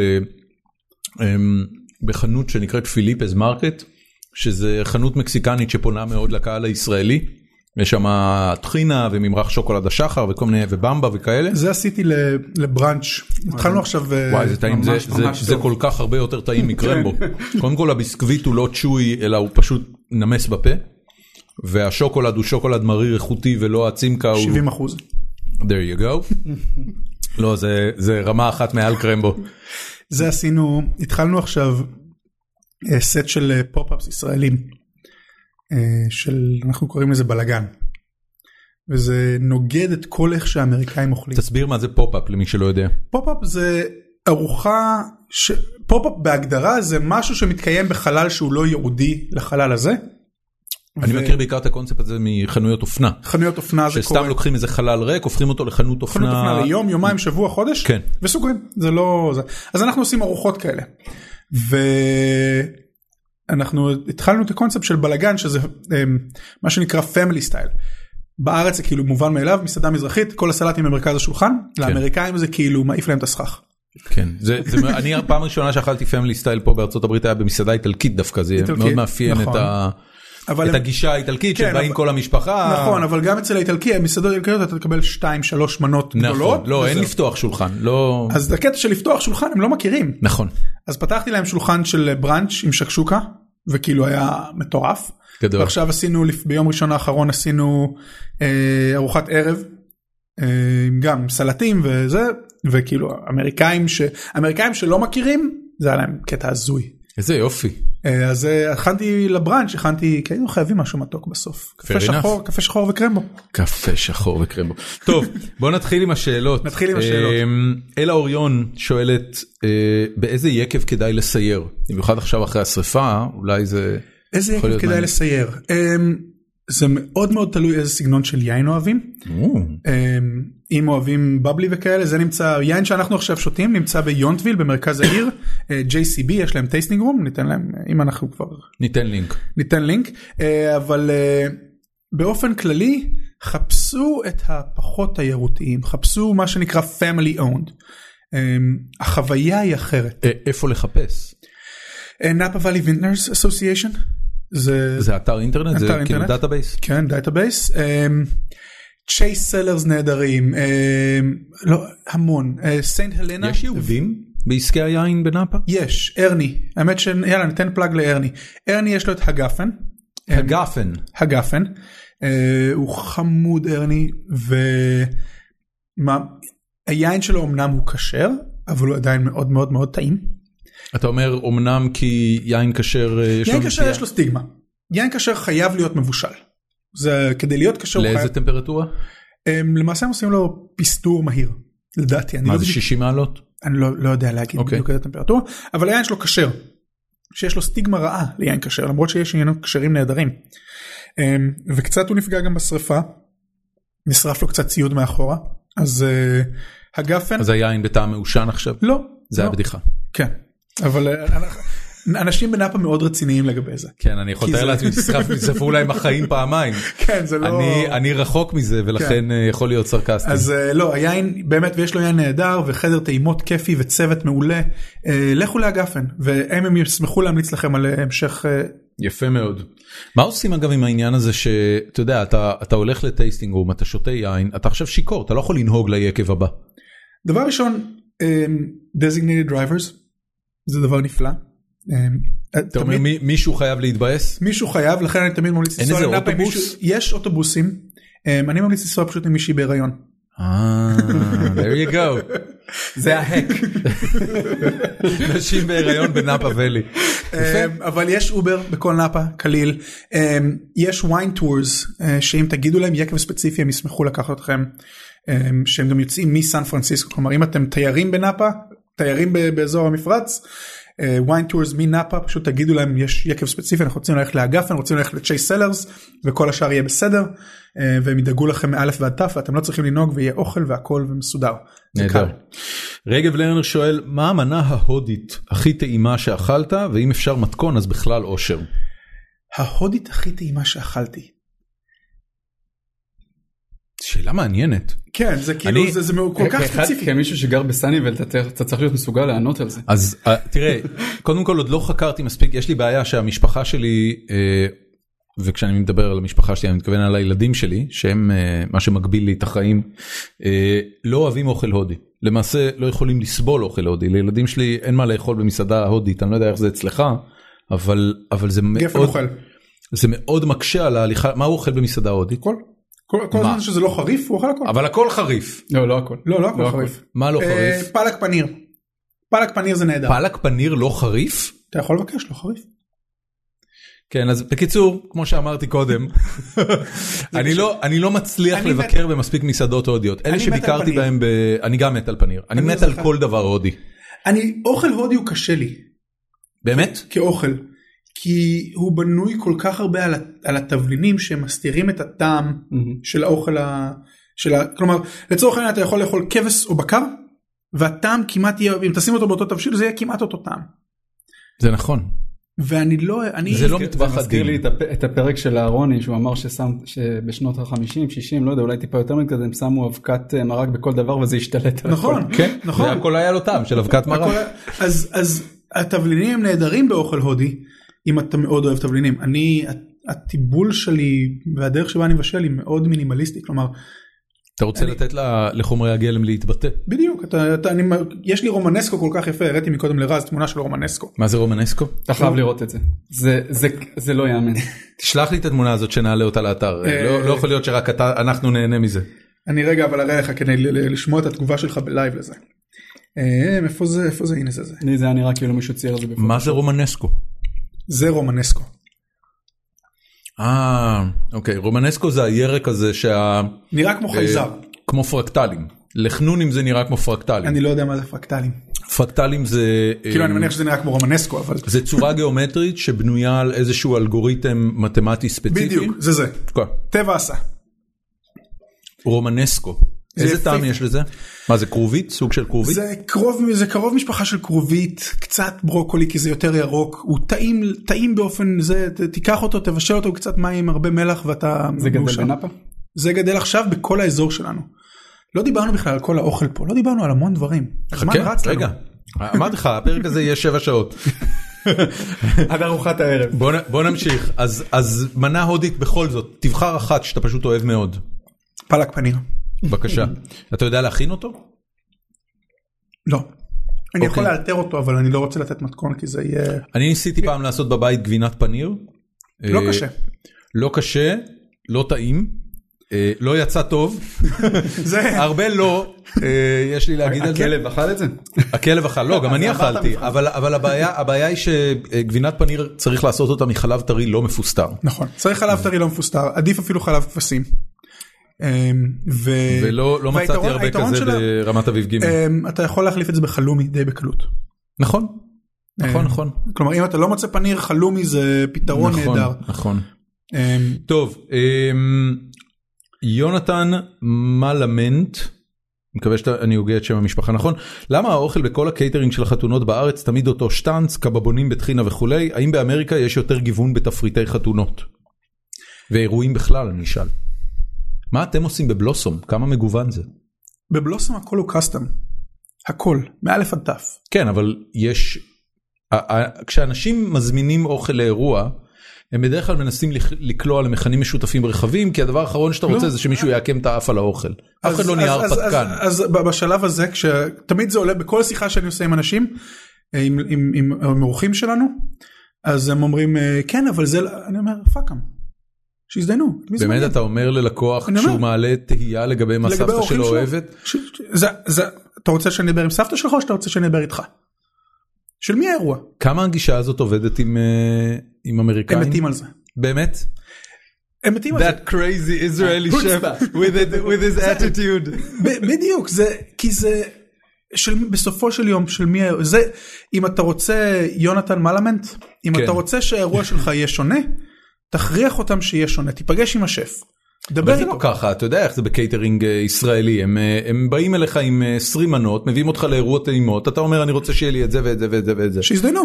בחנות שנקראת פיליפס מרקט, שזה חנות מקסיקנית שפונה מאוד לקהל הישראלי. יש שם טחינה וממרח שוקולד השחר וכל מיני ובמבה וכאלה. זה עשיתי לבראנץ'. התחלנו עכשיו וואי, זה טעים, זה כל כך הרבה יותר טעים מקרמבו. קודם כל הביסקוויט הוא לא צ'וי אלא הוא פשוט נמס בפה, והשוקולד הוא שוקולד מריר איכותי ולא הצימקה. 70%. There you go. לא, זה רמה אחת מעל קרמבו. זה עשינו, התחלנו עכשיו סט של פופ-אפס ישראלים. אנחנו קוראים לזה בלגן, וזה נוגד את כל איך שהאמריקאים אוכלים. תסביר מה זה פופ-אפ למי שלא יודע. פופ-אפ זה ארוחה, פופ-אפ בהגדרה זה משהו שמתקיים בחלל שהוא לא ייעודי לחלל הזה. אני מכיר בעיקר את הקונספט הזה מחנויות אופנה. חנויות אופנה זה קורה. שסתם לוקחים איזה חלל ריק, הופכים אותו לחנות אופנה. חנות אופנה ליום, יומיים, שבוע, חודש, כן. וסוגרים. זה לא זה. אז אנחנו עושים ארוחות כאלה. אנחנו התחלנו את הקונספט של בלגן, שזה מה שנקרא family style. בארץ זה כאילו מובן מאליו, מסעדה מזרחית, כל הסלטים במרכז השולחן, לאמריקאים זה כאילו מעיף להם את הסכך. כן, אני הפעם הראשונה שאכלתי family style פה בארצות הברית היה במסעדה איטלקית דווקא, זה מאוד מאפיין את הגישה האיטלקית שבאים כל המשפחה. נכון, אבל גם אצל האיטלקי, המסעדות האיטלקיות אתה תקבל 2-3 מנות גדולות. לא, אין לפתוח שולחן. אז הקטע של לפתוח שולחן הם לא מכירים. נכון. אז פתחתי להם שולחן של בראנץ' עם שקשוקה, וכאילו היה מטורף. גדול. ועכשיו עשינו, ביום ראשון האחרון עשינו ארוחת ערב, גם סלטים וזה, וכאילו אמריקאים שלא מכירים, זה היה להם קטע הזוי. איזה יופי. אז הכנתי לבראנץ', כי היינו חייבים משהו מתוק בסוף. קפה שחור וקרמבו. קפה שחור וקרמבו. טוב, בוא נתחיל עם השאלות. אלה אוריון שואלת, באיזה יקב כדאי לסייר? במיוחד עכשיו אחרי השריפה, אולי זה... איזה יקב כדאי לסייר? זה מאוד מאוד תלוי איזה סגנון של יין אוהבים. אם אוהבים בבלי וכאלה, זה נמצא, יין שאנחנו עכשיו שותים, נמצא ביונטוויל, במרכז העיר, JCB, יש להם טייסטינג רום, ניתן להם, אם אנחנו כבר... ניתן לינק, אבל באופן כללי, חפשו את הפחות תיירותיים, חפשו מה שנקרא family owned. החוויה היא אחרת. איפה לחפש? Napa Valley Vintners Association. זה אתר אינטרנט? זה כאילו דאטאבייס? כן, דאטאבייס. צ'ייס סלרס נהדרים, לא, המון. סיינט הלנה. יש יהודים בעסקי היין בנאפה? יש, ארני. האמת יאללה, ניתן פלאג לארני. ארני יש לו את הגפן. הגפן. הוא חמוד ארני, והיין שלו אמנם הוא כשר, אבל הוא עדיין מאוד מאוד מאוד טעים. אתה אומר אמנם כי יין כשר יש לו סטיגמה. יין כשר חייב להיות מבושל. זה כדי להיות כשר. לאיזה טמפרטורה? למעשה הם עושים לו פיסטור מהיר. לדעתי. מה זה 60 מעלות? אני לא יודע להגיד בדיוק איזה טמפרטורה, אבל היין שלו כשר. שיש לו סטיגמה רעה ליין כשר, למרות שיש עניינים כשרים נהדרים. וקצת הוא נפגע גם בשריפה. נשרף לו קצת ציוד מאחורה. אז הגפן. אז היין בטעם מעושן עכשיו? לא. זה הבדיחה. כן. אבל אנשים בנאפה מאוד רציניים לגבי זה. כן, אני יכול לתאר לעצמי, תסרפו להם החיים פעמיים. כן, זה לא... אני רחוק מזה, ולכן יכול להיות סרקסטי. אז לא, היין, באמת, ויש לו יין נהדר, וחדר טעימות כיפי, וצוות מעולה. לכו להגפן, והם ישמחו להמליץ לכם על המשך... יפה מאוד. מה עושים אגב עם העניין הזה שאתה יודע, אתה הולך לטייסטינג רום, אתה שותה יין, אתה עכשיו שיקור, אתה לא יכול לנהוג ליקב הבא. דבר ראשון, designated drivers, זה דבר נפלא. אתה אומר מישהו חייב להתבאס? מישהו חייב, לכן אני תמיד ממליץ לנסוע לנאפה. יש אוטובוסים, אני ממליץ לנסוע פשוט עם מישהי בהיריון. there you go. זה ההק. נשים בהיריון בנאפה ולי. אבל יש אובר בכל נאפה, קליל. יש וויין טורס, שאם תגידו להם יקב ספציפי, הם ישמחו לקחת אתכם, שהם גם יוצאים מסן פרנסיסקו. כלומר, אם אתם תיירים בנאפה, תיירים באזור המפרץ, וויין טורס מנאפה, פשוט תגידו להם, יש יקב ספציפי, אנחנו רוצים ללכת לאגף, אנחנו רוצים ללכת לצ'ייס סלרס, וכל השאר יהיה בסדר, והם ידאגו לכם מאלף ועד תף, ואתם לא צריכים לנהוג, ויהיה אוכל והכל ומסודר. נהדר. רגב לרנר שואל, מה המנה ההודית הכי טעימה שאכלת, ואם אפשר מתכון, אז בכלל אושר? ההודית הכי טעימה שאכלתי. שאלה מעניינת. כן, זה כאילו, זה כל כך ספציפי. כמישהו שגר בסניבל, אתה צריך להיות מסוגל לענות על זה. אז תראה, קודם כל עוד לא חקרתי מספיק, יש לי בעיה שהמשפחה שלי, וכשאני מדבר על המשפחה שלי, אני מתכוון על הילדים שלי, שהם מה שמגביל לי את החיים, לא אוהבים אוכל הודי. למעשה לא יכולים לסבול אוכל הודי. לילדים שלי אין מה לאכול במסעדה הודית, אני לא יודע איך זה אצלך, אבל זה מאוד מקשה על ההליכה. מה הוא אוכל במסעדה הודית? כל הזמן שזה לא חריף, הוא אוכל הכל. אבל הכל חריף. לא, לא הכל. לא הכל חריף. מה לא חריף? פלק פניר. פלק פניר זה נהדר. פלק פניר לא חריף? אתה יכול לבקש, לא חריף. כן, אז בקיצור, כמו שאמרתי קודם, אני לא מצליח לבקר במספיק מסעדות הודיות. אלה שביקרתי בהם, אני גם מת על פניר. אני מת על כל דבר הודי. אוכל הודי הוא קשה לי. באמת? כאוכל. כי הוא בנוי כל כך הרבה על התבלינים שמסתירים את הטעם של האוכל, כלומר, לצורך העניין אתה יכול לאכול כבש או בקר, והטעם כמעט יהיה, אם תשים אותו באותו תבשיל, זה יהיה כמעט אותו טעם. זה נכון. ואני לא, זה לא מטבח זה מזכיר לי את הפרק של אהרוני, שהוא אמר שבשנות ה-50, 60, לא יודע, אולי טיפה יותר מכזה, הם שמו אבקת מרק בכל דבר, וזה השתלט. נכון, כן, נכון. והכל היה לו טעם של אבקת מרק. אז התבלינים הם נהדרים באוכל הודי, אם אתה מאוד אוהב תבלינים. הטיבול שלי והדרך שבה אני מבשל היא מאוד מינימליסטית, כלומר, אתה רוצה לתת לחומרי הגלם להתבטא? בדיוק, יש לי רומנסקו כל כך יפה, הראיתי מקודם לרז תמונה של רומנסקו. מה זה רומנסקו? אתה חייב לראות את זה, זה לא יאמן. תשלח לי את התמונה הזאת שנעלה אותה לאתר, לא יכול להיות שרק אנחנו נהנה מזה. אני רגע אבל אראה לך כדי לשמוע את התגובה שלך בלייב לזה. איפה זה, הנה זה. לי זה נראה כאילו מישהו צייר את זה בפורט. מה זה רומנסקו? זה רומנסקו. אוקיי, רומנסקו זה הירק הזה נראה כמו חייזר. כמו פרקטלים. לחנונים זה נראה כמו פרקטלים. אני לא יודע מה זה פרקטלים. פרקטלים זה... כאילו אני מניח שזה נראה כמו רומנסקו, אבל... זה צורה גיאומטרית שבנויה על איזשהו אלגוריתם מתמטי ספציפי. בדיוק, זה. טבע עשה. רומנסקו. איזה טעם יש לזה? מה זה כרובית? סוג של כרובית? זה קרוב משפחה של כרובית, קצת ברוקולי כי זה יותר ירוק, הוא טעים באופן זה, תיקח אותו, תבשל אותו קצת מים, הרבה מלח ואתה... זה גדל בנאפה? זה גדל עכשיו בכל האזור שלנו. לא דיברנו בכלל על כל האוכל פה, לא דיברנו על המון דברים. הזמן רץ לנו. רגע, אמרתי לך, הפרק הזה יהיה 7 שעות. עד ארוחת הערב. בוא נמשיך, אז מנה הודית בכל זאת, תבחר אחת שאתה פשוט אוהב מאוד. פלק פניר. בבקשה. אתה יודע להכין אותו? לא. אני יכול לאלתר אותו, אבל אני לא רוצה לתת מתכון, כי זה יהיה... אני ניסיתי פעם לעשות בבית גבינת פניר. לא קשה. לא קשה, לא טעים, לא יצא טוב. הרבה לא, יש לי להגיד על זה. הכלב אכל את זה? הכלב אכל, לא, גם אני אכלתי, אבל הבעיה היא שגבינת פניר צריך לעשות אותה מחלב טרי לא מפוסטר. נכון, צריך חלב טרי לא מפוסטר, עדיף אפילו חלב כבשים. ולא מצאתי הרבה כזה ברמת אביב ג'. אתה יכול להחליף את זה בחלומי די בקלות. נכון. כלומר אם אתה לא מוצא פניר, חלומי זה פתרון נהדר. נכון. טוב, יונתן מלמנט, מקווה שאני הוגה את שם המשפחה נכון, למה האוכל בכל הקייטרינג של החתונות בארץ תמיד אותו שטנץ, קבבונים בטחינה וכולי, האם באמריקה יש יותר גיוון בתפריטי חתונות? ואירועים בכלל, אני אשאל. מה אתם עושים בבלוסום? כמה מגוון זה? בבלוסום הכל הוא קסטם. הכל, מאלף עד תף. כן, אבל יש... כשאנשים מזמינים אוכל לאירוע, הם בדרך כלל מנסים לקלוע למכנים משותפים רחבים, כי הדבר האחרון שאתה רוצה זה שמישהו יעקם את האף על האוכל. אף אחד לא נהיה הרפתקן. אז בשלב הזה, תמיד זה עולה בכל שיחה שאני עושה עם אנשים, עם אורחים שלנו, אז הם אומרים, כן, אבל זה... אני אומר, פאקם. שיזדיינו. באמת אתה אומר ללקוח כשהוא מעלה תהייה לגבי מה סבתא שלו אוהבת? אתה רוצה שאני אדבר עם סבתא שלך או שאתה רוצה שאני אדבר איתך? של מי האירוע? כמה הגישה הזאת עובדת עם אמריקאים? הם מתים על זה. באמת? הם מתים על זה. That crazy Israeli chef with his attitude. בדיוק, כי זה בסופו של יום של מי האירוע. זה, אם אתה רוצה יונתן מלמנט, אם אתה רוצה שהאירוע שלך יהיה שונה, תכריח אותם שיהיה שונה, תיפגש עם השף. אבל זה לא ככה, אתה יודע איך זה בקייטרינג ישראלי, הם באים אליך עם 20 מנות, מביאים אותך לאירוע טעימות, אתה אומר אני רוצה שיהיה לי את זה ואת זה ואת זה ואת זה. שיזדיינו.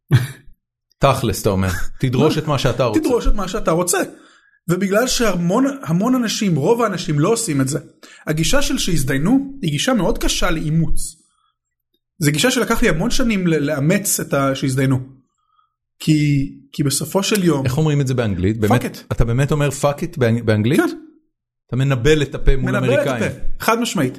תכלס אתה אומר, תדרוש את מה שאתה רוצה. תדרוש את מה שאתה רוצה. ובגלל שהמון אנשים, רוב האנשים לא עושים את זה, הגישה של שיזדיינו היא גישה מאוד קשה לאימוץ. זו גישה שלקח לי המון שנים לאמץ את שיזדיינו. כי בסופו של יום... איך אומרים את זה באנגלית? Fuck it. אתה באמת אומר fuck it באנגלית? כן. אתה מנבל את הפה מול אמריקאים. מנבל את הפה, חד משמעית.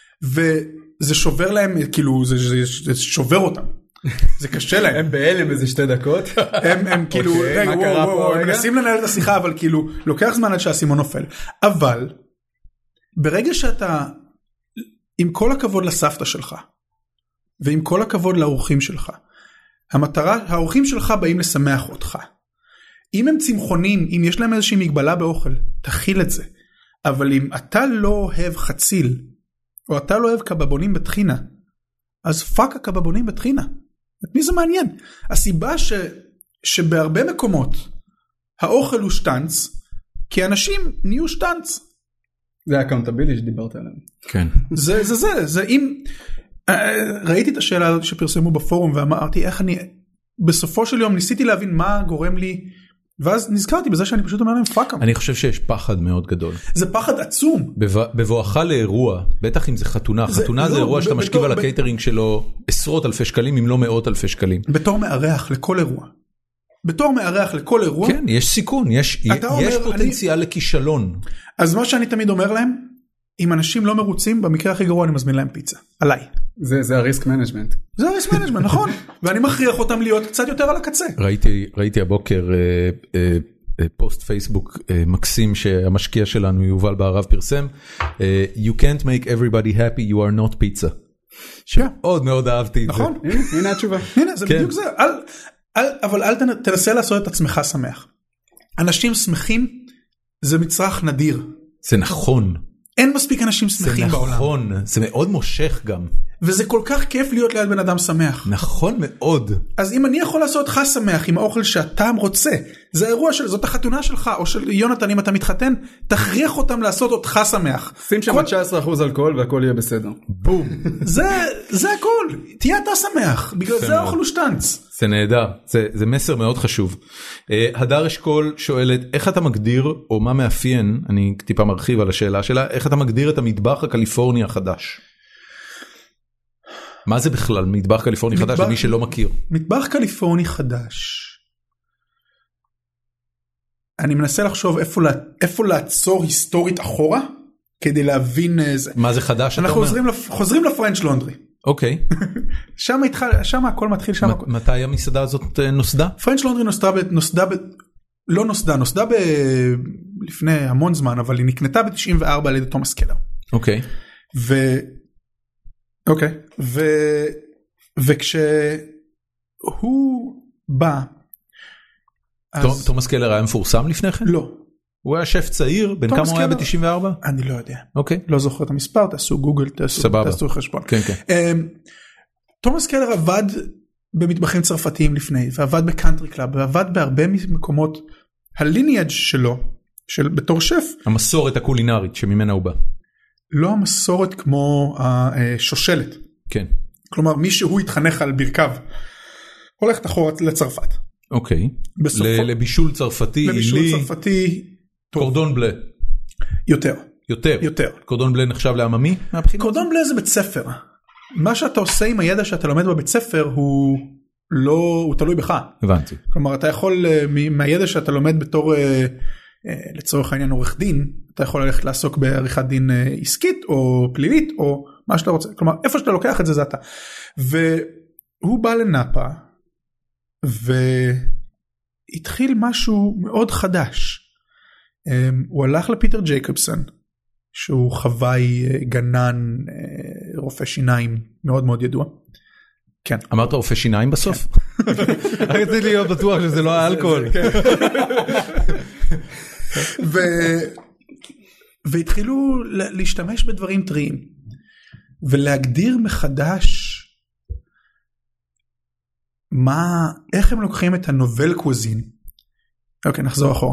וזה שובר להם, כאילו, זה שובר אותם. זה קשה להם. הם בהלם איזה 2 דקות. הם כאילו, רגע, הם מנסים לנהל את השיחה, אבל כאילו, לוקח זמן עד שהסימון נופל. אבל, ברגע שאתה, עם כל הכבוד לסבתא שלך, ועם כל הכבוד לאורחים שלך, האורחים שלך באים לשמח אותך. אם הם צמחונים, אם יש להם איזושהי מגבלה באוכל, תכיל את זה. אבל אם אתה לא אוהב חציל, או אתה לא אוהב קבבונים בתחינה, אז פאק הקבבונים בתחינה. את מי זה מעניין? הסיבה שבהרבה מקומות, האוכל הוא שטנץ, כי אנשים נהיו שטנץ. זה הקאונטבילי שדיברת עליהם. כן. זה אם... ראיתי את השאלה הזאת שפרסמו בפורום ואמרתי איך אני בסופו של יום ניסיתי להבין מה גורם לי ואז נזכרתי בזה שאני פשוט אומר להם פאקם. אני חושב שיש פחד מאוד גדול. זה פחד עצום. בבואך לאירוע, בטח אם זה חתונה, חתונה זה אירוע שאתה משקיע על הקייטרינג שלו עשרות אלפי שקלים אם לא מאות אלפי שקלים. בתור מארח לכל אירוע. בתור מארח לכל אירוע. כן, יש סיכון, יש פוטנציאל לכישלון. אז מה שאני תמיד אומר להם, אם אנשים לא מרוצים, במקרה הכי גרוע אני מזמין להם פיצה. עליי. זה הריסק מנג'מנט. זה הריסק מנג'מנט, נכון. ואני מכריח אותם להיות קצת יותר על הקצה. ראיתי הבוקר פוסט פייסבוק מקסים שהמשקיע שלנו יובל בערב פרסם. You can't make everybody happy, you are not pizza. שעוד מאוד אהבתי את זה. נכון. הנה התשובה. הנה, זה בדיוק זה. אבל אל תנסה לעשות את עצמך שמח. אנשים שמחים זה מצרך נדיר. זה נכון. אין מספיק אנשים שמחים בעולם. זה נכון, זה מאוד מושך גם. וזה כל כך כיף להיות ליד בן אדם שמח. נכון מאוד. אז אם אני יכול לעשות אותך שמח עם האוכל שאתה רוצה, זה האירוע של, זאת החתונה שלך, או של יונתן אם אתה מתחתן, תכריח אותם לעשות אותך שמח. שים שם 19% אלכוהול והכל יהיה בסדר. בום. זה הכל. תהיה אתה שמח, בגלל זה האוכל הוא שטנץ. זה נהדר, זה מסר מאוד חשוב. הדר אשכול שואלת, איך אתה מגדיר, או מה מאפיין, אני טיפה מרחיב על השאלה שלה, איך אתה מגדיר את המטבח הקליפורני החדש? מה זה בכלל מטבח קליפורני חדש למי שלא מכיר? מטבח קליפורני חדש. אני מנסה לחשוב איפה לעצור היסטורית אחורה, כדי להבין איזה. מה זה חדש? אנחנו חוזרים לפרנץ' לונדרי. אוקיי. שם הכל מתחיל. מתי המסעדה הזאת נוסדה? פרנץ' לונדרי נוסדה לפני המון זמן, אבל היא נקנתה ב-94 על ידי תומאס קלר. אוקיי. אוקיי. וכשהוא בא... תומאס קלר היה מפורסם לפני כן? לא. הוא היה שף צעיר, בין כמה הוא היה ב-94? אני לא יודע. אוקיי. לא זוכר את המספר, תעשו גוגל, תעשו חשבון. כן, כן. תומאס קלר עבד במטבחים צרפתיים לפני, ועבד בקאנטרי קלאב, ועבד בהרבה מקומות, הליניאג' שלו, בתור שף. המסורת הקולינרית שממנה הוא בא. לא המסורת כמו השושלת. כן. כלומר, מי שהוא התחנך על ברכיו, הולכת אחורה לצרפת. אוקיי. לבישול צרפתי, לבישול צרפתי. קורדון בלה. יותר. קורדון בלה נחשב לעממי? קורדון בלה זה בית ספר. מה שאתה עושה עם הידע שאתה לומד בבית ספר הוא תלוי בך. הבנתי. כלומר, אתה יכול, מהידע שאתה לומד בתור, לצורך העניין עורך דין, אתה יכול ללכת לעסוק בעריכת דין עסקית או פלילית או מה שאתה רוצה. כלומר, איפה שאתה לוקח את זה, זה אתה. והוא בא לנאפה, והתחיל משהו מאוד חדש. הוא הלך לפיטר ג'ייקובסון, שהוא חוואי גנן, רופא שיניים מאוד מאוד ידוע. כן. אמרת רופא שיניים בסוף? רציתי להיות בטוח שזה לא האלכוהול. והתחילו להשתמש בדברים טריים, ולהגדיר מחדש איך הם לוקחים את הנובל קוזין. אוקיי, נחזור אחורה.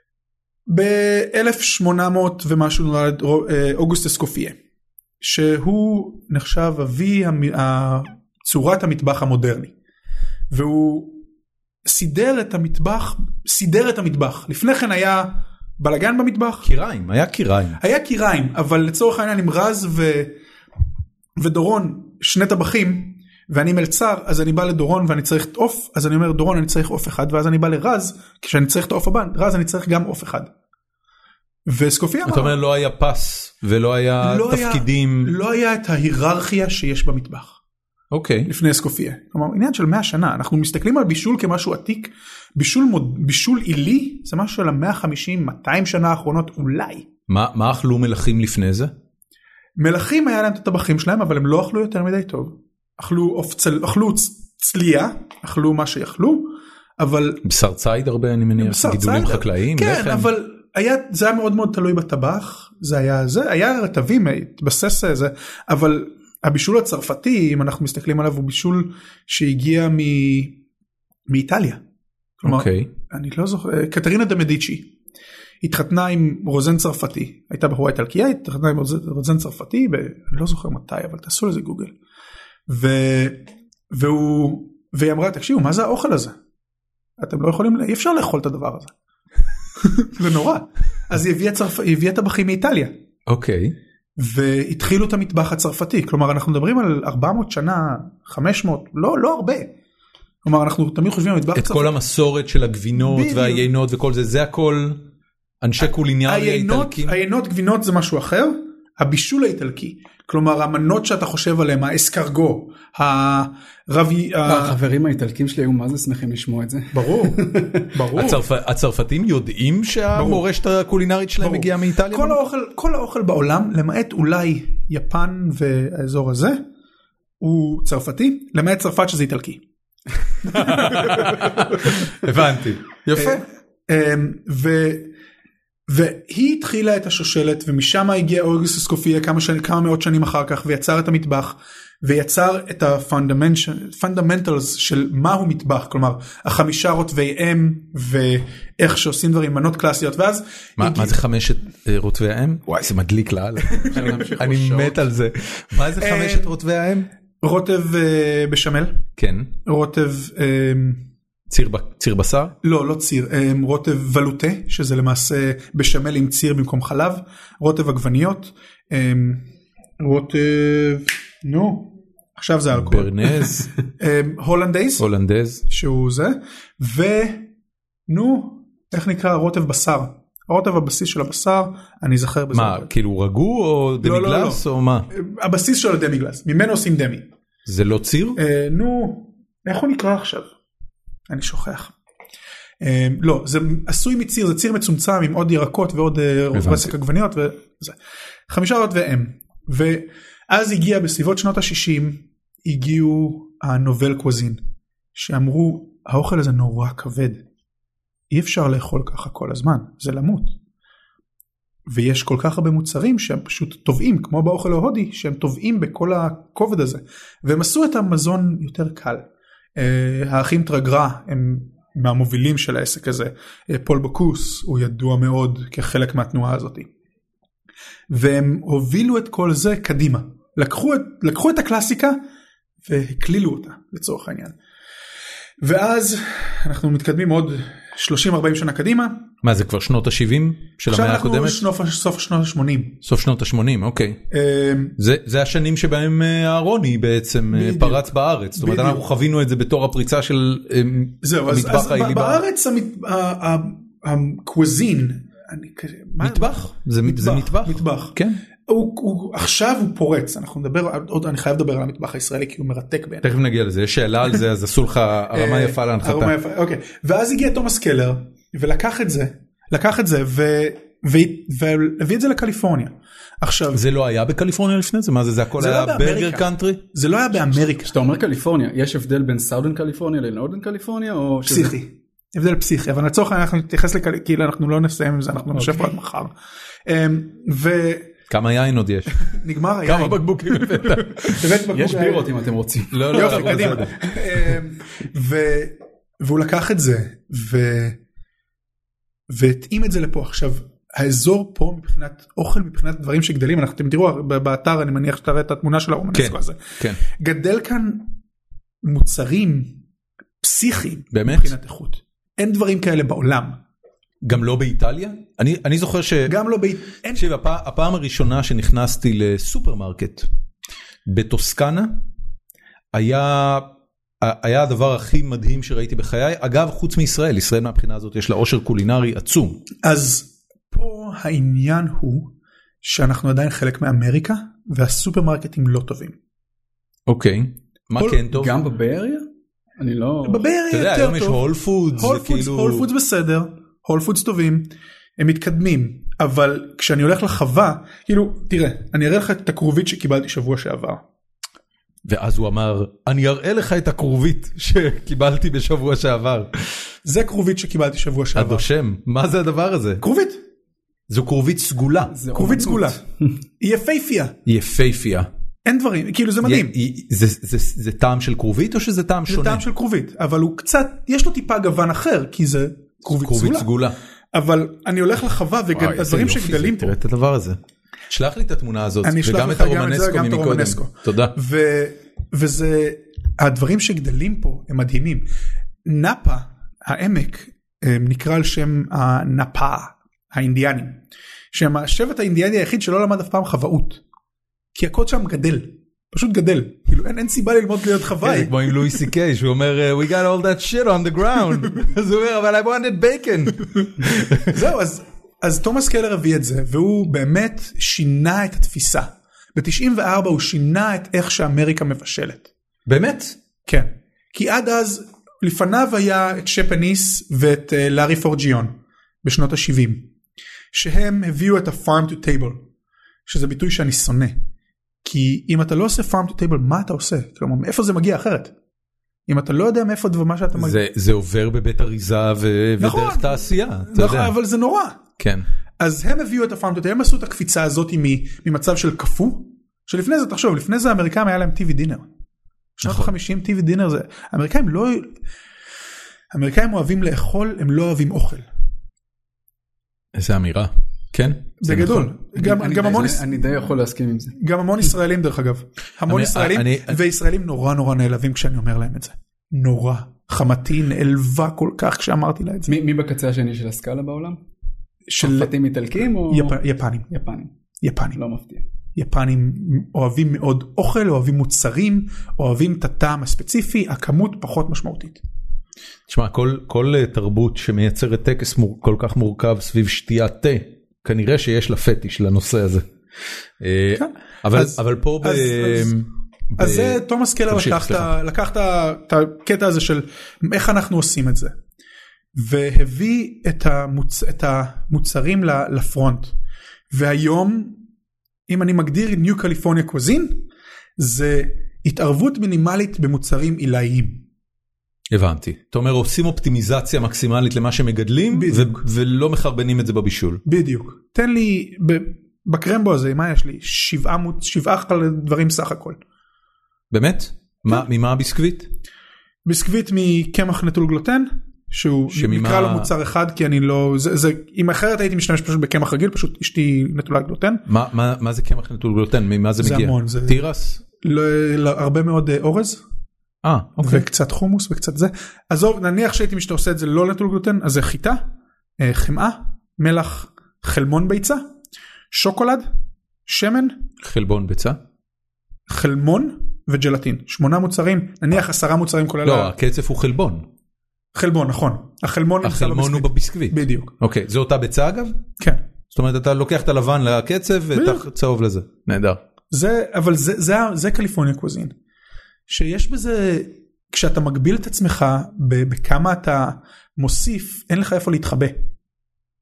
ב-1800 ומשהו נולד אוגוסט אסקופיה, שהוא נחשב אבי צורת המטבח המודרני, והוא סידר את המטבח. לפני כן היה בלגן במטבח. קיריים, היה קיריים. אבל לצורך העניין עם רז ודורון, שני טבחים, ואני מלצר, אז אני בא לדורון ואני צריך עוף, אז אני אומר דורון אני צריך עוף אחד, ואז אני בא לרז, כשאני צריך את העוף הבא, רז אני צריך גם עוף אחד. וסקופיה אמר. אתה אומר לא היה פס, ולא היה תפקידים. לא היה את ההיררכיה שיש במטבח. אוקיי. לפני סקופיה. כלומר, עניין של 100 שנה. אנחנו מסתכלים על בישול כמשהו עתיק. בישול עילי, זה משהו של 150, 200 שנה האחרונות אולי. מה אכלו מלכים לפני זה? מלכים היה להם את הטבחים שלהם, אבל הם לא אכלו יותר מדי טוב. אכלו צליה, אכלו מה שיכלו, אבל... בשר ציד הרבה, אני מניח, גידולים חקלאיים, כן, לחם. אבל זה היה מאוד מאוד תלוי בטבח, היה רטבים, התבסס זה, אבל הבישול הצרפתי, אם אנחנו מסתכלים עליו, הוא בישול שהגיע מאיטליה. כלומר, אני לא זוכר, קטרינה דה מדיצ'י, התחתנה עם רוזן צרפתי, הייתה בחורה איטלקיה, התחתנה עם רוזן צרפתי, אני לא זוכר מתי, אבל תעשו לזה גוגל. והיא אמרה, תקשיבו, מה זה האוכל הזה? אתם לא יכולים, אי אפשר לאכול את הדבר הזה. זה נורא. אז היא הביאה טבחים מאיטליה. אוקיי. והתחילו את המטבח הצרפתי. כלומר, אנחנו מדברים על 400 שנה, 500, לא הרבה. כלומר, אנחנו תמיד חושבים על מטבח הצרפתי. את כל המסורת של הגבינות והיינות וכל זה, זה הכל אנשי קולינריה איטלקים? היינות, גבינות זה משהו אחר. הבישול האיטלקי. כלומר, המנות שאתה חושב עליהם, האסקרגו, החברים האיטלקים שלי היו מה זה שמחים לשמוע את זה. ברור, ברור. הצרפתים יודעים שהמורשת הקולינרית שלהם מגיעה מאיטליה? כל האוכל בעולם, למעט אולי יפן והאזור הזה, הוא צרפתי, למעט צרפת שזה איטלקי. הבנתי. יפה. והיא התחילה את השושלת, ומשם הגיע אוגוסט אסקופיה כמה מאות שנים אחר כך, ויצר את המטבח, ויצר את הפונדמנטלס של מהו מטבח, כלומר, 5 רוטבי אם, ואיך שעושים דברים, מנות קלאסיות, ואז... מה זה 5 רוטבי אם? וואי, זה מדליק לעל. אני מת על זה. מה זה 5 רוטבי אם? רוטב בשמל. כן. רוטב... ציר בשר? לא ציר, רוטב ולוטה, שזה למעשה בשמל עם ציר במקום חלב, רוטב עגבניות, רוטב, עכשיו זה אלכוהול. ברנז. הולנדז. שהוא זה, איך נקרא רוטב בשר? רוטב הבסיס של הבשר, אני זכר בזה. מה, כאילו רגו או דמיגלס או מה? הבסיס של הדמיגלס, ממנו עושים דמי. זה לא ציר? איך הוא נקרא עכשיו? אני שוכח. לא, זה עשוי מציר, זה ציר מצומצם עם עוד ירקות ועוד רסק עגבניות וזה. 5 רוטבי אם. ואז הגיע בסביבות שנות ה-60, הגיעו הנובל קוזין, שאמרו, האוכל הזה נורא כבד. אי אפשר לאכול ככה כל הזמן, זה למות. ויש כל כך הרבה מוצרים שהם פשוט טובעים, כמו באוכל ההודי, שהם טובעים בכל הכובד הזה. והם עשו את המזון יותר קל. האחים טרגרה הם מהמובילים של העסק הזה. פול בוקוס הוא ידוע מאוד כחלק מהתנועה הזאת. והם הובילו את כל זה קדימה. לקחו את הקלאסיקה והקלילו אותה לצורך העניין. ואז אנחנו מתקדמים עוד 30-40 שנה קדימה. מה זה כבר שנות ה-70 של המאה הקודמת? עכשיו אנחנו סוף שנות ה-80. סוף שנות ה-80, אוקיי. זה השנים שבהם אהרוני בעצם פרץ בארץ. זאת אומרת, אנחנו חווינו את זה בתור הפריצה של המטבח העילי בארץ. בארץ הקוזין. מטבח? זה מטבח? מטבח. כן. עכשיו הוא פורץ, אני חייב לדבר על המטבח הישראלי כי הוא מרתק בעיניי. תכף נגיע לזה, יש שאלה על זה, אז עשו לך הרמה יפה להנחתה. אוקיי, ואז הגיע תומאס קלר ולקח את זה, לקח את זה והביא את זה לקליפורניה. עכשיו זה לא היה בקליפורניה לפני זה? מה זה הכל היה ברגר קאנטרי? זה לא היה באמריקה. כשאתה אומר קליפורניה, יש הבדל בין סאודרן קליפורניה לנורדרן קליפורניה? פסיכי. הבדל פסיכי, אבל לצורך אנחנו נתייחס כאילו אנחנו לא נסיים עם זה, אנחנו נשב פה עד מחר. כמה יין עוד יש? נגמר היין. כמה בקבוקים? יש בירות אם אתם רוצים. יופי, קדימה. והוא לקח את זה והתאים את זה לפה. עכשיו האזור פה מבחינת אוכל, מבחינת דברים שגדלים, אתם תראו באתר, אני מניח שתראה את התמונה של הרומנסקו הזה. גדל כאן מוצרים פסיכיים מבחינת איכות. אין דברים כאלה בעולם. גם לא באיטליה? אני זוכר גם לא באיטליה. הפעם הראשונה שנכנסתי לסופרמרקט בטוסקנה, היה הדבר הכי מדהים שראיתי בחיי. אגב, חוץ מישראל, ישראל מהבחינה הזאת יש לה עושר קולינרי עצום. אז פה העניין הוא שאנחנו עדיין חלק מאמריקה, והסופרמרקטים לא טובים. אוקיי, מה כן טוב? גם בבאריה? אני לא... בבאריה יותר טוב. אתה יודע, היום יש הול פודס. הול פודס בסדר, הול פודס טובים, הם מתקדמים, אבל כשאני הולך לחווה, כאילו, תראה, אני אראה לך את הכרובית שקיבלתי שבוע שעבר. ואז הוא אמר, אני אראה לך את הכרובית שקיבלתי בשבוע שעבר. זה כרובית שקיבלתי שבוע שעבר. הדושם, מה זה הדבר הזה? כרובית. זו כרובית סגולה. כרובית סגולה. היא יפהפייה. היא יפהפייה. אין דברים, כאילו זה מדהים. זה טעם של כרובית או שזה טעם שונה? זה טעם של כרובית, אבל הוא קצת, יש לו טיפה גוון אחר, כי זה כרובית סגולה. אבל אני הולך לחווה והדברים שגדלים פה. תראה את הדבר הזה. שלח לי את התמונה הזאת, וגם את הרומנסקו ממקודם. תודה. וזה, הדברים שגדלים פה הם מדהימים. נאפה, העמק, נקרא על שם הנאפה, האינדיאנים, שהם השבט האינדיאני היחיד שלא למד אף פעם חוואות. כי הקוד שם גדל, פשוט גדל. כאילו אין סיבה ללמוד להיות חוואי. זה כמו עם לואי סי-קיי, שהוא אומר, we got all that shit on the ground. אז הוא אומר, אבל I wanted bacon. זהו, אז תומאס קלר הביא את זה, והוא באמת שינה את התפיסה. ב-94 הוא שינה את איך שאמריקה מבשלת. באמת? כן. כי עד אז, לפניו היה את שפניס ואת לארי פורג'יון, בשנות ה-70, שהם הביאו את ה-farm to table, שזה ביטוי שאני שונא. כי אם אתה לא עושה farm to table, מה אתה עושה? כלומר, מאיפה זה מגיע אחרת? אם אתה לא יודע מאיפה מה שאתה מגיע. זה עובר בבית אריזה ודרך תעשייה. נכון, אבל זה נורא. כן. אז הם הביאו את ה-farm to table, הם עשו את הקפיצה הזאת ממצב של קפוא, שלפני זה, תחשוב, לפני זה האמריקאים היה להם TV דינר. שנות ה-50 TV דינר זה, האמריקאים אוהבים לאכול, הם לא אוהבים אוכל. איזה אמירה. כן? זה גדול. אני די יכול להסכים עם זה. גם המון ישראלים דרך אגב. המון ישראלים, וישראלים נורא נורא נעלבים כשאני אומר להם את זה. נורא. חמתי נעלבה כל כך כשאמרתי לה את זה. מי בקצה השני של הסקאלה בעולם? צרפתים איטלקים או? יפנים. יפנים. לא מפתיע. יפנים אוהבים מאוד אוכל, אוהבים מוצרים, אוהבים את הטעם הספציפי, הכמות פחות משמעותית. תשמע, כל תרבות שמייצרת טקס כל כך מורכב סביב שתיית תה, כנראה שיש לה פטיש לנושא הזה. אבל פה אז זה תומאס קלר לקח את הקטע הזה של איך אנחנו עושים את זה, והביא את המוצרים לפרונט, והיום, אם אני מגדיר ניו קליפורניה קוזין, זה התערבות מינימלית במוצרים עילאיים. הבנתי. אתה אומר, עושים אופטימיזציה מקסימלית למה שמגדלים, ולא מחרבנים את זה בבישול. בדיוק. תן לי, בקרמבו הזה, מה יש לי? 7 דברים סך הכל. באמת? ממה הביסקוויט? ביסקוויט מקמח נטול גלוטן, שהוא נקרא לו מוצר אחד, כי אני לא, אם אחרת הייתי משתמש פשוט בקמח רגיל, פשוט אשתי נטולת גלוטן. מה זה קמח נטול גלוטן? ממה זה מגיע? זה המון. תירס? הרבה מאוד אורז. אוקיי. וקצת חומוס וקצת זה. עזוב, נניח שהייתי משתה עושה את זה לא נטול גלוטן, אז זה חיטה, חמאה, מלח, חלמון ביצה, שוקולד, שמן. חלבון ביצה? חלמון וג'לטין. 8 מוצרים, נניח 10 מוצרים כולל. לא, הקצף הוא חלבון. חלבון, נכון. החלמון הוא בביסקוויט. בדיוק. אוקיי, זה אותה ביצה אגב? כן. זאת אומרת, אתה לוקח את הלבן לקצף ואת הצהוב לזה. נהדר. אבל זה קליפורניה קוזין. שיש בזה, כשאתה מגביל את עצמך בכמה אתה מוסיף, אין לך איפה להתחבא.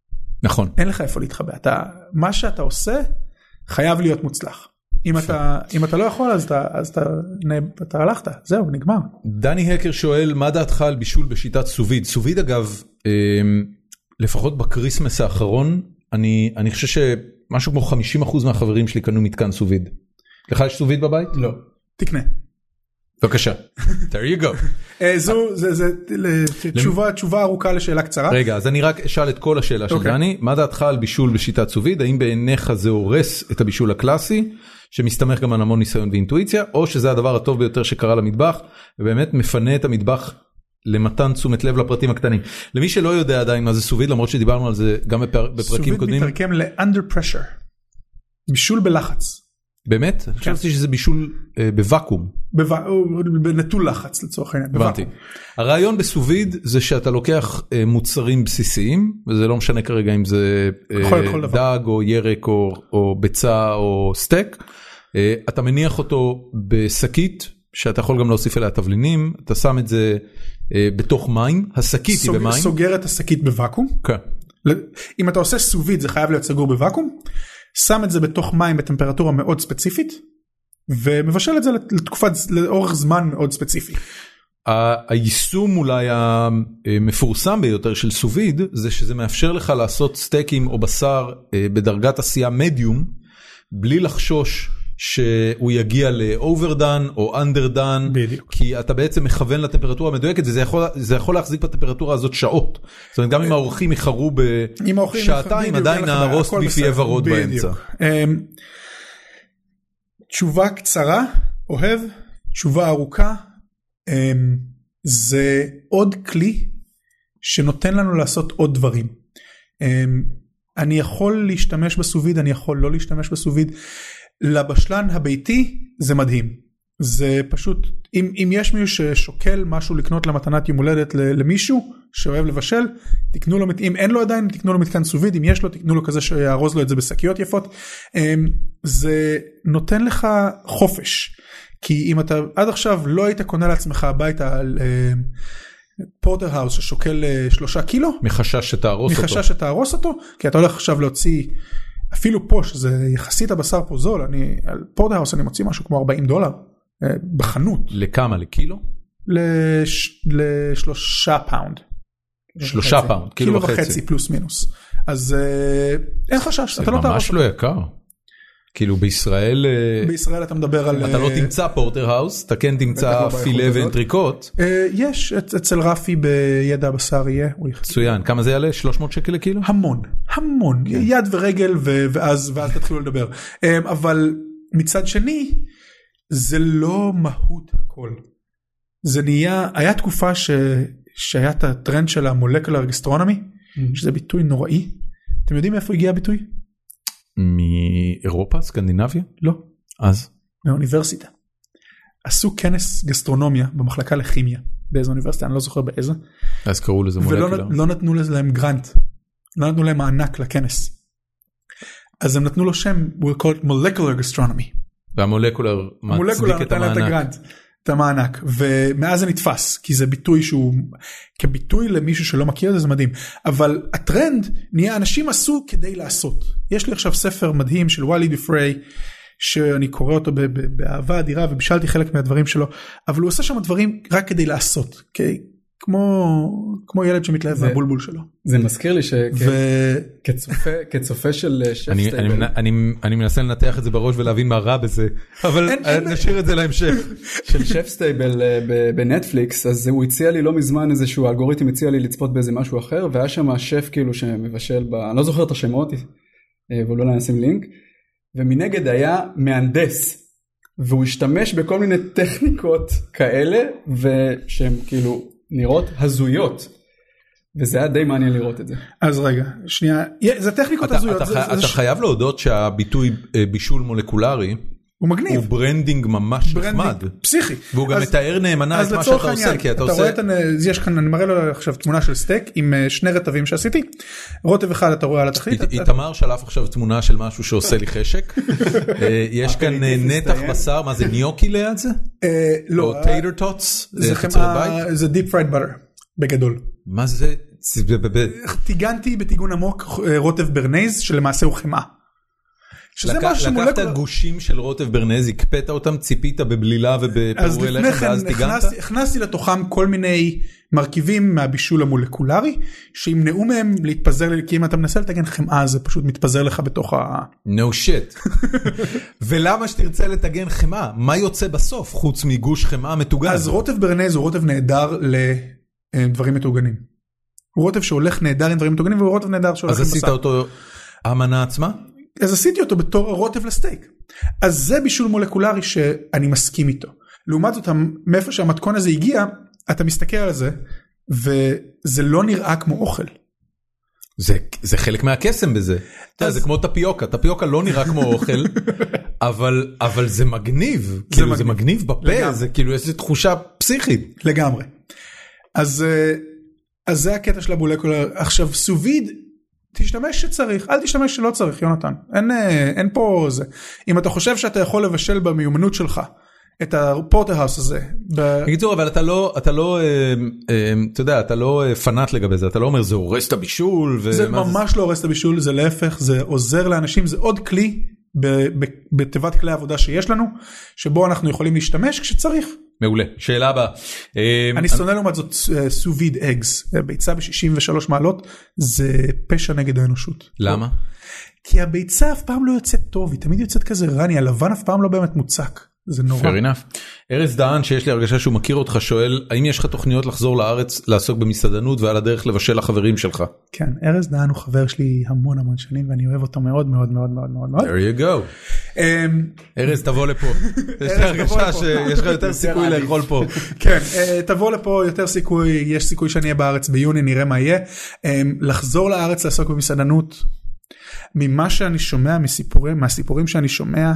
נכון. אין לך איפה להתחבא. מה שאתה עושה חייב להיות מוצלח. אם אתה לא יכול, אז אתה הלכת, זהו, נגמר. דני הקר שואל, מה דעתך על בישול בשיטת סוביד? סוביד אגב, לפחות בקריסמס האחרון, אני חושב שמשהו כמו 50% מהחברים שלי קנו מתקן סוביד. לך יש סוביד בבית? לא. תקנה. בבקשה. There you go. זה תשובה ארוכה לשאלה קצרה. רגע, אז אני רק אשאל את כל השאלה של דני. מה דעתך על בישול בשיטת סוביד? האם בעיניך זה הורס את הבישול הקלאסי, שמסתמך גם על המון ניסיון ואינטואיציה, או שזה הדבר הטוב ביותר שקרה למטבח, ובאמת מפנה את המטבח למתן תשומת לב לפרטים הקטנים. למי שלא יודע עדיין מה זה סוביד, למרות שדיברנו על זה גם בפרקים קודמים. סוביד מתרקם ל-under pressure. בישול בלחץ. באמת? אני חשבתי שזה בישול בוואקום. בנטול לחץ לצורך העניין. הבנתי. הרעיון בסוביד זה שאתה לוקח מוצרים בסיסיים, וזה לא משנה כרגע אם זה דג או ירק או ביצה או סטייק, אתה מניח אותו בשקית, שאתה יכול גם להוסיף אליה תבלינים, אתה שם את זה בתוך מים, השקית היא במים. סוגר את השקית בוואקום. כן. אם אתה עושה סוביד זה חייב להיות סגור בוואקום. שם את זה בתוך מים בטמפרטורה מאוד ספציפית, ומבשל את זה לאורך זמן מאוד ספציפי. היישום אולי המפורסם ביותר של סוביד, זה שזה מאפשר לך לעשות סטייקים או בשר בדרגת עשייה מדיום, בלי לחשוש שהוא יגיע לאוברדן או אנדרדן, כי אתה בעצם מכוון לטמפרטורה המדויקת, וזה יכול להחזיק בטמפרטורה הזאת שעות. זאת אומרת, גם אם האורחים יחרו בשעתיים, עדיין הרוסט ביף יהיה ורוד באמצע. תשובה קצרה, אוהב, תשובה ארוכה, זה עוד כלי שנותן לנו לעשות עוד דברים. אני יכול להשתמש בסוביד, אני יכול לא להשתמש בסוביד, לבשלן הביתי זה מדהים. זה פשוט, אם יש מישהו ששוקל משהו לקנות למתנת יום הולדת למישהו שאוהב לבשל, תקנו לו, אם אין לו עדיין, תקנו לו מתקן סוביד, אם יש לו, תקנו לו כזה שיארוז לו את זה בשקיות יפות. זה נותן לך חופש. כי אם אתה עד עכשיו לא היית קונה לעצמך הביתה על פורטר האוס ששוקל 3 קילו, מחשש שתהרוס אותו, כי אתה הולך עכשיו להוציא, אפילו פה שזה יחסית הבשר פה זול, על פורטר האוס אני מוציא משהו כמו $40 בחנות. לכמה? לקילו? ל3 פאונד. 3 פאונד, קילו וחצי פלוס מינוס. אז אין חשש, אתה לא תהרוס. זה ממש לא יקר. כאילו בישראל אתה מדבר על אתה לא תמצא פורטר האוס, אתה כן תמצא פילה ואנטריקוט. יש אצל רפי בידע הבשר יהיה. מצוין, כמה זה יעלה? 300 שקל לקילו? המון, יד ורגל ואז תתחילו לדבר. אבל מצד שני זה לא מהות הכל. זה נהיה, היה תקופה שהיה את הטרנד של המולקולר גסטרונומי, שזה ביטוי נוראי. אתם יודעים איפה הגיע הביטוי? מאירופה, סקנדינביה? לא. אז? מהאוניברסיטה. עשו כנס גסטרונומיה במחלקה לכימיה, באיזו אוניברסיטה, אני לא זוכר באיזה. אז קראו לזה מולקולר. ולא נתנו להם גרנט, לא נתנו להם מענק לכנס. אז הם נתנו לו שם, we'll call it molecular gastronomy. והמולקולר מצדיק את המענק. את המענק, ומאז זה נתפס, כי זה ביטוי שהוא, כביטוי למישהו שלא מכיר את זה, זה מדהים, אבל הטרנד נהיה, אנשים עשו כדי לעשות. יש לי עכשיו ספר מדהים של ווילי דופריי, שאני קורא אותו באהבה אדירה, ובשלתי חלק מהדברים שלו, אבל הוא עושה שם דברים רק כדי לעשות, כמו ילד שמתלהב מהבולבול שלו. זה מזכיר לי שכצופה של שף סטייבל. אני מנסה לנתח את זה בראש ולהבין מה רע בזה, אבל נשאיר את זה להמשך. של שף סטייבל בנטפליקס, אז הוא הציע לי לא מזמן איזשהו אלגוריתם, הציע לי לצפות באיזה משהו אחר, והיה שם השף כאילו שמבשל, אני לא זוכר את השמות, ואולי נשים לינק, ומנגד היה מהנדס, והוא השתמש בכל מיני טכניקות כאלה, ושהם כאילו נראות הזויות, וזה היה די מעניין לראות את זה. אז רגע, שנייה, זה טכניקות הזויות. אתה חייב להודות שהביטוי בישול מולקולרי, הוא מגניב. הוא ברנדינג ממש נחמד. פסיכי. והוא גם מתאר נאמנה את מה שאתה עושה, כי אתה עושה... יש כאן, אני מראה לו עכשיו תמונה של סטייק, עם 2 רטבים שעשיתי, רוטב אחד אתה רואה על התחתית. איתמר שלף עכשיו תמונה של משהו שעושה לי חשק. יש כאן נתח בשר, מה זה ניוקי ליד זה? לא. או טייטר טוטס? זה deep fried butter. בגדול. מה זה? טיגנתי בטיגון עמוק רוטב ברנז, שלמעשה הוא חמאה. לקחת גושים של רוטב ברנז, הקפאת אותם, ציפית בבלילה ובפירורי לחם, ואז טיגנת? הכנסתי לתוכם כל מיני מרכיבים מהבישול המולקולרי, שימנעו מהם להתפזר, כי אם אתה מנסה לתגן חמאה, זה פשוט מתפזר לך בתוך No shit. ולמה שתרצה לתגן חמאה? מה יוצא בסוף, חוץ מגוש חמאה מתוגן? אז רוטב ברנז הוא רוטב נהדר לדברים מתוגנים. הוא רוטב שהולך נהדר עם דברים מתוגנים, והוא רוטב נהדר שהולך עם בשר. אז עשית אותו המנה עצמה? אז עשיתי אותו בתור רוטב לסטייק. אז זה בישול מולקולרי שאני מסכים איתו. לעומת זאת, מאיפה שהמתכון הזה הגיע, אתה מסתכל על זה, וזה לא נראה כמו אוכל. זה חלק מהקסם בזה. זה כמו טפיוקה. טפיוקה לא נראה כמו אוכל, אבל זה מגניב. זה מגניב בפה, זה כאילו יש תחושה פסיכית. לגמרי. אז זה הקטע של המולקולר. עכשיו, סוביד, תשתמש שצריך, אל תשתמש שלא צריך, יונתן. אין פה זה. אם אתה חושב שאתה יכול לבשל במיומנות שלך, את הפורטרהאוס הזה. בקיצור, אבל אתה לא, אתה יודע, אתה לא פנאט לגבי זה, אתה לא אומר, זה הורס את הבישול. זה ממש לא הורס את הבישול, זה להפך, זה עוזר לאנשים, זה עוד כלי בתיבת כלי העבודה שיש לנו, שבו אנחנו יכולים להשתמש כשצריך. מעולה. שאלה הבאה. אני שונא לעומת זאת סוביד אגס, ביצה ב-63 מעלות, זה פשע נגד האנושות. למה? כי הביצה אף פעם לא יוצאת טוב, היא תמיד יוצאת כזה רני, הלבן אף פעם לא באמת מוצק. זה נורא. Fair enough. ארז דהן, שיש לי הרגשה שהוא מכיר אותך, שואל, האם יש לך תוכניות לחזור לארץ, לעסוק במסעדנות, ועל הדרך לבשל לחברים שלך? כן, ארז דהן הוא חבר שלי המון שנים, ואני אוהב אותו מאוד מאוד מאוד מאוד מאוד. There you go. ארז, תבוא לפה. יש לי הרגשה שיש לך יותר סיכוי לאכול פה. כן, תבוא לפה, יותר סיכוי, יש סיכוי שאני אהיה בארץ ביוני, נראה מה יהיה. לחזור לארץ לעסוק במסעדנות, ממה שאני שומע, מהסיפורים שאני שומע,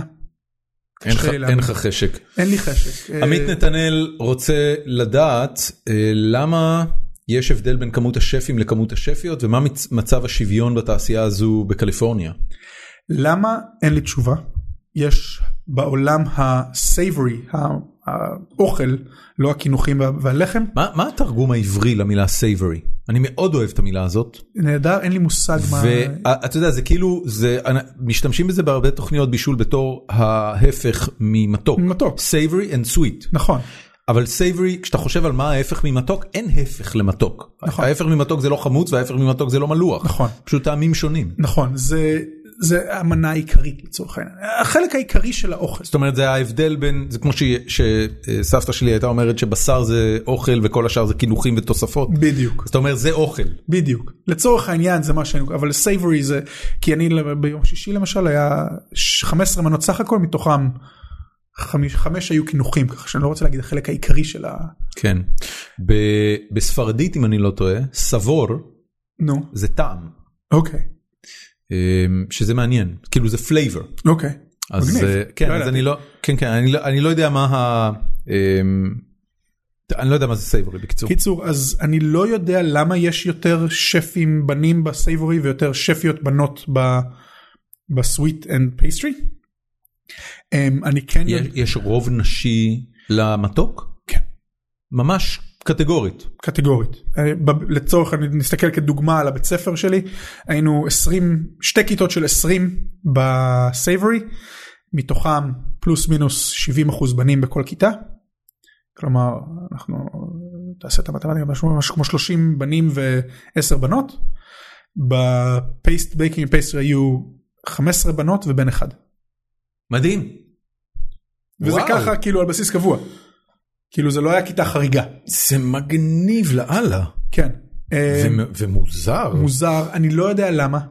אין לך חשק. אין לי חשק. עמית נתנאל רוצה לדעת למה יש הבדל בין כמות השפים לכמות השפיות, ומה מצב השוויון בתעשייה הזו בקליפורניה? למה? אין לי תשובה. יש בעולם הסייברי, האוכל, לא הכינוחים והלחם. מה התרגום העברי למילה סייברי? אני מאוד אוהב את המילה הזאת. נהדר, אין לי מושג מה... ואתה יודע, זה כאילו, משתמשים בזה בהרבה תוכניות בישול בתור ההפך ממתוק. ממתוק. Savory and sweet. נכון. אבל סייברי, כשאתה חושב על מה ההפך ממתוק, אין הפך למתוק. נכון. ההפך ממתוק זה לא חמוץ, וההפך ממתוק זה לא מלוח. נכון. פשוט טעמים שונים. נכון, זה המנה העיקרית לצורך העניין. החלק העיקרי של האוכל. זאת אומרת, זה ההבדל בין, זה כמו שסבתא שלי הייתה אומרת שבשר זה אוכל וכל השאר זה קינוחים ותוספות. בדיוק. זאת אומרת, זה אוכל. בדיוק. לצורך העניין זה מה שאני, אבל סייברי זה, כי אני ביום שישי למשל היה 15 מנות סך הכל, מתוכם 5 היו קינוחים, ככה שאני לא רוצה להגיד החלק העיקרי של כן. בספרדית, אם אני לא טועה, סבור, זה טעם. אוקיי. שזה מעניין, כאילו זה פלייבר. אוקיי. אז כן, אז אני לא, כן, אני לא יודע מה אני לא יודע מה זה סייבורי בקיצור. קיצור, אז אני לא יודע למה יש יותר שפים בנים בסייבורי ויותר שפיות בנות בסוויט אנד פייסטרי. אני כן יש רוב נשי למתוק? כן. ממש קטגורית. קטגורית. לצורך, אני נסתכל כדוגמה על הבית ספר שלי, היינו 2 כיתות של 20 בסייבורי, מתוכם פלוס מינוס 70% בנים בכל כיתה, כלומר, אנחנו, תעשה את המתמטיקה, משהו כמו 30 בנים ו10 בנות, בפייסט בייקינג פייסטרי היו 15 בנות ובן אחד. מדהים. וזה ככה כאילו על בסיס קבוע. כאילו זה לא היה כיתה חריגה. זה מגניב לאללה. כן. ומוזר. מוזר, אני לא יודע למה.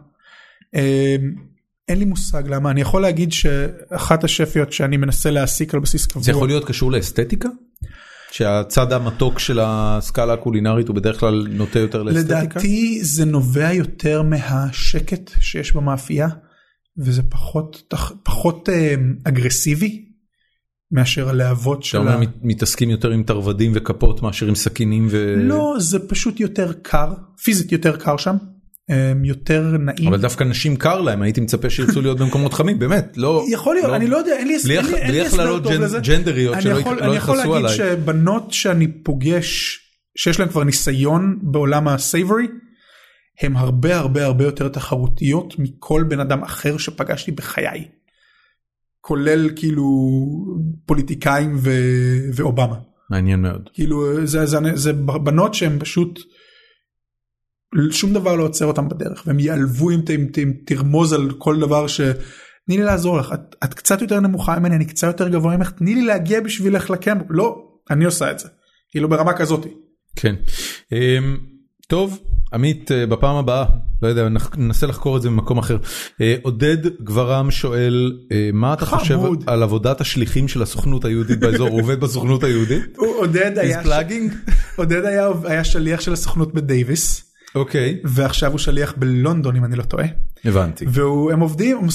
אין לי מושג למה. אני יכול להגיד שאחת השפיות שאני מנסה להסיק על בסיס קבוע. זה יכול להיות קשור לאסתטיקה? שהצד המתוק של הסקאלה הקולינרית הוא בדרך כלל נוטה יותר לאסתטיקה? לדעתי זה נובע יותר מהשקט שיש במאפייה, וזה פחות אגרסיבי. מאשר הלהבות של... אתה אומר מתעסקים יותר עם תרבדים וכפות מאשר עם סכינים ו... לא, זה פשוט יותר קר, פיזית יותר קר שם, יותר נעים. אבל דווקא נשים קר להם, הייתי מצפה שירצו להיות במקומות חמים, באמת, לא... יכול להיות, אני לא יודע, אין לי הסבר טוב לזה. ג'נדריות שלא יכעסו עליי. אני יכול להגיד שבנות שאני פוגש שיש להם כבר ניסיון בעולם הסייברי, הם הרבה הרבה הרבה יותר תחרותיות מכל בן אדם אחר שפגשתי בחיי. כולל כאילו פוליטיקאים ואובמה. מעניין מאוד. כאילו זה בנות שהן פשוט, שום דבר לא עוצר אותם בדרך, והם יעלבו אם תרמוז על כל דבר תני לי לעזור לך, את קצת יותר נמוכה ממני, אני קצת יותר גבוה ממך, תני לי להגיע בשבילך לקמפ, לא, אני עושה את זה, כאילו ברמה כזאת. כן, טוב, עמית, בפעם הבאה, לא יודע, ננסה לחקור את זה במקום אחר. עודד גברם שואל, מה אתה חושב על עבודת השליחים של הסוכנות היהודית באזור? הוא עובד בסוכנות היהודית? עודד היה שליח של הסוכנות בדייביס, אוקיי. ועכשיו הוא שליח בלונדון, אם אני לא טועה. הבנתי. והם עובדים, הם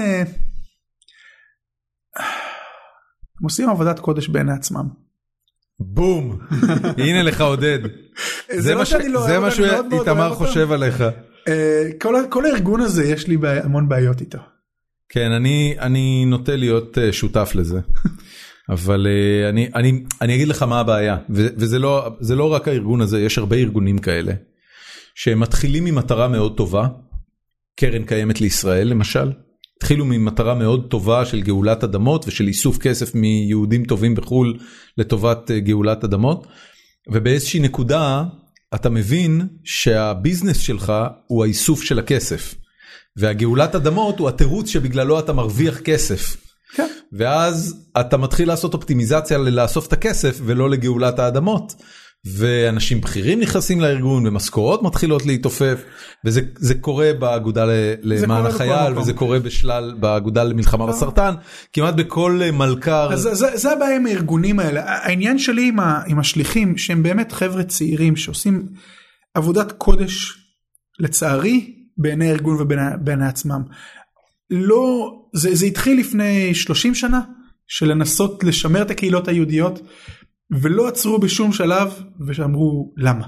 עושים עבודת קודש בעיני עצמם. בום. הנה לך עודד. זה מה שאיתמר חושב עליך. כל הארגון הזה יש לי המון בעיות איתו. כן, אני נוטה להיות שותף לזה. אבל אני אגיד לך מה הבעיה. וזה לא רק הארגון הזה, יש הרבה ארגונים כאלה. שהם מתחילים ממטרה מאוד טובה, קרן קיימת לישראל למשל, התחילו ממטרה מאוד טובה של גאולת אדמות ושל איסוף כסף מיהודים טובים בחול לטובת גאולת אדמות, ובאיזושהי נקודה אתה מבין שהביזנס שלך הוא האיסוף של הכסף, והגאולת אדמות הוא התירוץ שבגללו אתה מרוויח כסף. כן. ואז אתה מתחיל לעשות אופטימיזציה לאסוף את הכסף ולא לגאולת האדמות. ואנשים בכירים נכנסים לארגון, ומשכורות מתחילות להתעופף, וזה קורה באגודה למען החייל, וזה קורה בשלל, באגודה למלחמה בסרטן, כמעט בכל מלכר. זה הבעיה עם הארגונים האלה. העניין שלי עם השליחים, שהם באמת חבר'ה צעירים, שעושים עבודת קודש, לצערי, בעיני הארגון ובעיני עצמם. לא, זה התחיל לפני 30 שנה, של לנסות לשמר את הקהילות היהודיות, ולא עצרו בשום שלב, ושאמרו למה.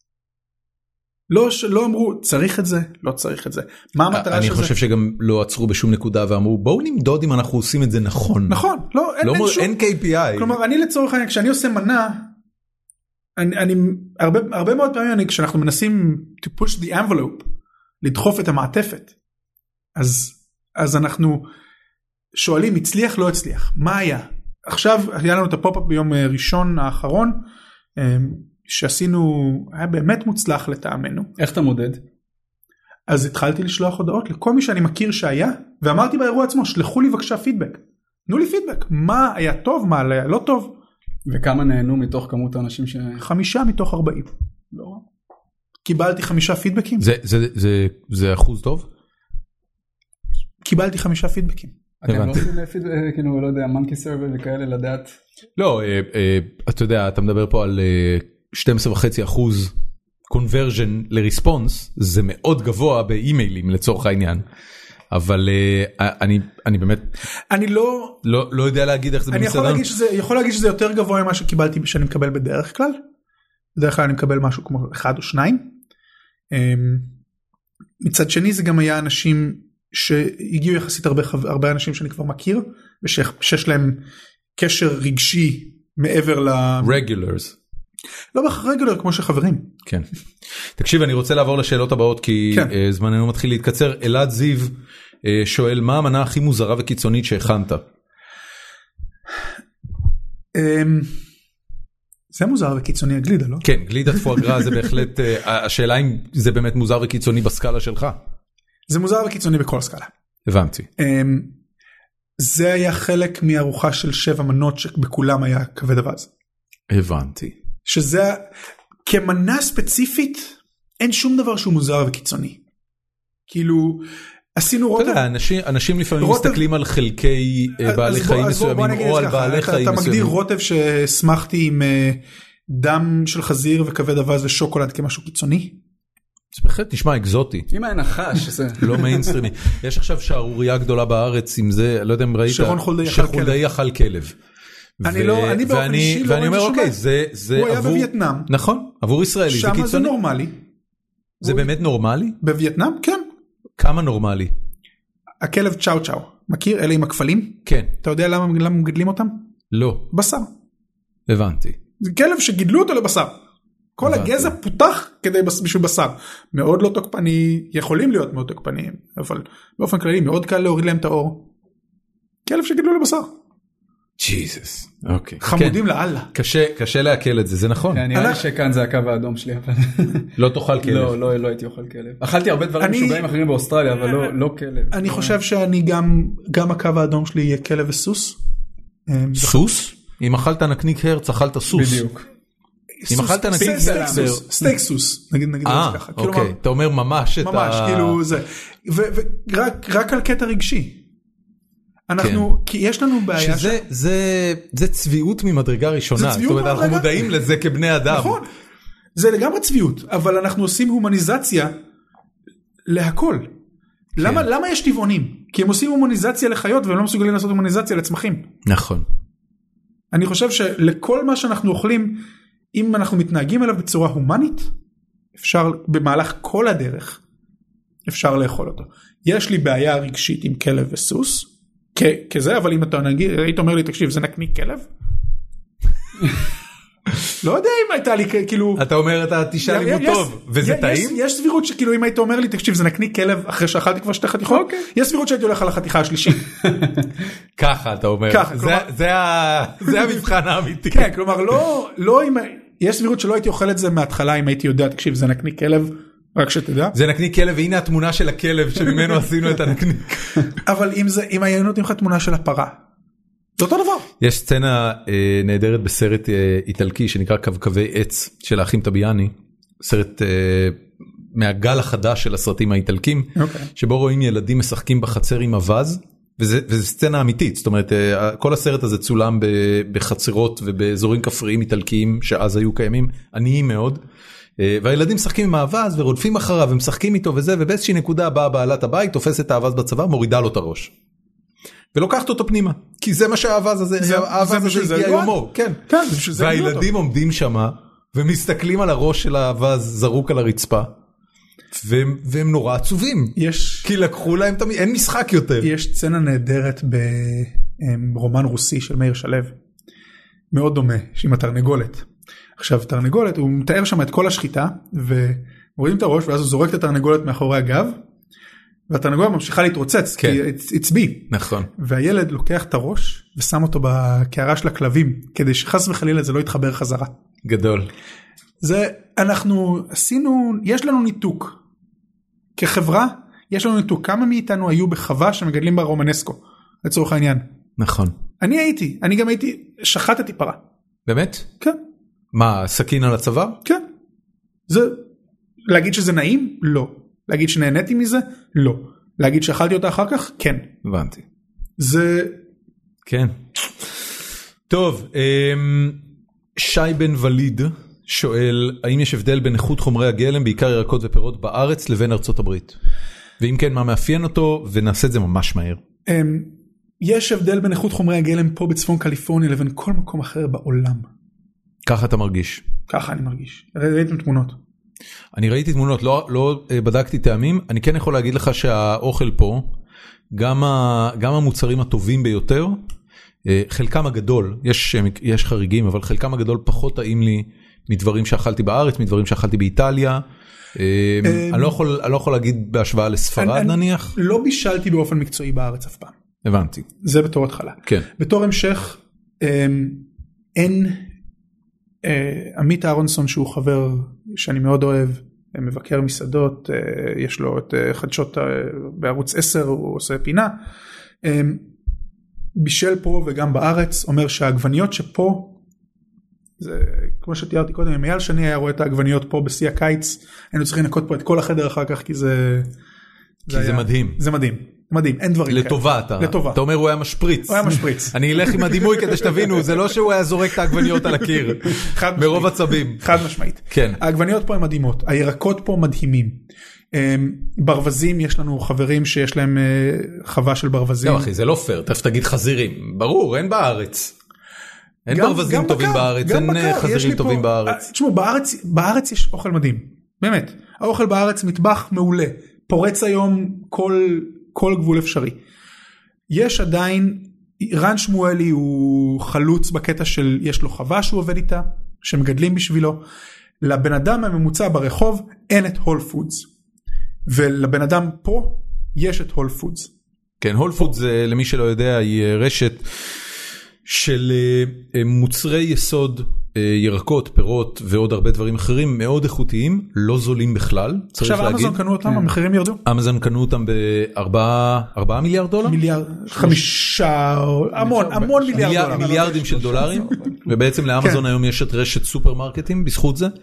לא אמרו צריך את זה, לא צריך את זה. מה המטרה של זה? אני חושב שגם לא עצרו בשום נקודה, ואמרו בואו נמדוד אם אנחנו עושים את זה נכון. נכון, אין KPI. כלומר, אני לצורך העניין, כשאני עושה מנה, הרבה מאוד פעמים, כשאנחנו מנסים to push the envelope, לדחוף את המעטפת, אז אנחנו שואלים, הצליח, לא הצליח. מה היה? עכשיו היה לנו את הפופ-אפ ביום ראשון האחרון, שעשינו, היה באמת מוצלח לטעמנו. איך אתה מודד? אז התחלתי לשלוח הודעות לכל מי שאני מכיר שהיה, ואמרתי באירוע עצמו, שלחו לי בבקשה פידבק. תנו לי פידבק, מה היה טוב, מה היה לא טוב. וכמה נהנו מתוך כמות האנשים 5 מתוך 40. לא רע. קיבלתי 5 פידבקים. זה אחוז טוב? קיבלתי 5 פידבקים. אתם לא עושים כאילו, לא יודע, מנקי סרבר וכאלה לדעת? לא, אתה יודע, אתה מדבר פה על 12.5% conversion לרספונס, זה מאוד גבוה באימיילים לצורך העניין. אבל אני באמת, אני לא יודע להגיד איך זה במסעדה. אני יכול להגיד שזה יותר גבוה ממה שקיבלתי שאני מקבל בדרך כלל. בדרך כלל אני מקבל משהו כמו 1 או 2. מצד שני זה גם היה אנשים שהגיעו יחסית הרבה אנשים שאני כבר מכיר, ושיש להם קשר רגשי מעבר regulars. לא רגולר כמו שחברים. כן. תקשיב, אני רוצה לעבור לשאלות הבאות, כי זמננו מתחיל להתקצר. אלעד זיו שואל, מה המנה הכי מוזרה וקיצונית שהכנת? זה מוזר וקיצוני הגלידה, לא? כן, גלידת פואגרה זה בהחלט, השאלה אם זה באמת מוזר וקיצוני בסקאלה שלך. זה מוזר וקיצוני בכל סקאלה. הבנתי. זה היה חלק מארוחה של 7 מנות שבכולם היה כבד אווז. הבנתי. שזה, כמנה ספציפית, אין שום דבר שהוא מוזר וקיצוני. כאילו, עשינו רוטב. אתה יודע, אנשים לפעמים מסתכלים על חלקי בעלי חיים מסוימים, או על בעלי חיים מסוימים. אתה מגדיר רוטב ששמחתי עם דם של חזיר וכבד אווז ושוקולד כמשהו קיצוני? זה בהחלט נשמע אקזוטי. אם היה נחש, זה לא מיינסטרימי. יש עכשיו שערוריה גדולה בארץ עם זה, לא יודע אם ראית, שחולדאי יאכל כלב. אני באופן אישי לא ואני אומר, אוקיי, זה הוא היה בווייטנאם. נכון, עבור ישראלי, זה קיצוני. שם זה נורמלי. זה באמת נורמלי? בווייטנאם, כן. כמה נורמלי? הכלב צ'או צ'או. מכיר? אלה עם הכפלים? כן. אתה יודע למה מגדלים אותם? לא. בשר. הבנתי. זה כלב שגידלו אותו לבשר. כל הגזע פותח בשביל בשר. מאוד לא תוקפני, יכולים להיות מאוד תוקפניים, אבל באופן כללי מאוד קל להוריד להם את האור. כלב שגידלו לבשר. ג'יזוס, אוקיי. חמודים לאללה. קשה להקל את זה, זה נכון. נראה לי שכאן זה הקו האדום שלי. לא תאכל כלב. לא הייתי אוכל כלב. אכלתי הרבה דברים משוגעים אחרים באוסטרליה, אבל לא כלב. אני חושב שאני גם הקו האדום שלי יהיה כלב וסוס. סוס? אם אכלת נקניק הרץ, אכלת סוס. בדיוק. אם אכלת נקניק סטייק סוס, נגיד את זה ככה. אוקיי, אתה אומר ממש את ה... ממש, כאילו זה. ורק על קטע רגשי. אנחנו, כי יש לנו בעיה... שזה צביעות ממדרגה ראשונה. זאת אומרת, אנחנו מודעים לזה כבני אדם. נכון. זה לגמרי צביעות, אבל אנחנו עושים הומניזציה להכל. למה יש טבעונים? כי הם עושים הומניזציה לחיות, והם לא מסוגלים לעשות הומניזציה לצמחים. נכון. אני חושב שלכל מה שאנחנו אוכלים, אם אנחנו מתנהגים אליו בצורה הומנית, אפשר במהלך כל הדרך, אפשר לאכול אותו. יש לי בעיה רגשית עם כלב וסוס, כזה, אבל אם אתה היית אומר לי, תקשיב, זה נקניק כלב? לא יודע אם הייתה לי, כאילו... אתה אומר, אתה תשאל אם הוא טוב, וזה טעים? יש סבירות שכאילו, אם היית אומר לי, תקשיב, זה נקניק כלב, אחרי שאכלתי כבר 2 חתיכות, יש סבירות שהייתי הולך על החתיכה השלישית. ככה, אתה אומר. זה המבחן האמיתי. כן, כלומר, לא אם... יש סבירות שלא הייתי אוכל את זה מההתחלה, אם הייתי יודע, תקשיב, זה נקניק כלב, רק שתדע. זה נקניק כלב, והנה התמונה של הכלב שממנו עשינו את הנקניק. אבל אם היינו נותנים לך תמונה של הפרה, זה אותו דבר. יש סצנה נהדרת בסרט איטלקי שנקרא קווקווי עץ של האחים טביאני, סרט מהגל החדש של הסרטים האיטלקים, שבו רואים ילדים משחקים בחצר עם אבז, וזה סצנה אמיתית, זאת אומרת, כל הסרט הזה צולם בחצרות ובאזורים כפריים איטלקיים שאז היו קיימים, עניים מאוד, והילדים משחקים עם האבז ורודפים אחריו ומשחקים איתו וזה, ובאיזושהי נקודה באה בעלת הבית, תופסת את האבז בצוואר, מורידה לו את הראש. ולוקחת אותו פנימה, כי זה מה שהאבז הזה, האבז הזה הגיע יומו, כן. והילדים עומדים שמה, ומסתכלים על הראש של האבז זרוק על הרצפה, והם נורא עצובים, כי לקחו להם, אין משחק יותר. יש סצנה נהדרת ברומן רוסי של מאיר שלו, מאוד דומה, עם התרנגולת. עכשיו, תרנגולת, הוא מתאר שם את כל השחיטה, ומורידים את הראש, ואז הוא זורק את התרנגולת מאחורי הגב, והתרנגולת ממשיכה להתרוצץ, כי הצבי. נכון. והילד לוקח את הראש, ושם אותו בקערה של הכלבים, כדי שחס וחלילה זה לא יתחבר חזרה. גדול. זה, אנחנו עשינו, יש לנו ניתוק. כחברה, יש לנו ניתוק. כמה מאיתנו היו בחווה שמגדלים בה רומנסקו, לצורך העניין. נכון. אני גם הייתי, שחטתי פרה. באמת? כן. מה, סכין על הצוואר? כן. זה, להגיד שזה נעים? לא. להגיד שנהניתי מזה? לא. להגיד שאכלתי אותה אחר כך? כן. הבנתי. זה... כן. טוב, שי בן וליד שואל, האם יש הבדל בין איכות חומרי הגלם, בעיקר ירקות ופירות בארץ, לבין ארצות הברית? ואם כן, מה מאפיין אותו? ונעשה את זה ממש מהר. יש הבדל בין איכות חומרי הגלם פה בצפון קליפורניה, לבין כל מקום אחר בעולם. ככה אתה מרגיש? ככה אני מרגיש. ראיתם תמונות? אני ראיתי תמונות, לא בדקתי טעמים, אני כן יכול להגיד לך שהאוכל פה, גם המוצרים הטובים ביותר, חלקם הגדול, יש חריגים, אבל חלקם הגדול פחות טעים לי מדברים שאכלתי בארץ, מדברים שאכלתי באיטליה, אני לא יכול להגיד בהשוואה לספרד נניח. לא בישלתי באופן מקצועי בארץ אף פעם. הבנתי. זה בתור התחלה. כן. בתור המשך, אין... עמית אהרונסון שהוא חבר שאני מאוד אוהב, מבקר מסעדות, יש לו את חדשות בערוץ 10, הוא עושה פינה, בישל פה וגם בארץ, אומר שהעגבניות שפה, זה כמו שתיארתי קודם, אם אייל שני היה רואה את העגבניות פה בשיא הקיץ, היינו צריכים לנקות פה את כל החדר אחר כך, כי זה מדהים. זה מדהים. מדהים, אין דברים כאלה. לטובה אתה אומר הוא היה משפריץ. הוא היה משפריץ. אני אלך עם הדימוי כדי שתבינו, זה לא שהוא היה זורק את העגבניות על הקיר, מרוב עצבים. חד משמעית. כן. העגבניות פה הן מדהימות, הירקות פה מדהימים. ברווזים, יש לנו חברים שיש להם חווה של ברווזים. לא אחי, זה לא פייר, תכף תגיד חזירים. ברור, אין בארץ. אין ברווזים טובים בארץ, אין חזירים טובים בארץ. תשמעו, בארץ יש אוכל מדהים. באמת. האוכל בארץ מטבח מעולה. פורץ היום כל גבול אפשרי. יש עדיין, רן שמואלי הוא חלוץ בקטע של, יש לו חווה שהוא עובד איתה, שמגדלים בשבילו. לבן אדם הממוצע ברחוב אין את הול פודס, ולבן אדם פה יש את הול פודס. כן, הול פודס, למי שלא יודע, היא רשת של מוצרי יסוד, ירקות, פירות ועוד הרבה דברים אחרים מאוד איכותיים, לא זולים בכלל. עכשיו אמזון קנו אותם, המחירים ירדו? אמזון קנו אותם ב$4 מיליארד? מיליארד, 5, המון מיליארד דולר. מיליארדים של דולרים, ובעצם לאמזון היום יש את רשת סופרמרקטים בזכות זה.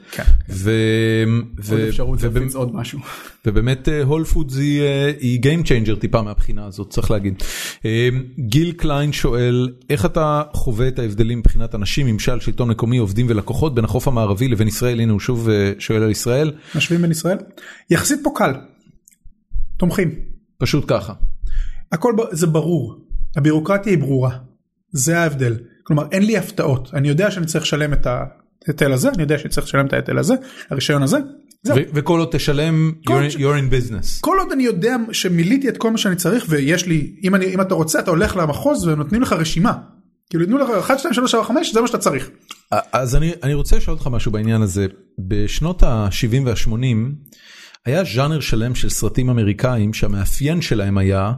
עוד אפשרות להפיץ עוד משהו. ובאמת הול פודס היא Game Changer טיפה מהבחינה הזאת, צריך להגיד. גיל קליין שואל, איך אתה חווה את ההבדלים מבחינת אנשים, ממשל, שלטון מקומי, עובדים ולקוחות, בין החוף המערבי לבין ישראל? הנה הוא שוב שואל על ישראל. משווים בין ישראל? יחסית פה קל. תומכים. פשוט ככה. הכל זה ברור. הבירוקרטיה היא ברורה. זה ההבדל. כלומר, אין לי הפתעות. אני יודע שאני צריך לשלם את ההיטל הזה, אני יודע שאני צריך לשלם את ההיטל הזה, הרישיון הזה. וכל עוד תשלם, you're in business. כל עוד אני יודע שמיליתי את כל מה שאני צריך, ויש לי, אם אתה רוצה, אתה הולך למחוז ונותנים לך רשימה. כאילו, יתנו לך 1, 2, 3, 4, 5, זה מה שאתה צריך. אז אני רוצה לשאול אותך משהו בעניין הזה. בשנות ה-70 וה-80, היה ז'אנר שלם של סרטים אמריקאים, שהמאפיין שלהם היה,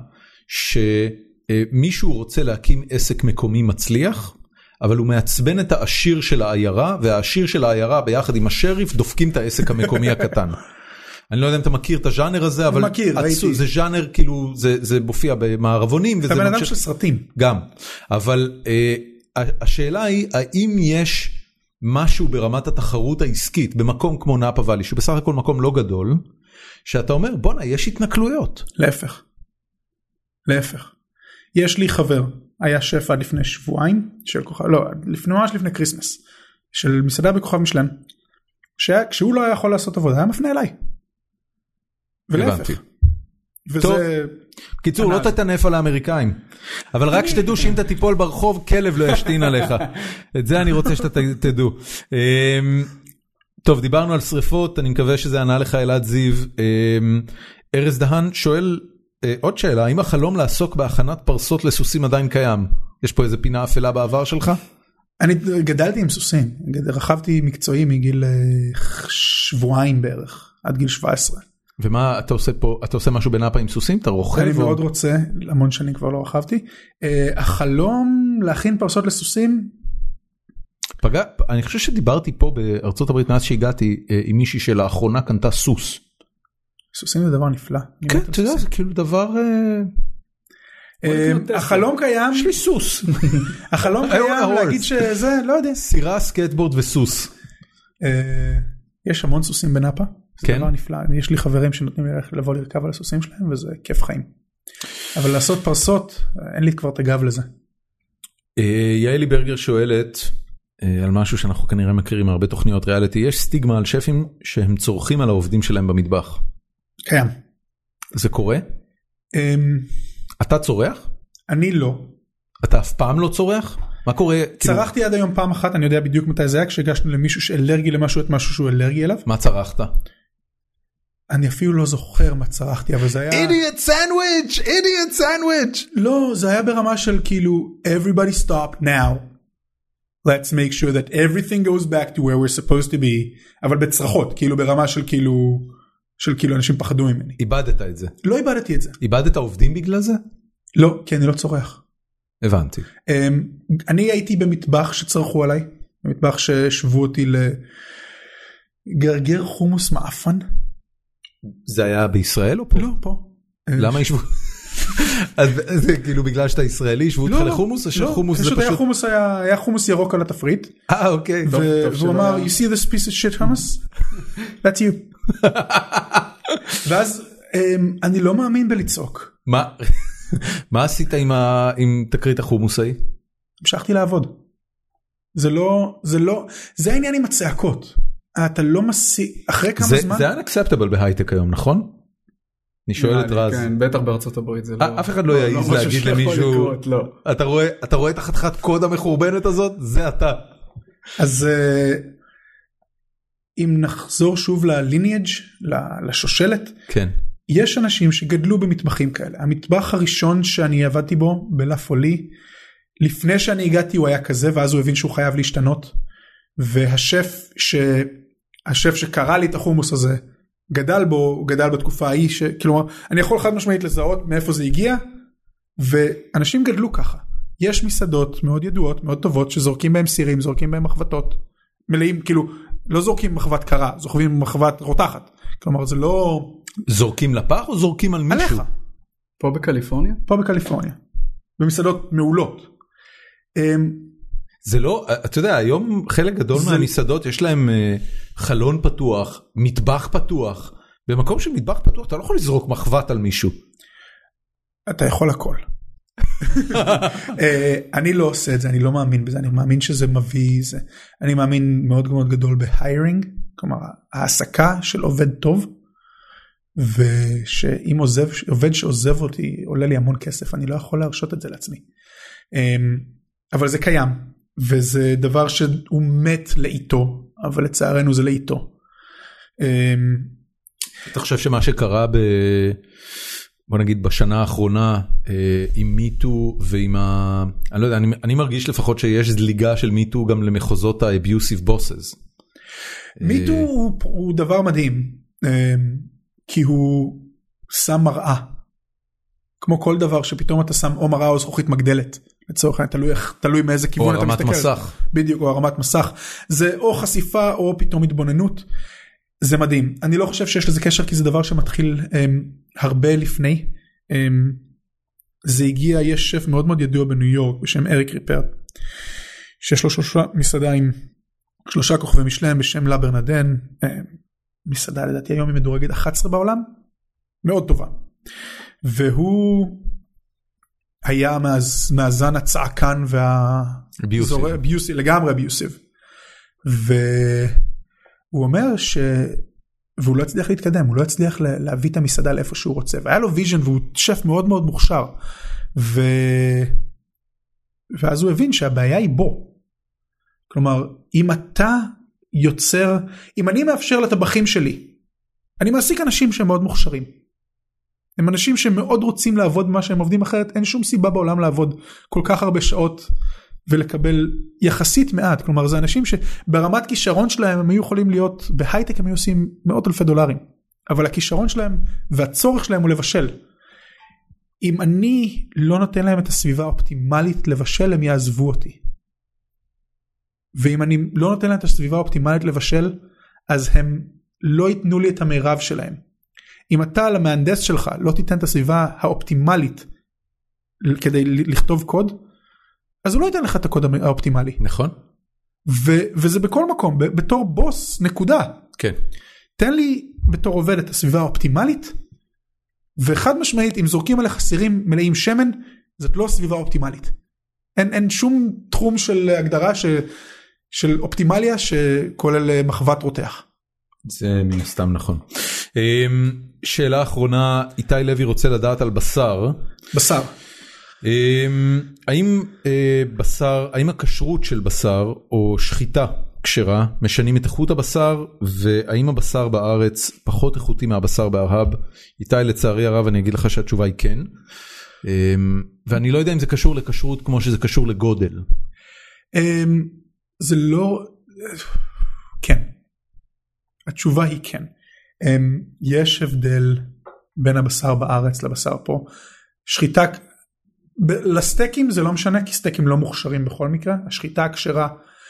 שמישהו רוצה להקים עסק מקומי מצליח, אבל הוא מעצבן את העשיר של העיירה, והעשיר של העיירה ביחד עם השריף דופקים את העסק המקומי הקטן. אני לא יודע אם אתה מכיר את הז'אנר הזה, אבל זה ז'אנר, כאילו, זה מופיע במערבונים. אתה בן אדם של סרטים. גם. אבל השאלה היא, האם יש משהו ברמת התחרות העסקית, במקום כמו נאפה ואלי, שבסך הכל מקום לא גדול, שאתה אומר, בונה, יש התנכלויות. להפך. יש לי חבר, היה שף עד לפני שבועיים, ממש לפני קריסמס, של מסעדה בכוכב משלן, כשהוא לא היה יכול לעשות עבודה, היה מפנה אליי. ולהפך. טוב, קיצור, לא תתנף על האמריקאים, אבל רק שתדעו שאם אתה תיפול ברחוב, כלב לא ישתין עליך. את זה אני רוצה שאתה תדעו. טוב, דיברנו על שריפות, אני מקווה שזה ענה לך אלעד זיו. ארז דהן שואל עוד שאלה, האם החלום לעסוק בהכנת פרסות לסוסים עדיין קיים? יש פה איזה פינה אפלה בעבר שלך? אני גדלתי עם סוסים, רכבתי מקצועי מגיל שבועיים בערך, עד גיל 17. ומה אתה עושה פה? אתה עושה משהו בנאפה עם סוסים? אתה רוכב? אני מאוד רוצה, המון שנים כבר לא רכבתי. החלום להכין פרסות לסוסים? אני חושב שדיברתי פה בארצות הברית מאז שהגעתי עם מישהי שלאחרונה קנתה סוס. סוסים זה דבר נפלא. כן, אתה יודע, זה כאילו דבר... החלום קיים... יש לי סוס. החלום קיים להגיד שזה, לא יודע. סירה, סקטבורד וסוס. יש המון סוסים בנאפה. זה דבר נפלא. יש לי חברים שנותנים לי לבוא לרכב על הסוסים שלהם, וזה כיף חיים. אבל לעשות פרסות, אין לי כבר את הגב לזה. יעלי ברגר שואלת על משהו שאנחנו כנראה מכירים מהרבה תוכניות ריאליטי. יש סטיגמה על שפים שהם צורכים על העובדים שלהם במטבח. קיים. זה קורה? אתה צורח? אני לא. אתה אף פעם לא צורח? מה קורה? צרחתי עד היום פעם אחת, אני יודע בדיוק מתי זה היה, כשהגשנו למישהו שאלרגי למשהו, את משהו שהוא אלרגי אליו. מה צרחת? אני אפילו לא זוכר מה צרחתי, אבל זה היה... אידיוט סנדוויץ'! אידיוט סנדוויץ'! לא, זה היה ברמה של כאילו, everybody stop now. Let's make sure that everything goes back to where we're supposed to be. אבל בצרחות, כאילו ברמה של כאילו אנשים פחדו ממני. איבדת את זה? לא איבדתי את זה. איבדת עובדים בגלל זה? לא, כי אני לא צורח. הבנתי. אני הייתי במטבח שצרחו עליי, במטבח ששבו אותי לגרגר חומוס מאפן. זה היה בישראל או פה? לא, פה. למה ישבו? אז זה כאילו בגלל שאתה ישראלי, ישבו אותך לחומוס? לא, פשוט היה חומוס ירוק על התפריט. אוקיי. והוא אמר, you see this piece of shit hummus? That's you. ואז אני לא מאמין בלצעוק. מה עשית עם תקרית החומוס ההיא? המשכתי לעבוד. זה העניין עם הצעקות. אתה לא אחרי כמה זמן... זה unacceptable בהייטק היום, נכון? אני שואל את רז. כן, בטח בארצות הברית זה לא... אף אחד לא יעיז להגיד למישהו... אתה רואה את החתיכת קוד המחורבנת הזאת? זה אתה. אז אם נחזור שוב לליניאג', לשושלת, כן. יש אנשים שגדלו במטבחים כאלה. המטבח הראשון שאני עבדתי בו, בלה פולי, לפני שאני הגעתי הוא היה כזה, ואז הוא הבין שהוא חייב להשתנות. והשף השף שקרא לי את החומוס הזה, גדל בו, גדל בתקופה ההיא, כלומר, אני יכול חד משמעית לזהות מאיפה זה הגיע, ואנשים גדלו ככה. יש מסעדות מאוד ידועות, מאוד טובות, שזורקים בהם סירים, זורקים בהם מחבטות, מלאים, כאילו, לא זורקים מחבת קרה, זורקים מחבת רותחת. כלומר, זה לא... זורקים לפח או זורקים על מישהו? עליך. פה בקליפורניה? פה בקליפורניה. במסעדות מעולות. זה לא, אתה יודע, היום חלק גדול מהמסעדות יש להם חלון פתוח, מטבח פתוח. במקום של מטבח פתוח אתה לא יכול לזרוק מחבת על מישהו. אתה יכול הכל. אני לא עושה את זה, אני לא מאמין בזה, אני מאמין שזה מביא זה. אני מאמין מאוד מאוד גדול בהיירינג, כלומר העסקה של עובד טוב, ושאם עובד שעוזב אותי עולה לי המון כסף, אני לא יכול להרשות את זה לעצמי. אבל זה קיים, וזה דבר שהוא מת לאיתו, אבל לצערנו זה לאיתו. אתה חושב שמה שקרה בוא נגיד בשנה האחרונה עם מיטו ועם אני לא יודע, אני מרגיש לפחות שיש זליגה של מיטו גם למחוזות ה-abusive bosses. מיטו הוא דבר מדהים, כי הוא שם מראה. כמו כל דבר שפתאום אתה שם או מראה או זכוכית מגדלת. לצורך העניין, תלוי מאיזה כיוון אתה מסתכל. או הרמת מסך. בדיוק, או הרמת מסך. זה או חשיפה או פתאום התבוננות. זה מדהים. אני לא חושב שיש לזה קשר, כי זה דבר שמתחיל הרבה לפני. זה הגיע, יש שף מאוד מאוד ידוע בניו יורק, בשם אריק ריפרט, שיש לו מסעדה עם 3 כוכבי משלם, בשם לה ברנדן, מסעדה לדעתי היום היא מדורגת 11 בעולם, מאוד טובה. והוא היה מהזן הצעקן והאביוסיב, לגמרי אביוסיב. והוא אומר והוא לא הצליח להתקדם, הוא לא הצליח להביא את המסעדה לאיפה שהוא רוצה, והיה לו ויז'ן והוא שף מאוד מאוד מוכשר, ואז הוא הבין שהבעיה היא בו. כלומר, אם אתה יוצר, אם אני מאפשר לטבחים שלי, אני מעסיק אנשים שהם מאוד מוכשרים, הם אנשים שמאוד רוצים לעבוד במה שהם עובדים, אחרת אין שום סיבה בעולם לעבוד כל כך הרבה שעות ולקבל יחסית מעט. כלומר, זה אנשים שברמת כישרון שלהם הם היו יכולים להיות בהייטק, הם היו עושים מאות אלפי דולרים, אבל הכישרון שלהם והצורך שלהם הוא לבשל. אם אני לא נותן להם את הסביבה האופטימלית לבשל, הם יעזבו אותי. ואם אני לא נותן להם את הסביבה האופטימלית לבשל, אז הם לא ייתנו לי את המירב שלהם. אם אתה למהנדס שלך לא תיתן את הסביבה האופטימלית כדי לכתוב קוד, אז הוא לא ייתן לך את הקוד האופטימלי. נכון. וזה בכל מקום, בתור בוס, נקודה. כן. תן לי בתור עובד את הסביבה האופטימלית, וחד משמעית, אם זורקים עליך סירים מלאים שמן, זאת לא סביבה אופטימלית. אין שום תחום של הגדרה של אופטימליה שכולל מחבת רותח. זה מן הסתם נכון. שאלה אחרונה, איתי לוי רוצה לדעת על בשר. בשר. האם הכשרות של בשר או שחיטה כשרה משנים את איכות הבשר, והאם הבשר בארץ פחות איכותי מהבשר בארהב? איתי, לצערי הרב אני אגיד לך שהתשובה היא כן, ואני לא יודע אם זה קשור לכשרות כמו שזה קשור לגודל. זה לא, כן, התשובה היא כן. יש הבדל בין הבשר בארץ לבשר פה. שחיטה, לסטייקים זה לא משנה, כי סטייקים לא מוכשרים בכל מקרה. השחיטה הכשרה,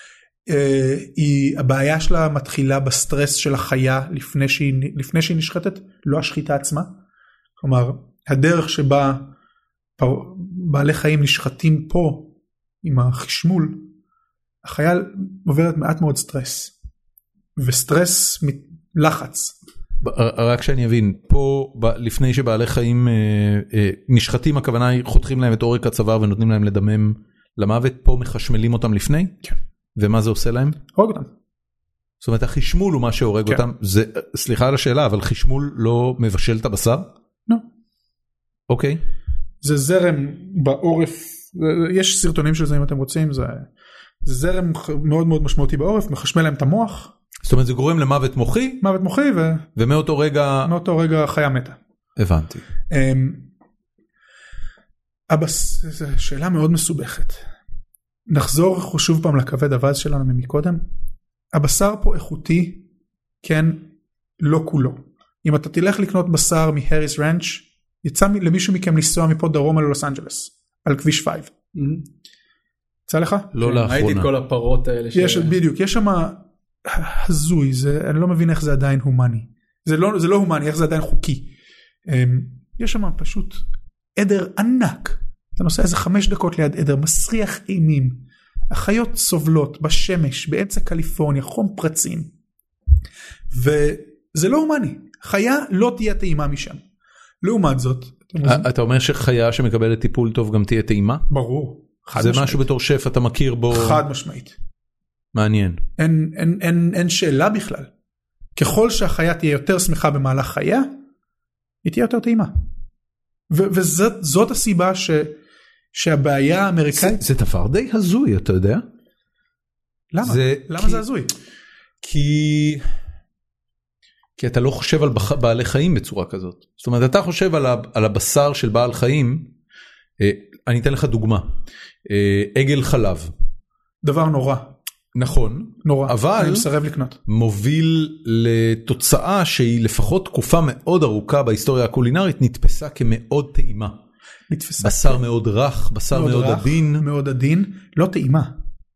הבעיה שלה מתחילה בסטרס של החיה לפני שהיא נשחטת, לא השחיטה עצמה. כלומר, הדרך שבה בעלי חיים נשחטים פה עם החשמול, החיה עוברת מעט מאוד סטרס, וסטרס לחץ. רק שאני אבין, פה לפני שבעלי חיים נשחטים, הכוונה היא חותכים להם את עורק הצוואר ונותנים להם לדמם למוות, פה מחשמלים אותם לפני? כן. ומה זה עושה להם? הורג אותם. זאת אומרת, החשמול הוא מה שהורג אותם. סליחה על השאלה, אבל חשמול לא מבשל את הבשר? לא. אוקיי. זה זרם בעורף, יש סרטונים של זה אם אתם רוצים, זה זרם מאוד מאוד משמעותי בעורף, מחשמל להם את המוח. זאת אומרת, זה גורם למוות מוחי? מוות מוחי, ומאותו רגע... מאותו רגע החיה מתה. הבנתי. זו שאלה מאוד מסובכת. נחזור שוב פעם לכבד אבז שלנו ממקודם. הבשר פה איכותי כן, לא כולו. אם אתה תלך לקנות בשר מהריס רנץ', יצא למישהו מכם לנסוע מפה דרומה ללוס אנג'לס, על כביש 5. יצא לך? לא לאחרונה. ראיתי את כל הפרות האלה. בדיוק, יש שם הזוי, אני לא מבין איך זה עדיין הומני. זה לא הומני, איך זה עדיין חוקי. יש שם פשוט עדר ענק. אתה נוסע איזה 5 דקות ליד עדר, מסריח אימים. החיות סובלות בשמש, באמצע קליפורניה, חום פרצים. וזה לא הומני. חיה לא תהיה טעימה משם. לעומת זאת. אתה אומר שחיה שמקבלת טיפול טוב גם תהיה טעימה? ברור. זה משהו בתור שף אתה מכיר בו? חד משמעית. מעניין. אין שאלה בכלל. ככל שהחיה תהיה יותר שמחה במהלך חיה, היא תהיה יותר טעימה. וזאת הסיבה שהבעיה האמריקאית... זה דבר די הזוי, אתה יודע? למה? למה זה הזוי? כי אתה לא חושב על בעלי חיים בצורה כזאת. זאת אומרת, אתה חושב על הבשר של בעל חיים, אני אתן לך דוגמה, עגל חלב. דבר נורא. נכון, נורא, אבל אני מסרב לקנות. מוביל לתוצאה שהיא לפחות תקופה מאוד ארוכה בהיסטוריה הקולינרית, נתפסה כמאוד טעימה. בשר מאוד רך, בשר מאוד עדין. מאוד עדין, לא טעימה.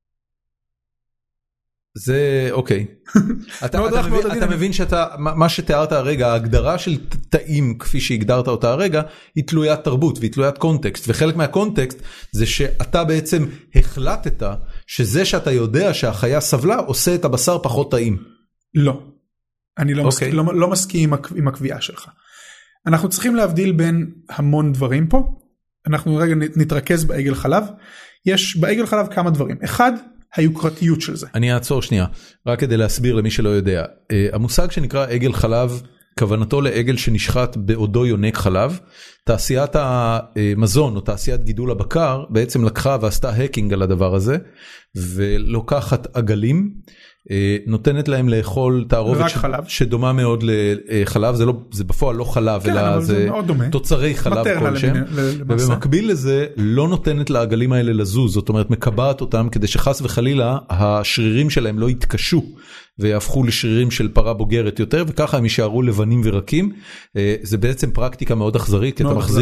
זה אוקיי. אתה מבין מה שתיארת הרגע, ההגדרה של טעים כפי שהגדרת אותה הרגע, היא תלוית תרבות והיא תלוית קונטקסט, וחלק מהקונטקסט זה שאתה בעצם החלטת שזה שאתה יודע שהחיה סבלה עושה את הבשר פחות טעים. לא. אני לא מסכים עם הקביעה שלך. אנחנו צריכים להבדיל בין המון דברים פה. אנחנו רגע נתרכז בעגל חלב. יש בעגל חלב כמה דברים. אחד, היוקרתיות של זה. אני אעצור שנייה, רק כדי להסביר למי שלא יודע. המושג שנקרא עגל חלב, כוונתו לעגל שנשחט בעודו יונק חלב. תעשיית המזון או תעשיית גידול הבקר בעצם לקחה ועשתה הקינג על הדבר הזה, ולוקחת עגלים, נותנת להם לאכול תערובת שדומה מאוד לחלב, זה בפועל לא חלב, אלא זה תוצרי חלב כלשהם, ובמקביל לזה לא נותנת לעגלים האלה לזוז, זאת אומרת מקבעת אותם כדי שחס וחלילה השרירים שלהם לא יתקשו, ויהפכו לשרירים של פרה בוגרת יותר, וככה הם יישארו לבנים ורקים. זה בעצם פרקטיקה מאוד אכזרית, כי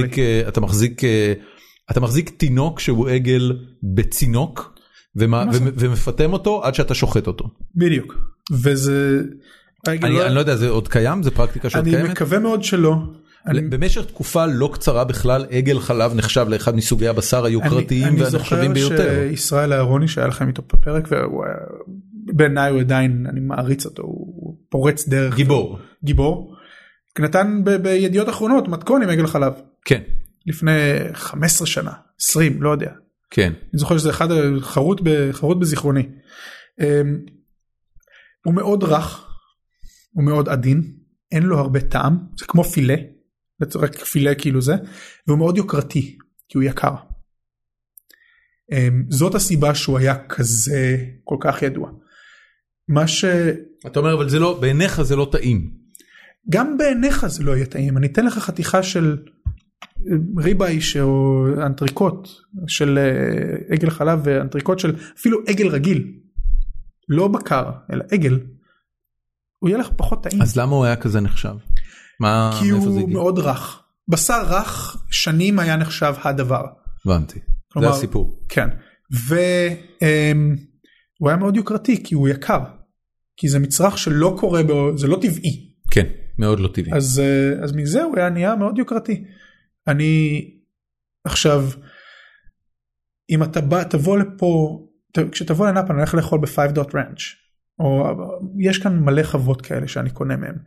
אתה מחזיק תינוק שהוא עגל בצינוק, ומפתם אותו עד שאתה שוחט אותו. בדיוק. וזה... אני לא יודע, זה עוד קיים? זה פרקטיקה שעוד קיימת? אני מקווה מאוד שלא. במשך תקופה לא קצרה בכלל, עגל חלב נחשב לאחד מסוגי הבשר היוקרתיים והנחשבים ביותר. אני זוכר שישראל אהרוני שהיה לכם איתו בפרק, ובעיניי הוא עדיין, אני מעריץ אותו, הוא פורץ דרך. גיבור. נתן בידיעות אחרונות מתכון עם עגל חלב. כן. לפני 15 שנה, 20, לא יודע. כן. אני זוכר שזה אחד חרוט בזיכרוני. הוא מאוד רך, הוא מאוד עדין, אין לו הרבה טעם, זה כמו פילה, רק פילה כאילו זה, והוא מאוד יוקרתי, כי הוא יקר. זאת הסיבה שהוא היה כזה כל כך ידוע. אתה אומר, אבל זה לא, בעיניך זה לא טעים. גם בעיניך זה לא יהיה טעים. אני אתן לך חתיכה של ריבאי או אנטריקוט של עגל חלב ואנטריקוט של אפילו עגל רגיל, לא בקר, אלא עגל. הוא יהיה לך פחות טעים. אז למה הוא היה כזה נחשב? כי הוא מאוד רך. בשר רך שנים היה נחשב הדבר. הבנתי. זה הסיפור. כן. והוא היה מאוד יוקרתי כי הוא יקר. כי זה מצרך שלא קורה בו, זה לא טבעי. כן, מאוד לא טבעי. אז מזה הוא היה נהיה מאוד יוקרתי. אני עכשיו, אם אתה תבוא לפה, כשתבוא לנאפה אני הולך לאכול ב5 Dot Ranch, או יש כאן מלא חוות כאלה שאני קונה מהם,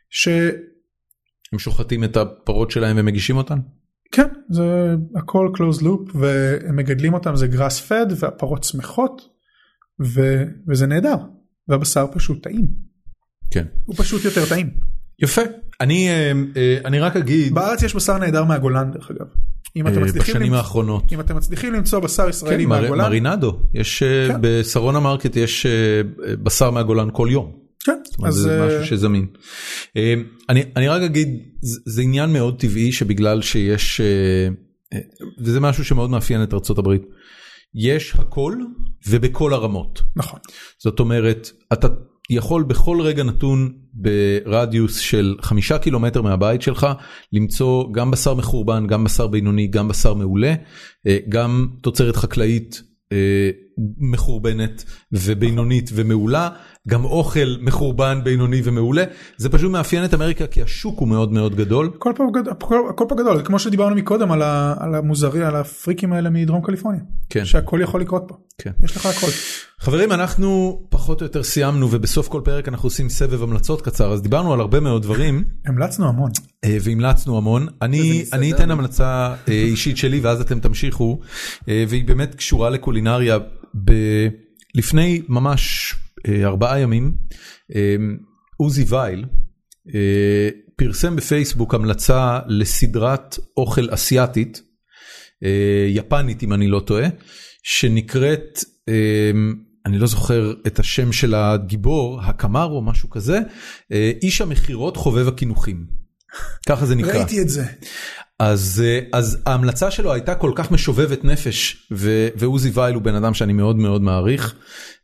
הם שוחטים את הפרות שלהם ומגישים אותן? כן, זה הכל closed loop, והם מגדלים אותם, זה grass fed, והפרות שמחות, וזה נהדר, והבשר פשוט טעים. כן. הוא פשוט יותר טעים. יפה. אני רק אגיד... בארץ יש בשר נהדר מהגולן דרך אגב. בשנים האחרונות. אם אתם מצליחים למצוא בשר ישראלי מהגולן. מרינדו. יש בסרונה מרקט יש בשר מהגולן כל יום. כן. זה משהו שזמין. אני רק אגיד, זה עניין מאוד טבעי שבגלל שיש, וזה משהו שמאוד מאפיין את ארצות הברית, יש הכל ובכל הרמות. נכון. זאת אומרת, יכול בכל רגע נתון ברדיוס של 5 קילומטר מהבית שלך למצוא גם בשר מחורבן, גם בשר בינוני, גם בשר מעולה, גם תוצרת חקלאית מחורבנת ובינונית ומעולה, גם אוכל מחורבן, בינוני ומעולה. זה פשוט מאפיין את אמריקה כי השוק הוא מאוד מאוד גדול. כל פעם גדול, כמו שדיברנו מקודם על המוזרי, על הפריקים האלה מדרום קליפורניה. כן. שהכל יכול לקרות פה. כן. יש לך הכל. חברים, אנחנו פחות או יותר סיימנו, ובסוף כל פרק אנחנו עושים סבב המלצות קצר, אז דיברנו על הרבה מאוד דברים. המלצנו המון. והמלצנו המון. אני אתן המלצה אישית שלי, ואז אתם תמשיכו, והיא באמת קשורה לקולינריה. לפני ממש 4 ימים, עוזי וייל פרסם בפייסבוק המלצה לסדרת אוכל אסיאטית, יפנית אם אני לא טועה, שנקראת, אני לא זוכר את השם של הגיבור, הקמר או משהו כזה, איש המחירות חובב הכינוחים. ככה זה נקרא. ראיתי את זה. אז ההמלצה שלו הייתה כל כך משובבת נפש, ועוזי וייל הוא בן אדם שאני מאוד מאוד מעריך,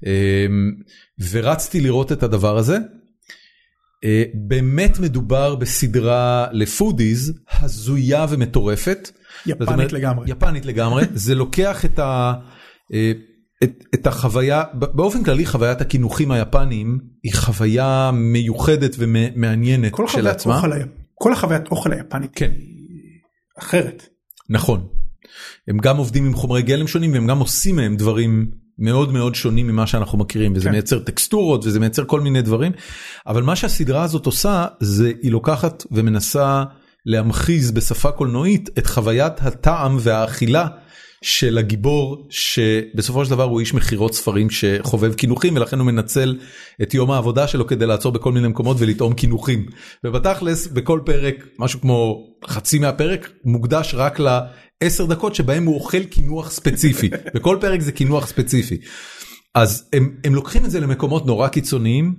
ורצתי לראות את הדבר הזה. באמת מדובר בסדרה לפודיז, הזויה ומטורפת. יפנית לגמרי. יפנית לגמרי. זה לוקח את החוויה, באופן כללי חוויית הכינוחים היפניים, היא חוויה מיוחדת ומעניינת של עצמה. כל החוויית אוכל היפנית. כן. אחרת. נכון. הם גם עובדים עם חומרי גלם שונים, והם גם עושים מהם דברים מאוד מאוד שונים ממה שאנחנו מכירים, וזה מייצר טקסטורות, וזה מייצר כל מיני דברים, אבל מה שהסדרה הזאת עושה, זה היא לוקחת ומנסה להמחיז בשפה קולנועית, את חוויית הטעם והאכילה, של הגיבור, שבסופו של דבר הוא איש מחירות ספרים שחובב כינוחים, ולכן הוא מנצל את יום העבודה שלו כדי לעצור בכל מיני מקומות ולטעום כינוחים. ובתכלס, בכל פרק, משהו כמו חצי מהפרק, מוקדש רק ל10 דקות שבהם הוא אוכל כינוח ספציפי. בכל פרק זה כינוח ספציפי. אז הם לוקחים את זה למקומות נורא קיצוניים,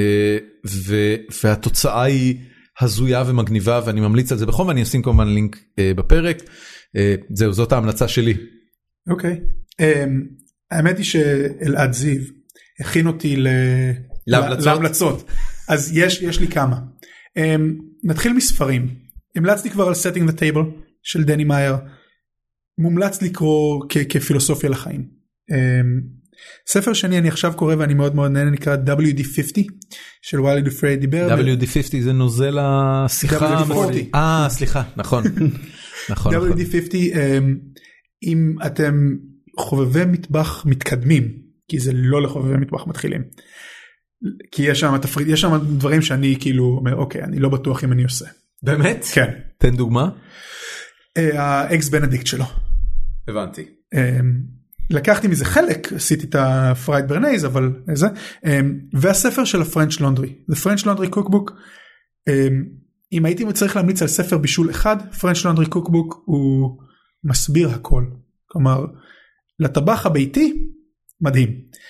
והתוצאה היא הזויה ומגניבה, ואני ממליץ על זה בחום, ואני אשים כמובן לינק בפרק. זהו, זאת ההמלצה שלי. אוקיי. האמת היא שאלעד זיו הכין אותי להמלצות. אז יש לי כמה. נתחיל מספרים. המלצתי כבר על Setting the Table של דני מאייר. מומלץ לקרוא כפילוסופיה לחיים. ספר שני אני עכשיו קורא ואני מאוד מאוד נהנה, נקרא WD-50 של ווילי דופריי דיבר. WD-50 זה נוזל השיחה. WD-40. סליחה, נכון. נכון. WD-50, אם אתם חובבי מטבח מתקדמים, כי זה לא לחובבי מטבח מתחילים, כי יש שם דברים שאני כאילו אומר, אוקיי, אני לא בטוח אם אני עושה. באמת? כן. תן דוגמה. האקס בנדיקט שלו. הבנתי. לקחתי מזה חלק, עשיתי את הפרייד ברנייז, אבל זה, והספר של הפרנץ' לונדרי, The French Laundry Cookbook, אם הייתי צריך להמליץ על ספר בישול אחד, French Laundry Cookbook הוא מסביר הכל, כלומר, לטבח הביתי, מדהים.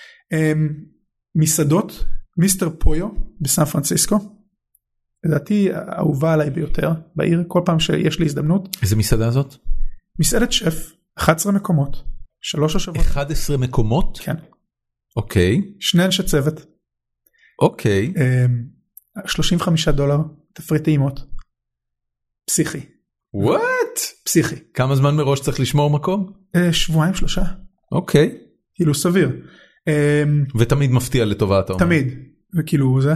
מסעדות, מיסטר פויו בסן פרנסיסקו, לדעתי אהובה עליי ביותר בעיר, כל פעם שיש לי הזדמנות. איזה מסעדה זאת? מסעדת שף, 11 מקומות, 3 השבועות. 11 מקומות? כן. אוקיי. 2 אנשי צוות. אוקיי. $35, תפריט טעימות. פסיכי. וואט? פסיכי. כמה זמן מראש צריך לשמור מקום? 2-3 שבועות. אוקיי. כאילו סביר. ותמיד מפתיע לטובה, אתה אומר. תמיד. וכאילו זה.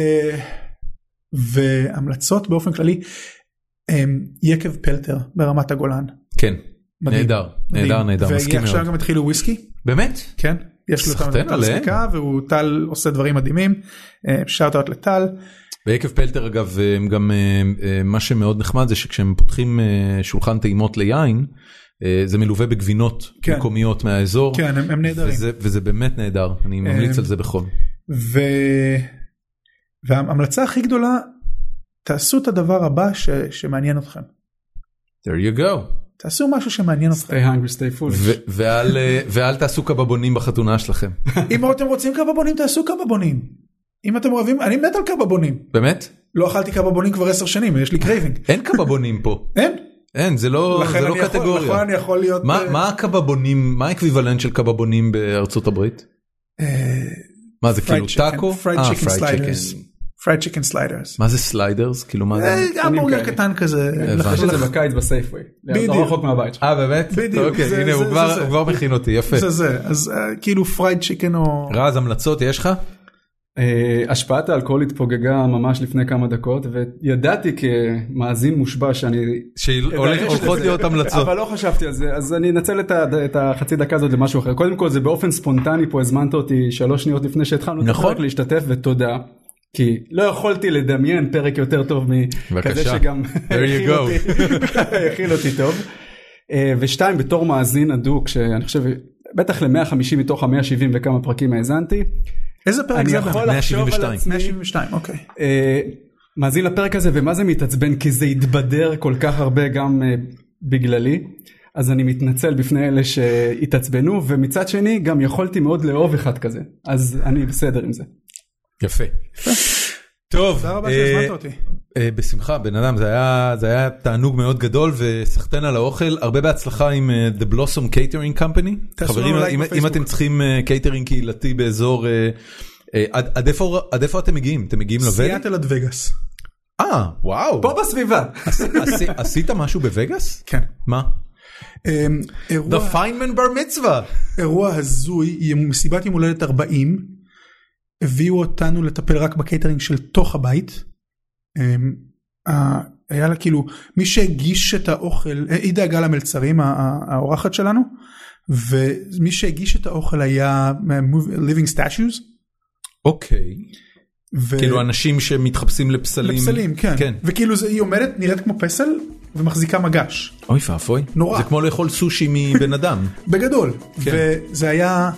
והמלצות באופן כללי, יקב פלטר ברמת הגולן. כן. נהדר. נהדר, נהדר. מסכים מאוד. ועכשיו גם התחילו וויסקי. באמת? כן. יש לו את הספיקה, והוא טל עושה דברים מדהימים. שאוט אאוט לטל. ויקב פלטר אגב, גם מה שמאוד נחמד זה שכשהם פותחים שולחן טעימות ליין, זה מלווה בגבינות מקומיות מהאזור. כן, הם נהדרים. וזה באמת נהדר, אני ממליץ על זה בכל. וההמלצה הכי גדולה, תעשו את הדבר הבא שמעניין אתכם. There you go. תעשו משהו שמעניין אתכם. Stay hungry, stay foolish. ואל תעשו קבבונים בחתונה שלכם. אם אתם רוצים קבבונים, תעשו קבבונים. אם אתם אוהבים, אני מת על קבבונים. באמת? לא אכלתי קבבונים כבר 10 שנים, יש לי קרייבינג. אין קבבונים פה. אין? אין, זה לא קטגוריה. לכן אני יכול להיות... מה הקבבונים, מה האקוויוולנט של קבבונים בארצות הברית? מה זה כאילו טאקו? fried chicken sliders. fried chicken sliders. מה זה סליידרס? כאילו מה זה? המבורגר קטן כזה. יש את זה בקיץ בסייפווי. לא רחוק מהבית. באמת? בדיוק. הנה הוא כבר מכין אותי, יפה. זה. אז כאילו fried chicken או... רז, המלצות יש לך? השפעת האלכוהול התפוגגה ממש לפני כמה דקות, וידעתי כמאזין מושבע שאני... שהולכות להיות המלצות. אבל לא חשבתי על זה, אז אני אנצל את החצי דקה הזאת למשהו אחר. קודם כל זה באופן ספונטני, פה הזמנת אותי 3 שניות לפני שהתחלנו נכון. להשתתף, ותודה. כי לא יכולתי לדמיין פרק יותר טוב מכזה שגם הכיל אותי טוב. ו2, בתור מאזין הדוק, שאני חושב, בטח ל-150 מתוך ה-170 וכמה פרקים האזנתי, איזה פרק זה? 172, אוקיי. מאזין לפרק הזה, ומה זה מתעצבן? כי זה התבדר כל כך הרבה גם בגללי, אז אני מתנצל בפני אלה שהתעצבנו, ומצד שני גם יכולתי מאוד לאהוב אחד כזה, אז אני בסדר עם זה. יפה. טוב. תודה רבה שהזמנת אותי. בשמחה, בן אדם, זה היה תענוג מאוד גדול, וסחטן על האוכל, הרבה בהצלחה עם The Blossom Catering Company. חברים, אם אתם צריכים קייטרינג קהילתי באזור, עד איפה אתם מגיעים? אתם מגיעים לווגאס? סיאטל עד וגאס. וואו. פה בסביבה. עשית משהו בווגאס? כן. מה? The Feynman בר מצווה. אירוע הזוי, מסיבת יום הולדת 40, הביאו אותנו לטפל רק בקייטרינג של תוך הבית. היה לה כאילו, מי שהגיש את האוכל, היא דאגה למלצרים, האורחת שלנו, ומי שהגיש את האוכל היה living statues. אוקיי. כאילו אנשים שמתחפשים לפסלים. לפסלים, כן. וכאילו היא עומדת, נראית כמו פסל, ומחזיקה מגש. אוי פאפוי. נורא. זה כמו לאכול סושי מבן אדם. בגדול. וזה היה...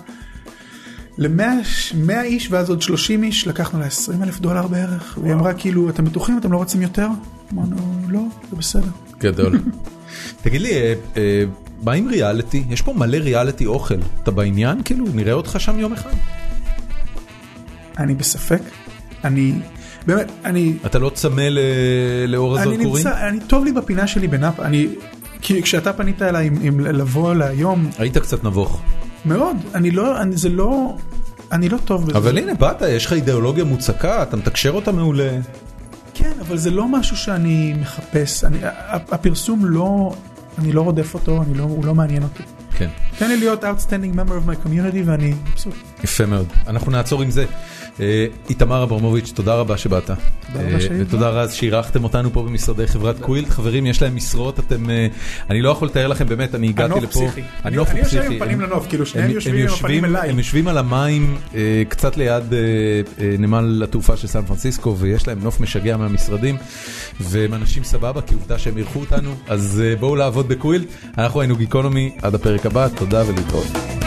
ל100 איש ואז עוד 30 איש לקחנו לה $20,000 בערך, והיא אמרה כאילו אתם בטוחים אתם לא רוצים יותר? אמרנו לא, זה בסדר. גדול. תגיד לי, מה עם ריאליטי? יש פה מלא ריאליטי אוכל, אתה בעניין? כאילו נראה אותך שם יום אחד? אני בספק, אתה לא צמא לאור הזרקורים? אני טוב לי בפינה שלי בנאפה, כשאתה פנית אליי עם לבוא להיום, היית קצת נבוך. מאוד, אני לא טוב בזה. אבל הנה באת, יש לך אידיאולוגיה מוצקה, אתה מתקשר אותה מעולה. כן, אבל זה לא משהו שאני מחפש, הפרסום לא, אני לא רודף אותו, הוא לא מעניין אותי. כן. תן לי להיות outstanding member of my community ואני מבסוט. יפה מאוד, אנחנו נעצור עם זה. איתמר אברמוביץ', תודה רבה שבאת. ותודה רז שאירחתם אותנו פה במשרדי חברת קווילט. חברים, יש להם משרות, אני לא יכול לתאר לכם באמת, אני הגעתי לפה. אני יושב עם פנים לנוף, כאילו שניהם יושבים עם הפנים אליי. הם יושבים על המים קצת ליד נמל התעופה של סן פרנסיסקו, ויש להם נוף משגע מהמשרדים, והם אנשים סבבה, כי עובדה שהם אירחו אותנו, אז בואו לעבוד בקווילט. אנחנו היינו גיקונומי, עד הפרק הבא, תודה ולהתראות.